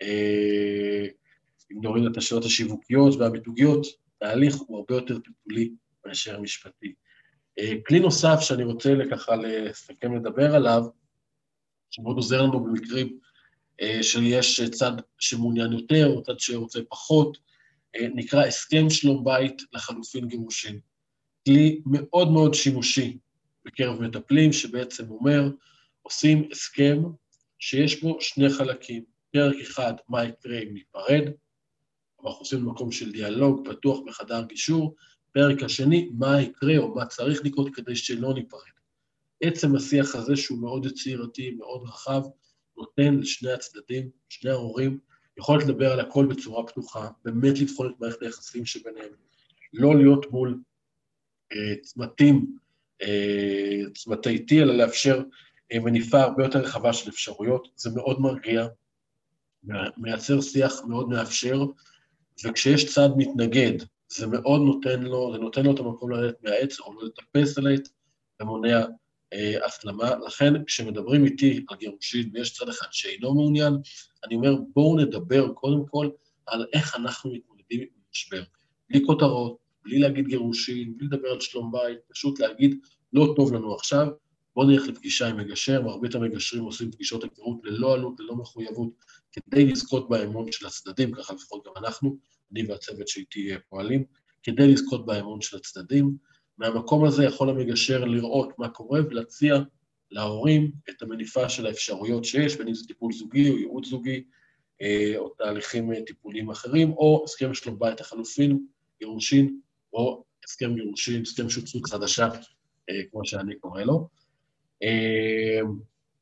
אם נוריד את השאלות השיווקיות והמיתוגיות, ההליך הוא הרבה יותר טיפולי מאשר משפטי. כלי נוסף שאני רוצה ככה לסכם לדבר עליו, שמאוד עוזר לנו במקרים שיש צד שמעוניין יותר, או צד שרוצה פחות, נקרא הסכם שלום בית לחלופין גירושין. כלי מאוד מאוד שימושי בקרב מטפלים, שבעצם אומר, עושים הסכם שיש בו שני חלקים. פרק אחד, מה יקרה אם ניפרד, אנחנו עושים במקום של דיאלוג, פתוח בחדר גישור, פרק השני, מה יקרה או מה צריך לקרות כדי שלא ניפרד. עצם השיח הזה שהוא מאוד יצירתי, מאוד רחב, נותן לשני הצדדים, שני ההורים, יכולת לדבר על הכל בצורה פתוחה, באמת לבחון את מערכת היחסים שביניהם, לא להיות מול אה, צמתים, אה, צמתי T, אלא לאפשר אה, מניפה הרבה יותר רחבה של אפשרויות, זה מאוד מרגיע, מייצר שיח מאוד מאפשר, וכשיש צד מתנגד, זה מאוד נותן לו, זה נותן לו את המקום לרדת מהעץ, או לא לטפס על העץ, ומונע אה, הסלמה. לכן, כשמדברים איתי על גירושין, ויש צד אחד שאינו מעוניין, אני אומר, בואו נדבר קודם כל על איך אנחנו מתמודדים עם משבר. בלי כותרות, בלי להגיד גירושין, בלי לדבר על שלום בית, פשוט להגיד, לא טוב לנו עכשיו, בואו נלך לפגישה עם מגשר, מרבית המגשרים עושים פגישות היכרות ללא עלות, ללא מחויבות, כדי לזכות באמון של הצדדים, ככה לפחות גם אנחנו, אני והצוות שאיתי פועלים, כדי לזכות באמון של הצדדים. מהמקום הזה יכול המגשר לראות מה קורה ולהציע להורים את המניפה של האפשרויות שיש, בין אם זה טיפול זוגי או ייעוץ זוגי, או תהליכים טיפוליים אחרים, או הסכם שלום בית החלופין, גירושין, או הסכם גירושין, הסכם שותפות חדשה, כמו שאני קורא לו.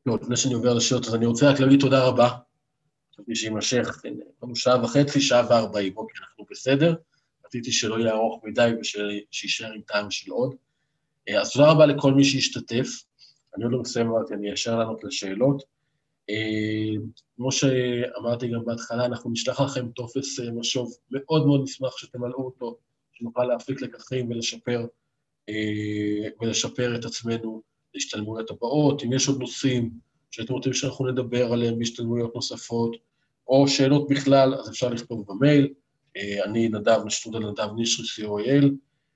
לא, לפני שאני עובר לשאלות, אז אני רוצה רק להגיד תודה רבה, חשבתי שימשך, לנו שעה וחצי, שעה וארבעים, אוקיי, אנחנו בסדר, רציתי שלא יהיה ארוך מדי ושישאר עם טעם של עוד. אז תודה רבה לכל מי שהשתתף, אני עוד לא מסיים, אמרתי, אני אשאר לענות לשאלות. כמו שאמרתי גם בהתחלה, אנחנו נשלח לכם טופס משוב, מאוד מאוד נשמח שתמלאו אותו, שנוכל להפיק לקחים ולשפר, ולשפר את עצמנו להשתלמויות הבאות. אם יש עוד נושאים שאתם רוצים שאנחנו נדבר עליהם בהשתלמויות נוספות, או שאלות בכלל, אז אפשר לכתוב במייל. אני נדב, נשתודל נדב נשרי סי או אל,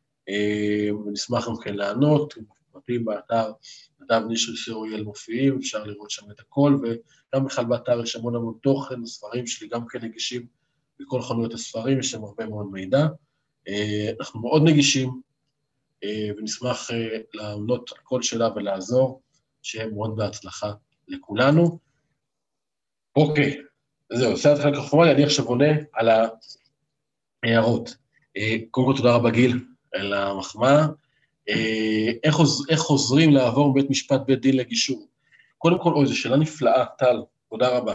ונשמח גם כן לענות, פרטים באתר נדב נשרי סי או אל מופיעים, אפשר לראות שם את הכל, וגם בכלל באתר יש המון המון תוכן, הספרים שלי גם כן נגישים בכל חנויות הספרים, יש שם הרבה מאוד מידע. אנחנו מאוד נגישים, ונשמח לענות על כל שאלה ולעזור, שיהיה מאוד בהצלחה לכולנו. אוקיי, זהו, עושה את חלק החומרי, אני עכשיו עונה על ההערות. קודם כל תודה רבה גיל על המחמאה. איך, איך חוזרים לעבור בית משפט בית דין לגישור? קודם כל, אוי, זו שאלה נפלאה, טל, תודה רבה.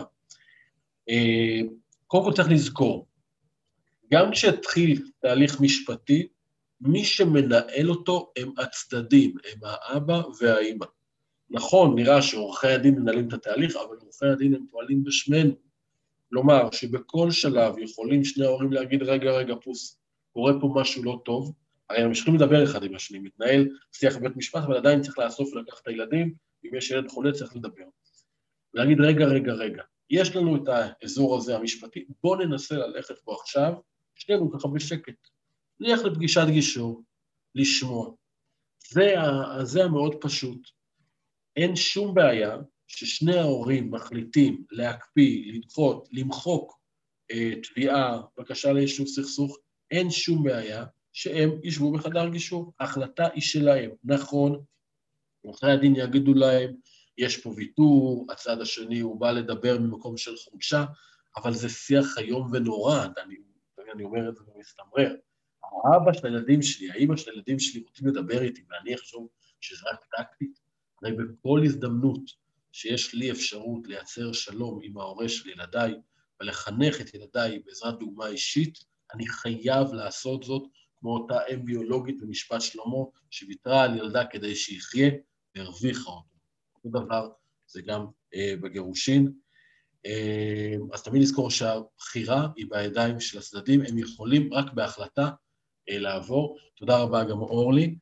קודם כל צריך לזכור, גם כשהתחיל תהליך משפטי, מי שמנהל אותו הם הצדדים, הם האבא והאמא. נכון, נראה שעורכי הדין מנהלים את התהליך, אבל עורכי הדין הם פועלים בשמנו. כלומר, שבכל שלב יכולים שני ההורים להגיד, רגע, רגע, פוס, קורה פה משהו לא טוב, הרי הם ממשיכים לדבר אחד עם השני, מתנהל שיח בבית משפט, אבל עדיין צריך לאסוף ולקח את הילדים, אם יש ילד חולה צריך לדבר. להגיד, רגע, רגע, רגע, יש לנו את האזור הזה המשפטי, בואו ננסה ללכת פה עכשיו, שנינו ככה בשקט. נלך לפגישת גישור, לשמוע. זה, זה המאוד פשוט. אין שום בעיה ששני ההורים מחליטים להקפיא, לדחות, למחוק אה, תביעה, בקשה ליישוב סכסוך, אין שום בעיה שהם ישבו בחדר גישור. ההחלטה היא שלהם. נכון, עורכי הדין יגידו להם, יש פה ויתור, הצד השני הוא בא לדבר ממקום של חולשה, אבל זה שיח איום ונורא, אני, אני אומר את זה ומסתמרר. האבא של הילדים שלי, האמא של הילדים שלי רוצים לדבר איתי, ואני אחשוב שזה רק טקטית. הרי בכל הזדמנות שיש לי אפשרות לייצר שלום עם ההורה של ילדיי, ולחנך את ילדיי בעזרת דוגמה אישית, אני חייב לעשות זאת כמו אותה אם ביולוגית במשפט שלמה, שוויתרה על ילדה כדי שיחיה והרוויחה אותו. אותו דבר זה גם אה, בגירושין. אה, אז תמיד לזכור שהבחירה היא בידיים של הצדדים, הם יכולים רק בהחלטה אה, לעבור. תודה רבה גם אורלי.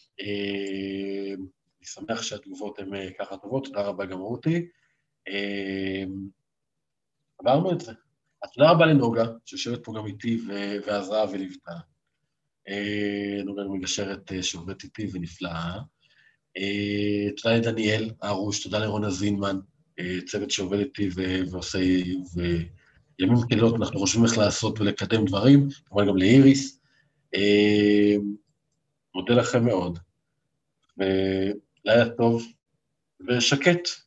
אה, אני שמח שהתגובות הן אה, ככה טובות, תודה רבה גם רותי. אה, עברנו את זה. אז תודה רבה לנוגה, שיושבת פה גם איתי ועזרה וליוותה. נוגה מגשרת שעובדת איתי ונפלאה. תודה לדניאל ארוש, תודה לרונה זינמן, צוות שעובד איתי ועושה, וימים כלילות אנחנו חושבים איך לעשות ולקדם דברים, כמובן גם לאיריס. מודה לכם מאוד, ולילה טוב ושקט.